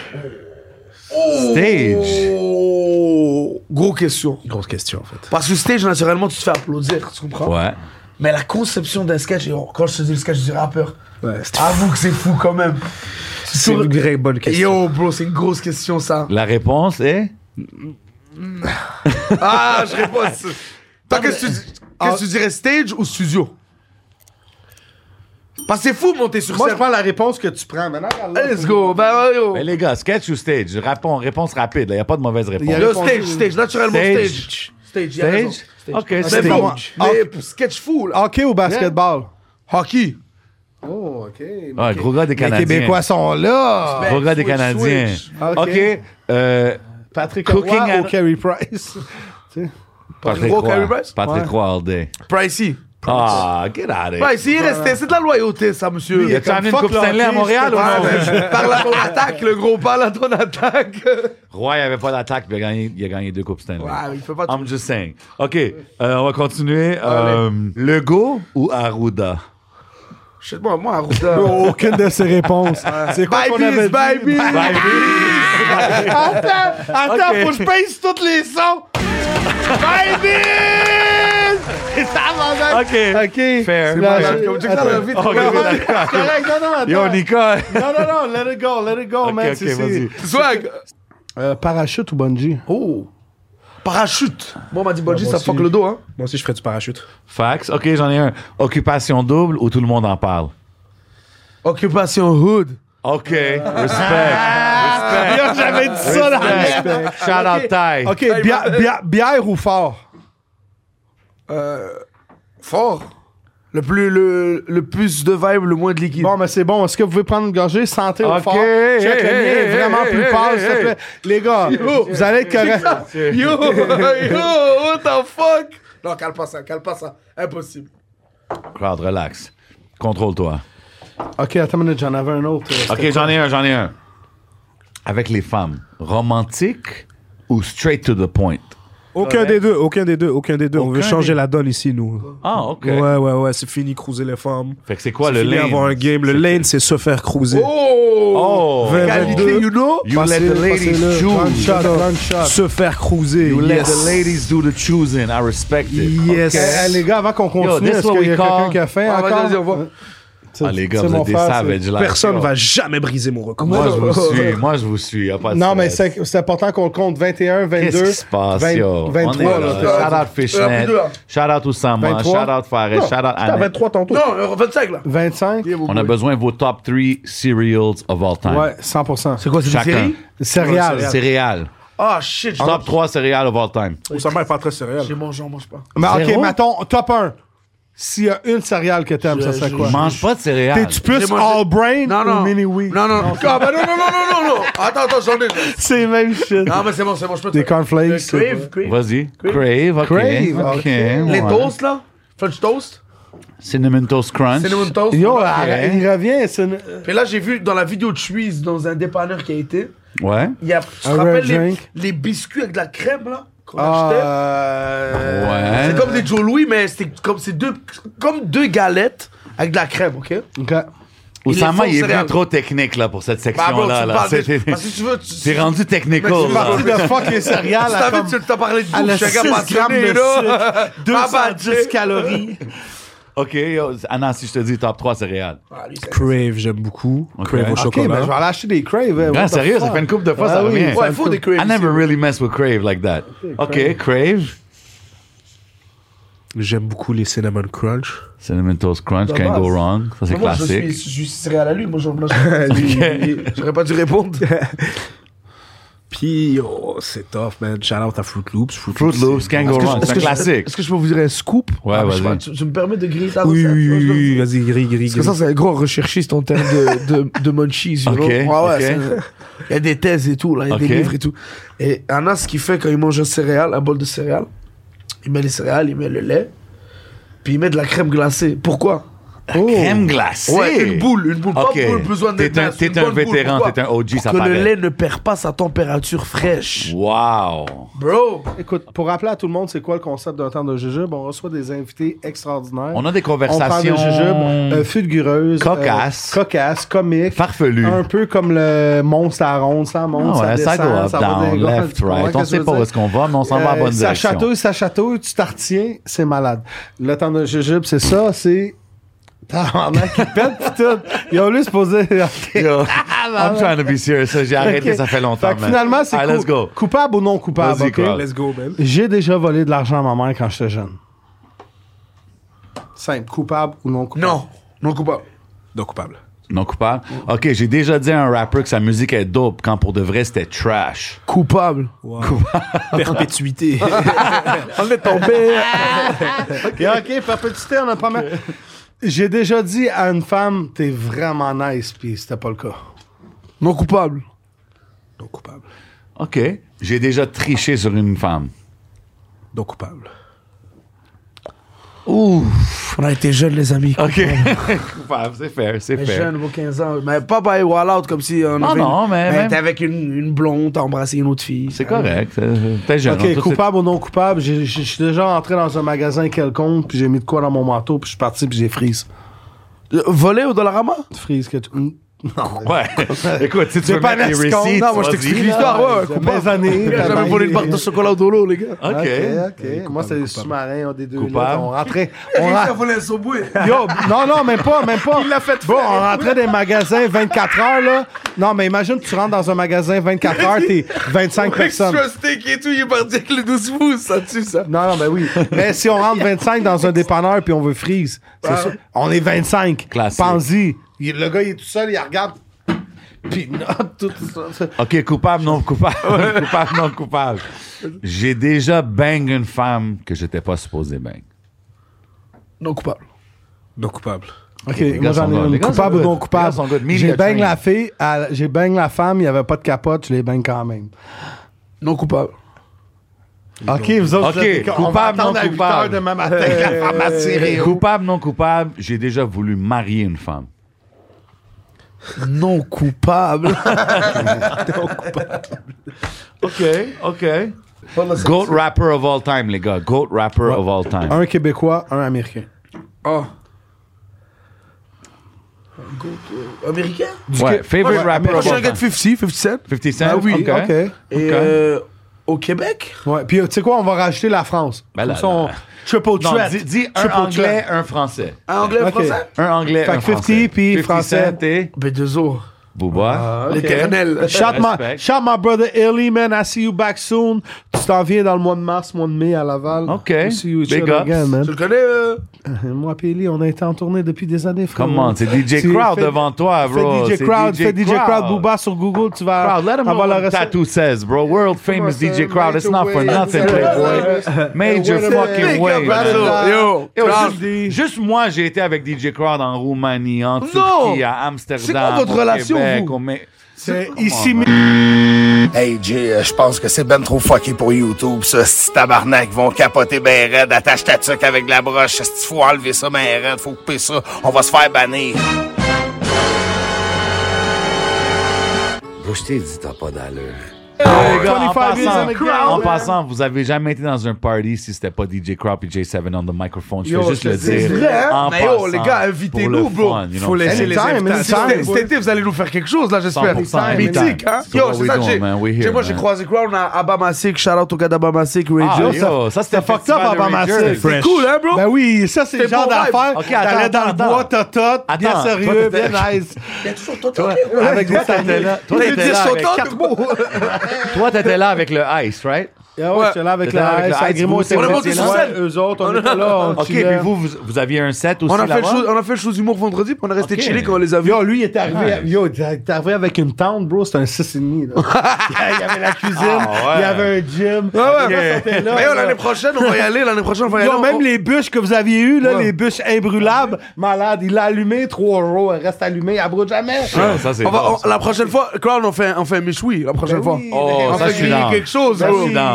Stage. Oh, gros question. Grosse question, en fait. Parce que stage, naturellement, tu te fais applaudir, tu comprends? Ouais. Mais la conception d'un sketch, et quand je te dis le sketch du rappeur, Ouais, avoue que c'est fou quand même. c'est une vraie bonne question. Yo, bro, c'est une grosse question, ça. La réponse est... Ah, je réponds. Toi, qu'est-ce que tu dirais, stage ou studio? Parce que c'est fou de monter sur Moi, je scène. prends la réponse que tu prends. Maintenant, regarde là. Let's go. Ben, yo. Mais les gars, sketch ou stage? Réponse rapide. Il n'y a pas de mauvaise réponse. Y a- Yo, stage, naturellement Stage. stage. Stage, y'a raison. Stage? OK, Mais c'est bon, bon. mais pour sketch fou, là. Hockey ou basketball? Hockey. Oh, OK. Ouais, gros gars des Les Canadiens. Québécois sont là. Gros gars des Switch, Canadiens. switch. OK. OK. Patrick Cooking Roy and- ou Carey Price? Patrick Roy, Roy. Carey Price? Patrick Roy all day. Pricey. Ah, get out of here. Pricey, il est resté. C'est de la loyauté, ça, monsieur. Lui, il est Tu as amené une Fuck Coupe Stanley à l'hockey, Montréal ou je non? Ouais, parle à ton attaque, le gros, parle à ton attaque. Roy, il avait pas d'attaque, puis il a gagné 2 Coupes Stanley. Ouais, il fait pas tout. I'm just saying. OK, on va continuer. Legault ou Arruda? Je sais pas, moi, Arruda. Aucune de ces réponses. C'est quoi qu'on avait Baby, dit? baby. Attends, Ok. faut que je pèse tous les sons. OK. OK. Fair. Comme tu dis, ça va vite. OK, d'accord. Correct, non, attends. Yo, Nicole. Non, let it go, man. OK, c'est- vas-y. Swag. Parachute ou bungee? Oh. Parachute. Moi, on m'a dit bungee, moi ça aussi. fuck le dos, hein. Moi aussi, je ferais du parachute. Fax. OK, j'en ai un. Occupation double ou tout le monde en parle? Occupation hood. OK. Respect. J'avais dit ça dans Respect. Shout out Ty. OK, bière ou fort? Fort. Le plus de vibe, le moins de liquide. Bon, mais c'est bon. Est-ce que vous pouvez prendre une gorgée? Santé ou OK, fort? Check le mien est vraiment hey, plus hey, pâle, hey, s'il te plaît. Les gars, vous allez être correct. Yo, what the fuck? Non, calme pas ça. Impossible. Crowd, relax. Contrôle-toi. OK, attends une minute, j'en avais un autre. OK, j'en ai un. Avec les femmes, romantique ou straight to the point? Aucun des deux. On veut Aucun changer des- la donne ici, nous. Ah, OK. Ouais, c'est fini, cruiser les femmes. Fait que c'est quoi C'est le fini, lane? avoir un game. Le lane, c'est se faire cruiser. Oh! Qualité, you know? You let the ladies choose. Gunshot. Se faire cruiser. You let Yes. the ladies do the choosing. I respect it. Yes. Hey, les gars, avant qu'on continue, this est-ce what qu'il y a we call- quelqu'un qui a faim Ah, encore? vas-y, on va. Ah, les gars, C'est vous mon êtes des frère, savages. là. Personne va jamais briser mon record. Moi, je vous suis. Y a pas de Non, mais stress. c'est important qu'on compte 21, 22, Qu'est-ce qui se passe, 20, yo? 23. On est là. là. Shout out Fishnet. Shout out Oussama. 23. Shout out Fares. Shout out T'as Annette. 23 tantôt. Non, 25 là. 25? On a besoin de vos top 3 cereals of all time. Ouais, 100%. C'est quoi, c'est une Chacun. série? Céréales. Céréales. Ah, shit. Top 3 céréales of all time. Oussama est pas très sérieux. J'ai mangé, j'en mange pas. Mais OK, Zéro? mettons, top 1. S'il y a une céréale que t'aimes, ça serait quoi? Je mange pas de céréales. T'es-tu plus J'ai mangé- All Brain Non. ou Mini Wheat? Non. Ah, bah non. Attends, j'en ai. C'est même shit. Non, mais c'est bon, je peux te Des cornflakes. Crave. Vas-y. Crave, OK. Crave, OK. Les ouais. toasts, là. French toast. Cinnamon Toast Crunch. Cinnamon toast. Yo, Ok. il revient. C'est une... Et là, j'ai vu dans la vidéo de Suisse, dans un dépanneur qui a été, Ouais. il y a, tu te Un rappelles red drink. les biscuits avec de la crème, là, qu'on achetait? Ouais. C'est comme des Joe Louis, mais c'est comme deux galettes avec de la crème, ok? OK. Oussama, les il est faux venu céréales. trop technique là, pour cette Bah, bro, section-là. tu là. parles C'est- parce que tu veux... C'est rendu technical. Mais c'est là. Parti de fuck les céréales. T'as comme- vu, tu t'as parlé de à bouffe, la je suis un gars 6 grammes passionné, de là. sucre, 210 calories. OK, yo, Anna, si je te dis top 3 céréales. Ah, lui, c'est- Crave, j'aime beaucoup. Ok. Crave au OK, chocolat. ben je vais aller acheter des Crave. Ah, what the sérieux, ça fuck? fait une couple de fois, Ah ça oui, revient. Ouais, il faut des Crave. I never really mess with Crave like that. OK, Crave. J'aime beaucoup les Cinnamon Crunch. Cinnamon Toast Crunch, De can't base. go wrong. Ça, c'est Mais moi, classique. je suis céréal à lui, moi, j'aurais pas dû répondre. Puis, oh, c'est tough, man. Shout out à Fruit Loops. Fruit Loops, can't go wrong. C'est un classique. Est-ce que je peux vous dire un scoop? Ouais, Ah, je sais vas-y. pas, tu me permets de griller ta Oui, recette, tu vois, je veux dire. vas-y, gris. Parce que ça, c'est un gros recherchiste en termes de munchies, you Ok, know? Ouais, ok. il y a des thèses et tout, là, il y a Ok. des livres et tout. Et Anna, ce qu'il fait quand il mange un céréal, un bol de céréales, il met les céréales, il met le lait, puis il met de la crème glacée. Pourquoi? Crème glacée. Ouais, une boule, Ok. pas pour le besoin d'être T'es un, glace, une t'es un bonne boule. vétéran, Pourquoi? t'es un OG, ça Que le paraît. lait ne perd pas sa température fraîche. Wow. Bro, Écoute, pour rappeler à tout le monde, c'est quoi le concept d'un temps de jujube? On reçoit des invités extraordinaires. On a des On parle conversations de jujube fulgureuses, cocasses, comiques, farfelues. un peu comme le monstre à ronde, ça monte, Ah ouais, ça ça descend, go up, ça down, va des gars, left, tu comprends right. ce On que je sait veux pas où dire? est-ce qu'on va, mais on s'en va à la bonne direction. Ça chatouille, tu t'en retiens, c'est malade. Le temps de jujube, c'est ça, c'est... Tabarnak, qui pète pis tout. Ils ont juste posé... Yo, I'm trying to be serious. J'ai arrêté, Ok. ça fait longtemps. Fait que man. finalement, c'est Allez, let's go. coupable ou non coupable, Vas-y, ok? Carl. Let's go, man. J'ai déjà volé de l'argent à ma mère quand j'étais jeune. Simple, coupable ou non coupable? non coupable. Non coupable. Non coupable? OK, j'ai déjà dit à un rapper que sa musique est dope quand pour de vrai, c'était trash. Coupable. Perpétuité. On est tombé. OK, perpétuité, on a pas mal. J'ai déjà dit à une femme, t'es vraiment nice, puis c'était pas le cas. Non coupable. Non coupable. OK. J'ai déjà triché sur une femme. Non coupable. Ouf, on a été jeunes, les amis. OK. Coupable, c'est fair, c'est Mais fair. jeune, vos 15 ans. Mais pas by wall out comme si on avait non, mais même- t'es avec une blonde, t'as embrassé une autre fille. C'est correct. T'es jeune. OK, coupable ou non coupable, je suis déjà rentré dans un magasin quelconque, puis j'ai mis de quoi dans mon manteau, puis je suis parti, puis j'ai freeze. Volé au Dollarama? Freeze que tu... Non, Ouais. Écoute, si tu veux pas mettre les Nescon. receipts, Non, moi je vas-y, t'explique là. l'histoire. Ouais, J'ai coupable. mes années. J'ai jamais volé une barre de chocolat au dolo, les gars. OK. Moi, c'est des sous-marins, on des 2 Coupable. litres. On rentrait... Il a volé un Subway. Yo, non, même pas. Il l'a fait. Bon, on rentrait des magasins 24 heures, là. Non, mais imagine, tu rentres dans un magasin 24 heures, t'es 25 personnes. Extra steak et tout, il est parti avec le 12 pouces, ça tue ça. Non, ben oui. Mais si on rentre 25 dans un dépanneur puis on veut freeze, c'est sûr. On est 25. Classique. Pense-y. Le gars, il est tout seul, il regarde. Puis note tout ça. OK, coupable, non coupable. Coupable, non coupable. J'ai déjà bang une femme que j'étais pas supposé bang. Non coupable. Non coupable. OK, Les moi gars j'en sont ai good. Les une. gars Coupable sont ou non good. coupable. Les gars sont good. Media J'ai bang train. la fille, j'ai bang la femme, il n'y avait pas de capote, je l'ai bang quand même. Non coupable. OK, vous autres, OK, vous êtes- on va coupable, attendre non à 8 coupable. heures demain matin qu'à la pharmacie Réo. Coupable, non coupable, j'ai déjà voulu marier une femme. Non coupable. OK. Goat rapper of all time, les gars. Goat rapper of all time. Un Québécois, un Américain. Oh. Américain? Ouais, favorite rapper Moi, of je suis un all gars de time. 50 Cent. 50 Cent? Ah oui, OK. OK. Et au Québec? Ouais, puis tu sais quoi, on va rajouter la France. Ben Comme là, ça, on- là. Triple Non, threat. dis un Triple anglais, threat. un français. Un anglais, un Ok. français? Un anglais, Fait un que 50 français. puis 50 français. Cent et B2O. Booba. L'éternel. Shout my brother Illy, man. I see you back soon. Tu t'en viens dans le mois de mars, mois de mai à Laval. OK. We see you each Big other ups. again, man. Tu le connais? Moi et Illy, on a été en tournée depuis des années, frère. Come on, c'est DJ Crowd devant toi, bro. Fais C'est DJ Crowd, fais DJ Crowd Booba sur Google, tu vas Crowd, let him know avoir what le the tattoo says, bro. World famous on, DJ son, Crowd. It's not for major nothing, way. playboy. Major Wait a fucking minute. way, Big man. up, brother. Yo, Yo, Crowd. juste moi, j'ai été avec DJ Crowd en Roumanie, en Non. Turquie, à Amsterdam. C'est quoi votre au relation, Québec, vous? C'est ici, Hey Jay, je pense que c'est ben trop fucké pour YouTube, ça. Si tabarnak vont capoter ben raide, attache ta tuque avec la broche. Si faut enlever ça ben raide, faut couper ça, on va se faire bannir. Je t'ai dit, t'as pas d'allure. Les gars, en 25 years in the passant, ground, en man. passant, vous avez jamais été dans un party si c'était pas DJ Crowd et J7 on the microphone. Je Yo, vais juste je le te dis, dire. c'est vrai, hein? En Mais yo, passant, les gars, pour invitez-nous, le bro. fun, you know. Faut laisser les Anytime, invitations. anytime. Cet été, vous allez nous faire quelque chose, là, j'espère. 100%, Mythique, hein? So Yo, what c'est we ça que doing, j'ai. man? We here, Tu sais, moi, j'ai man. croisé Crowd à Abamasic. Shout out au gars d'Abamasic Ah, Radio. yo, ça c'était fucked up, Festival de Abamasic. Rangers. C'est cool, hein, bro? Ben oui, ça, c'est le C'était genre bon vibe. d'affaire. Ok, T'allais attends, dans le attends. bois, totote, bien Attends, sérieux, toi, bien nice. Il y a toujours toi, Avec des t'étais là. Toi, Il t'étais dit là son avec temps, 4 mots. Toi, t'étais là avec le ice, right? Ah ouais, j'étais là avec T'étais là avec la le Ice, Ice, Agrimo vous, était on a là. monté sur Ouais, scène. eux autres, on était là, on OK, puis chillait. vous aviez un set aussi On a fait là-bas? le show d'humour vendredi, puis on est resté Ok. chillé quand on les a vus. Yo, lui, il est arrivé, il est arrivé avec une tente, bro, c'était un 6,5. là. Il y avait la cuisine, Ah ouais. il y avait un gym. Ouais, ouais. Les gars sont là, Mais yo, là. l'année prochaine, on va y aller. L'année prochaine, on va y aller. Yo, même les bûches que vous aviez eues, là, Ouais. les bûches imbrûlables, malade, il l'a allumé 3 jours, elle reste allumée, elle brûle jamais. Ah, ça, c'est On va, bon, ça. la prochaine fois, Crowd, on fait un méchoui, la prochaine fois. oui. Oh, On ça, fait je suis griller down. quelque chose, Ça, bro. je suis down.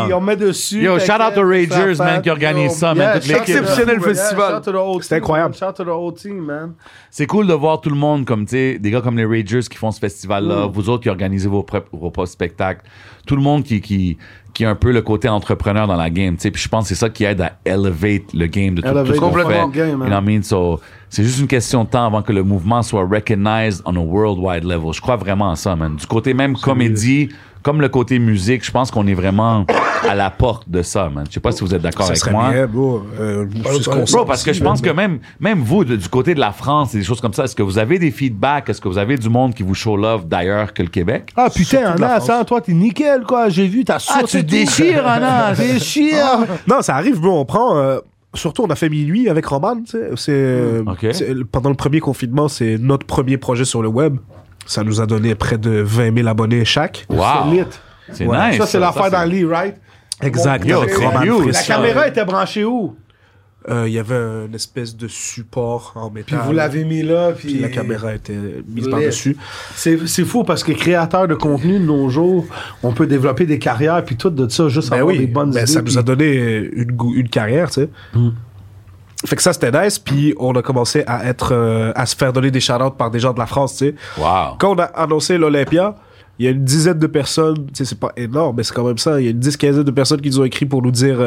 puis on met dessus. Yo, shout out to Ragers, man, qui organise ça, man. Toute l'équipe. Exceptionnel festival. C'était incroyable. Shout to the whole team, man. C'est cool de voir tout le monde, comme, tu sais, des gars comme les Ragers qui font ce festival-là, vous autres qui organisez vos propres spectacles, tout le monde qui a un peu le côté entrepreneur dans la game, tu sais, puis je pense que c'est ça qui aide à elevate le game de tout ce qu'on fait. complètement game, You know what I mean? So, c'est juste une question de temps avant que le mouvement soit recognized on a worldwide level. Je crois vraiment à ça, man. Du côté même comédie, comme le côté musique, je pense qu'on est vraiment à la porte de ça, man. Je sais pas si vous êtes d'accord avec moi. Bien, bro. Bro, parce que je pense que même vous, du côté de la France et des choses comme ça, est-ce que vous avez des feedbacks? Est-ce que vous avez du monde qui vous show love d'ailleurs que le Québec? Ah putain, Anna, ça, toi, t'es nickel, quoi. J'ai vu, t'as sauté. tu déchires, Anna! Déchire! Non, ça arrive, bro. On prend... surtout, on a fait Minuit avec Roman, tu sais. Pendant le premier confinement, c'est notre premier projet sur le web. Ça nous a donné près de 20 000 abonnés chaque. Wow! C'est lit. C'est nice. Ça, c'est l'affaire dans Lee, right? Exact. Yo, Avec c'est Roman huge. Frisson. La caméra était branchée où? Il y avait une espèce de support en métal. Puis vous l'avez mis là, Puis la caméra était mise Lit. par-dessus. C'est fou parce que créateur de contenu de nos jours, on peut développer des carrières puis tout de ça, juste avoir des bonnes idées. Ça nous a donné une carrière, tu sais. Fait que ça, c'était nice. Puis on a commencé à se faire donner des shout-outs par des gens de la France, tu sais. Wow. Quand on a annoncé l'Olympia, il y a une dizaine de personnes, tu sais, c'est pas énorme, mais c'est quand même ça. Il y a une 10-15 de personnes qui nous ont écrit pour nous dire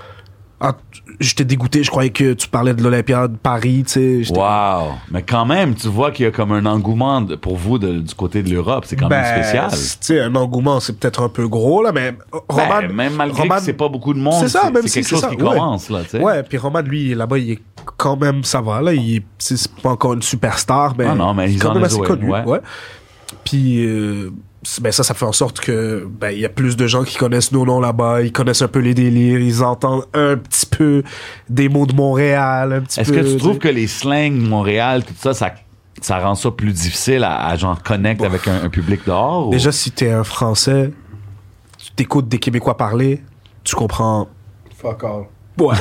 j'étais dégoûté, je croyais que tu parlais de l'Olympia de Paris, tu sais. Wow. Mais quand même, tu vois qu'il y a comme un engouement pour vous du côté de l'Europe. C'est quand même spécial. Tu sais, un engouement, c'est peut-être un peu gros, là, mais Roman... même malgré que c'est pas beaucoup de monde, c'est ça, même c'est si quelque chose ça, qui commence, là, tu sais. Ouais, puis Roman, lui, là-bas, il est quand même, ça va, là, c'est pas encore une superstar, mais, mais il est quand même assez connu, ouais. Puis, ça fait en sorte que, il y a plus de gens qui connaissent nos noms là-bas, ils connaissent un peu les délires, ils entendent un petit peu des mots de Montréal, un petit peu. Est-ce que tu trouves que les slangs de Montréal, tout ça, ça rend ça plus difficile à genre connecter avec un public dehors? Ou? Déjà, si t'es un Français, tu t'écoutes des Québécois parler, tu comprends. Fuck all. Ouais.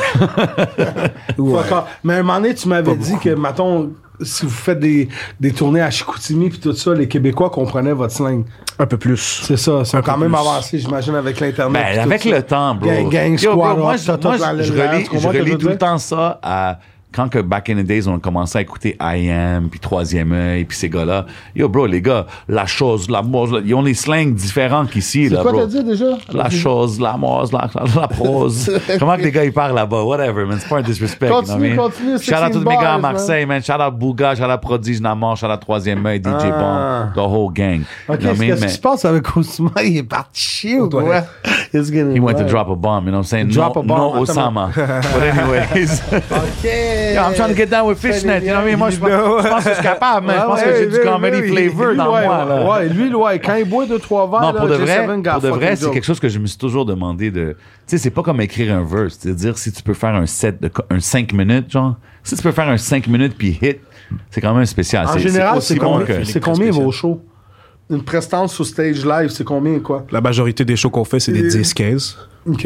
Fuck all. Mais à un moment donné, tu m'avais dit que, mettons, si vous faites des tournées à Chicoutimi puis tout ça, les Québécois comprenaient votre slang. Un peu plus. C'est ça, ça a quand même avancé, j'imagine, avec l'Internet. Ben, avec le temps, bro. Gang Yo, bro, squad, moi, je relis tout le temps ça à... Quand que back in the days, on a commencé à écouter I.M., puis Troisième œil, puis ces gars-là. Yo, bro, les gars, la chose, la mose, ils ont les slangs différents qu'ici, là, quoi bro. t'as dit déjà? La chose, la mose, la prose. Comment que les gars, ils parlent là-bas? Whatever, man. C'est pas un disrespect. Continue, continue. Shout out tous mes gars à Marseille, man. Shout out Bouga, shout out Prodige Namor, shout out Troisième œil, DJ Bomb, the whole gang. Ok, You know what I mean? qu'est-ce qui se passe avec Ousmane? Il est parti chier ou quoi? He went to drop a bomb, you know what I'm saying? Drop a bomb, No Osama. But anyways. OK. Yo, I'm trying to get down with Fishnet, you know what I mean? Moi, je pense que je suis capable, man. Je pense que j'ai du comedy flavor dans moi, là. Ouais, lui, quand il boit 2-3 verres, Non, pour de J7 vrai, c'est quelque chose que je me suis toujours demandé de... Tu sais, c'est pas comme écrire un verse. C'est-à-dire, si tu peux faire un set de un 5 minutes, genre, si tu peux faire un 5 minutes puis hit, c'est quand même spécial. En général, c'est combien spécial. vos shows? Une prestance sur stage live, c'est combien, quoi? La majorité des shows qu'on fait, c'est des 10-15. OK.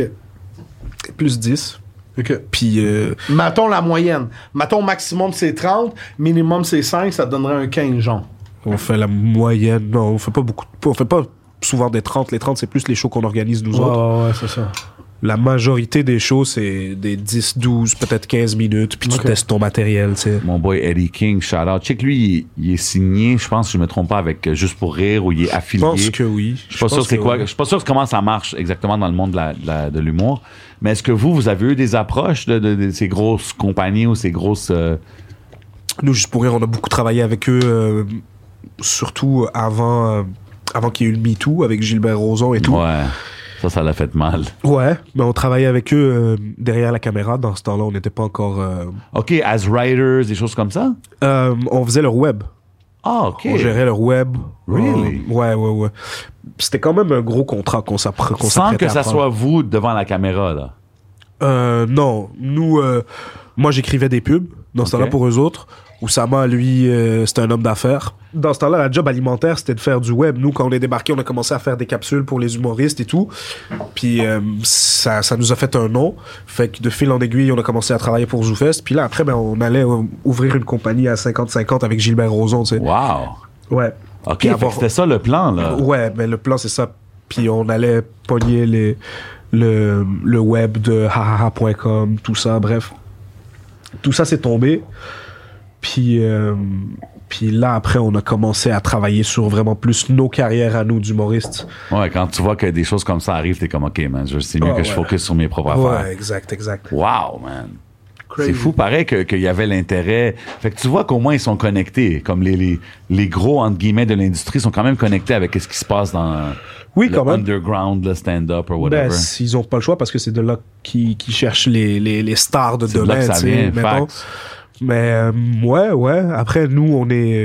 Plus 10. OK. Puis... Mettons la moyenne. Mettons maximum, c'est 30. Minimum, c'est 5. Ça te donnerait un 15, genre. on fait la moyenne. Non, on fait pas beaucoup. On fait pas souvent des 30. Les 30, c'est plus les shows qu'on organise nous autres. Ouais, c'est ça. La majorité des shows, c'est des 10, 12, peut-être 15 minutes, puis tu testes ton matériel, tu sais. Mon boy Eddie King, shout out. Check lui, il est signé, je pense, si je me trompe pas, avec Juste pour rire, ou il est affilié. Je pense que oui. Je suis pas sûr c'est quoi. Je suis pas sûr comment ça marche exactement dans le monde de l'humour. Mais est-ce que vous avez eu des approches de ces grosses compagnies ou ces grosses... Nous, Juste pour rire, on a beaucoup travaillé avec eux, surtout avant qu'il y ait eu le MeToo, avec Gilbert Rozon et tout. Ouais. Ça l'a fait mal. Ouais, mais on travaillait avec eux derrière la caméra. Dans ce temps-là, on n'était pas encore... OK, as writers, des choses comme ça? On faisait leur web. Ah, OK. On gérait leur web. Really? Ouais. C'était quand même un gros contrat qu'on s'apprêtait Sans que à ça prendre. soit vous devant la caméra, là. Non. Nous, moi, j'écrivais des pubs dans ce temps-là pour eux autres. Oussama, lui, c'était un homme d'affaires. Dans ce temps-là, la job alimentaire, c'était de faire du web. Nous, quand on est débarqué, on a commencé à faire des capsules pour les humoristes et tout. Puis ça nous a fait un nom. Fait que de fil en aiguille, on a commencé à travailler pour ZooFest. Puis là, après, on allait ouvrir une compagnie à 50-50 avec Gilbert Rozon, tu sais. Wow. Ouais. OK, fait que c'était ça le plan, là. Ouais, mais le plan, c'est ça. Puis on allait pogner le web de hahaha.com, tout ça, bref. Tout ça s'est tombé. Puis là, après, on a commencé à travailler sur vraiment plus nos carrières à nous d'humoristes. Ouais, quand tu vois que des choses comme ça arrivent, t'es comme, OK, man, c'est mieux que je focus sur mes propres affaires. Ouais, exact. Wow, man. C'est fou, pareil, qu'il y avait l'intérêt. Fait que tu vois qu'au moins, ils sont connectés. Comme les gros, entre guillemets, de l'industrie sont quand même connectés avec ce qui se passe dans le underground, le stand-up, ou whatever. Ben, ils ont pas le choix parce que c'est de là qu'ils cherchent les stars de demain. C'est de là que ça vient, facts. Mais ouais. Après, nous,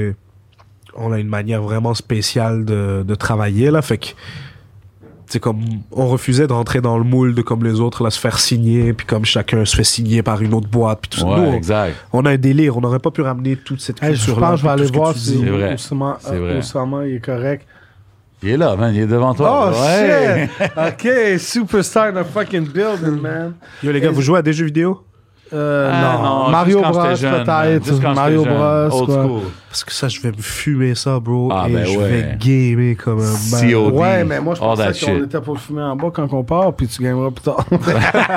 on a une manière vraiment spéciale de travailler, là. Fait que, c'est comme, on refusait de rentrer dans le moule de comme les autres, là, se faire signer, puis comme chacun se fait signer par une autre boîte, puis tout ça. Nous, exact. On a un délire. On n'aurait pas pu ramener toute cette culture-là. Je pense que je vais aller voir si Oussama il est correct. Il est là, man. Il est devant toi. Oh, shit! OK, superstar in the fucking building, man. Yo, les gars, vous jouez à des jeux vidéo? Non. Mario Bros, peut-être. Mario Bros, old school. Parce que ça, je vais me fumer ça, bro. Ah, et ben je vais gamer comme un COD. Ouais, mais moi, je All pensais qu'on était pour fumer en bas quand on part, puis tu gagneras plus tard. Je peux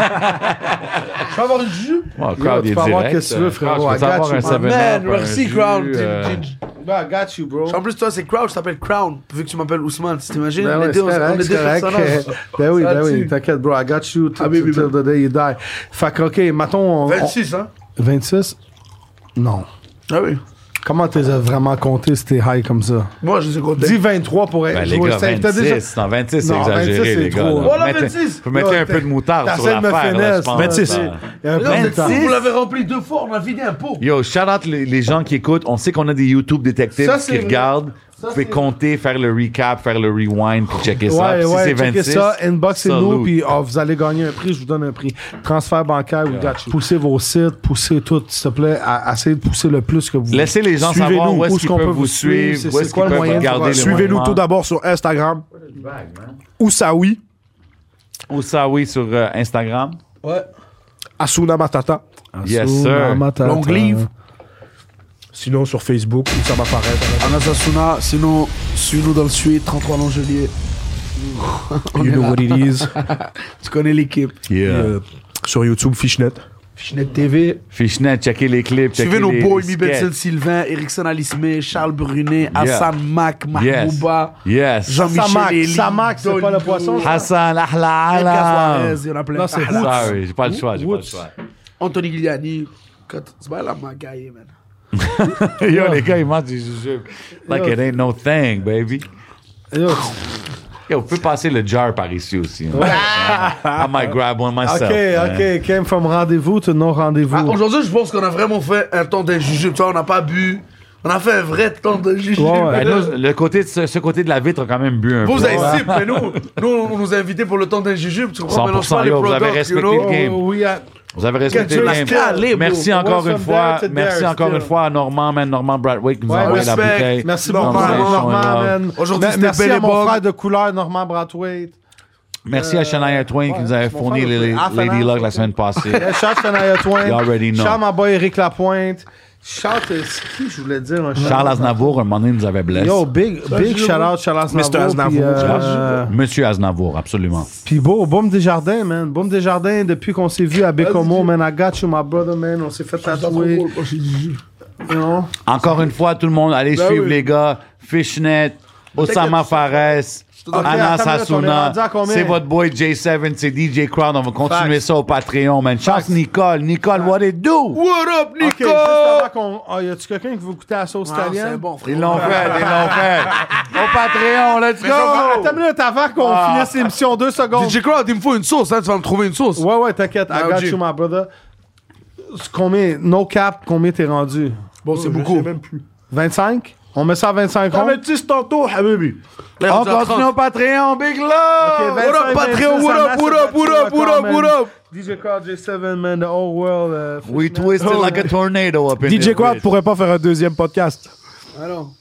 avoir une jus? Wow, Tu peux avoir ce que tu veux, frérot. Je peux avoir un 7-Up, Man, merci, Crown. I got you, bro. En plus, toi, c'est Crown, je t'appelle Crown, vu que tu m'appelles Ousmane. Tu t'imagines? Ben ouais, on est deux personnages. Ben oui, t'inquiète, bro. I got you till the day you die. Fait que, OK, mettons... 26, hein? 26? Non. Ah oui. Comment t'es vraiment compté si t'es high comme ça? Moi, je les ai comptés. Dis 23 pour être... Ben, les gars, 26, non, 26, c'est exagéré, les gars. Voilà, 26! Faut mettre un peu de moutarde sur l'affaire, là, je pense. 26. Vous l'avez rempli 2 fois, on a vidé un pot. Yo, shout out les gens qui écoutent. On sait qu'on a des YouTube détectives qui regardent. Vous pouvez compter, faire le recap, faire le rewind, puis checker ça. Puis si c'est 26, checker ça, inboxez-nous, puis vous allez gagner un prix, je vous donne un prix. Transfert bancaire, poussez vos sites, poussez tout, s'il te plaît, essayez de pousser le plus que vous. Laissez les gens savoir où est-ce qu'ils peuvent vous suivre, où est-ce qu'ils peuvent regarder le Suivez-nous tout d'abord sur Instagram. Oussaoui. Oussaoui sur Instagram. Ouais. Asuna Matata. Yes, sir. Long Live. Sinon, sur Facebook, ça m'apparaît. Anasasuna, sinon, suis-nous dans le suite, 33 Longelier. You know what it is. Tu connais l'équipe. Yeah. Sur YouTube, Fishnet. Fishnet TV. Fishnet, checker les clips. Suivez nos boys, Mi Benson Sylvain, Erickson Alismé, Charles Brunet, Hassan Mac, Mahbouba, Jean-Michel Elie. Samak, c'est pas le poisson. Hassan, Ahla, il y en a plein. Non, c'est sorry, j'ai pas le choix. Anthony Giuliani. C'est pas la magaille, man. Yo, les gars, ils mangent du jujube. Like it ain't no thing, baby. Yo, vous pouvez passer le jar par ici aussi. I might grab one myself. OK. Came from rendez-vous to no rendez-vous. Aujourd'hui, je pense qu'on a vraiment fait un temps d'un jujube. Tu vois, on n'a pas bu. On a fait un vrai temps de jujube. Ben, nous, ce côté de la vitre a quand même bu un peu. Vous avez sip, mais nous, on nous a invités pour le temps d'un jujube. Tu comprends? 100%, yo, vous avez respecté le game. Vous avez respecté le game. Merci encore une fois. Merci encore une fois à Normand Bradwick qui nous a envoyé la bouteille. Merci beaucoup, Normand, man. Aujourd'hui, merci à mon frère de couleur, Normand Bradwick. Merci à Shania Twain qui nous avait fourni les Lady Luck la semaine passée. Shout Shania Twain. You already know. Shout my boy Eric Lapointe. Shout, c'est qui je voulais dire? Charles Aznavour, un moment donné, nous avait blessé. Yo, big shout out Charles Aznavour. Mr. Aznavour. Monsieur Aznavour, absolument. Puis Boum Desjardins, man. Boum Desjardins, depuis qu'on s'est vu à Bécomo, man, I got you, my brother, man. On s'est fait tatouer. Encore une fois, tout le monde, allez suivre les gars. Fishnet, Oussama Fares. Anas Asuna, c'est votre boy J7, c'est DJ Crowd. On va continuer ça au Patreon, man. Chance Nicole, what it do? What up, Nicole? Juste avant qu'on... y a-tu quelqu'un qui veut goûter à la sauce italienne? C'est bon, frère. Ils l'ont fait. Au Patreon, let's go! Attends une minute avant qu'on finisse l'émission, 2 secondes. DJ Crowd, il me faut une sauce, hein, tu vas me trouver une sauce. Ouais, t'inquiète, I got you, my brother. No cap, combien t'es rendu? Bon, c'est beaucoup. 25? On met ça à 25 ronds? 26 tantôt, habibi. On continue au Patreon, big love! What up, Patreon? What up? DJ Crowd, J7, man, the whole world. We twisted like a tornado up in DJ this Quad bitch. pourrait pas faire un deuxième podcast. Alors.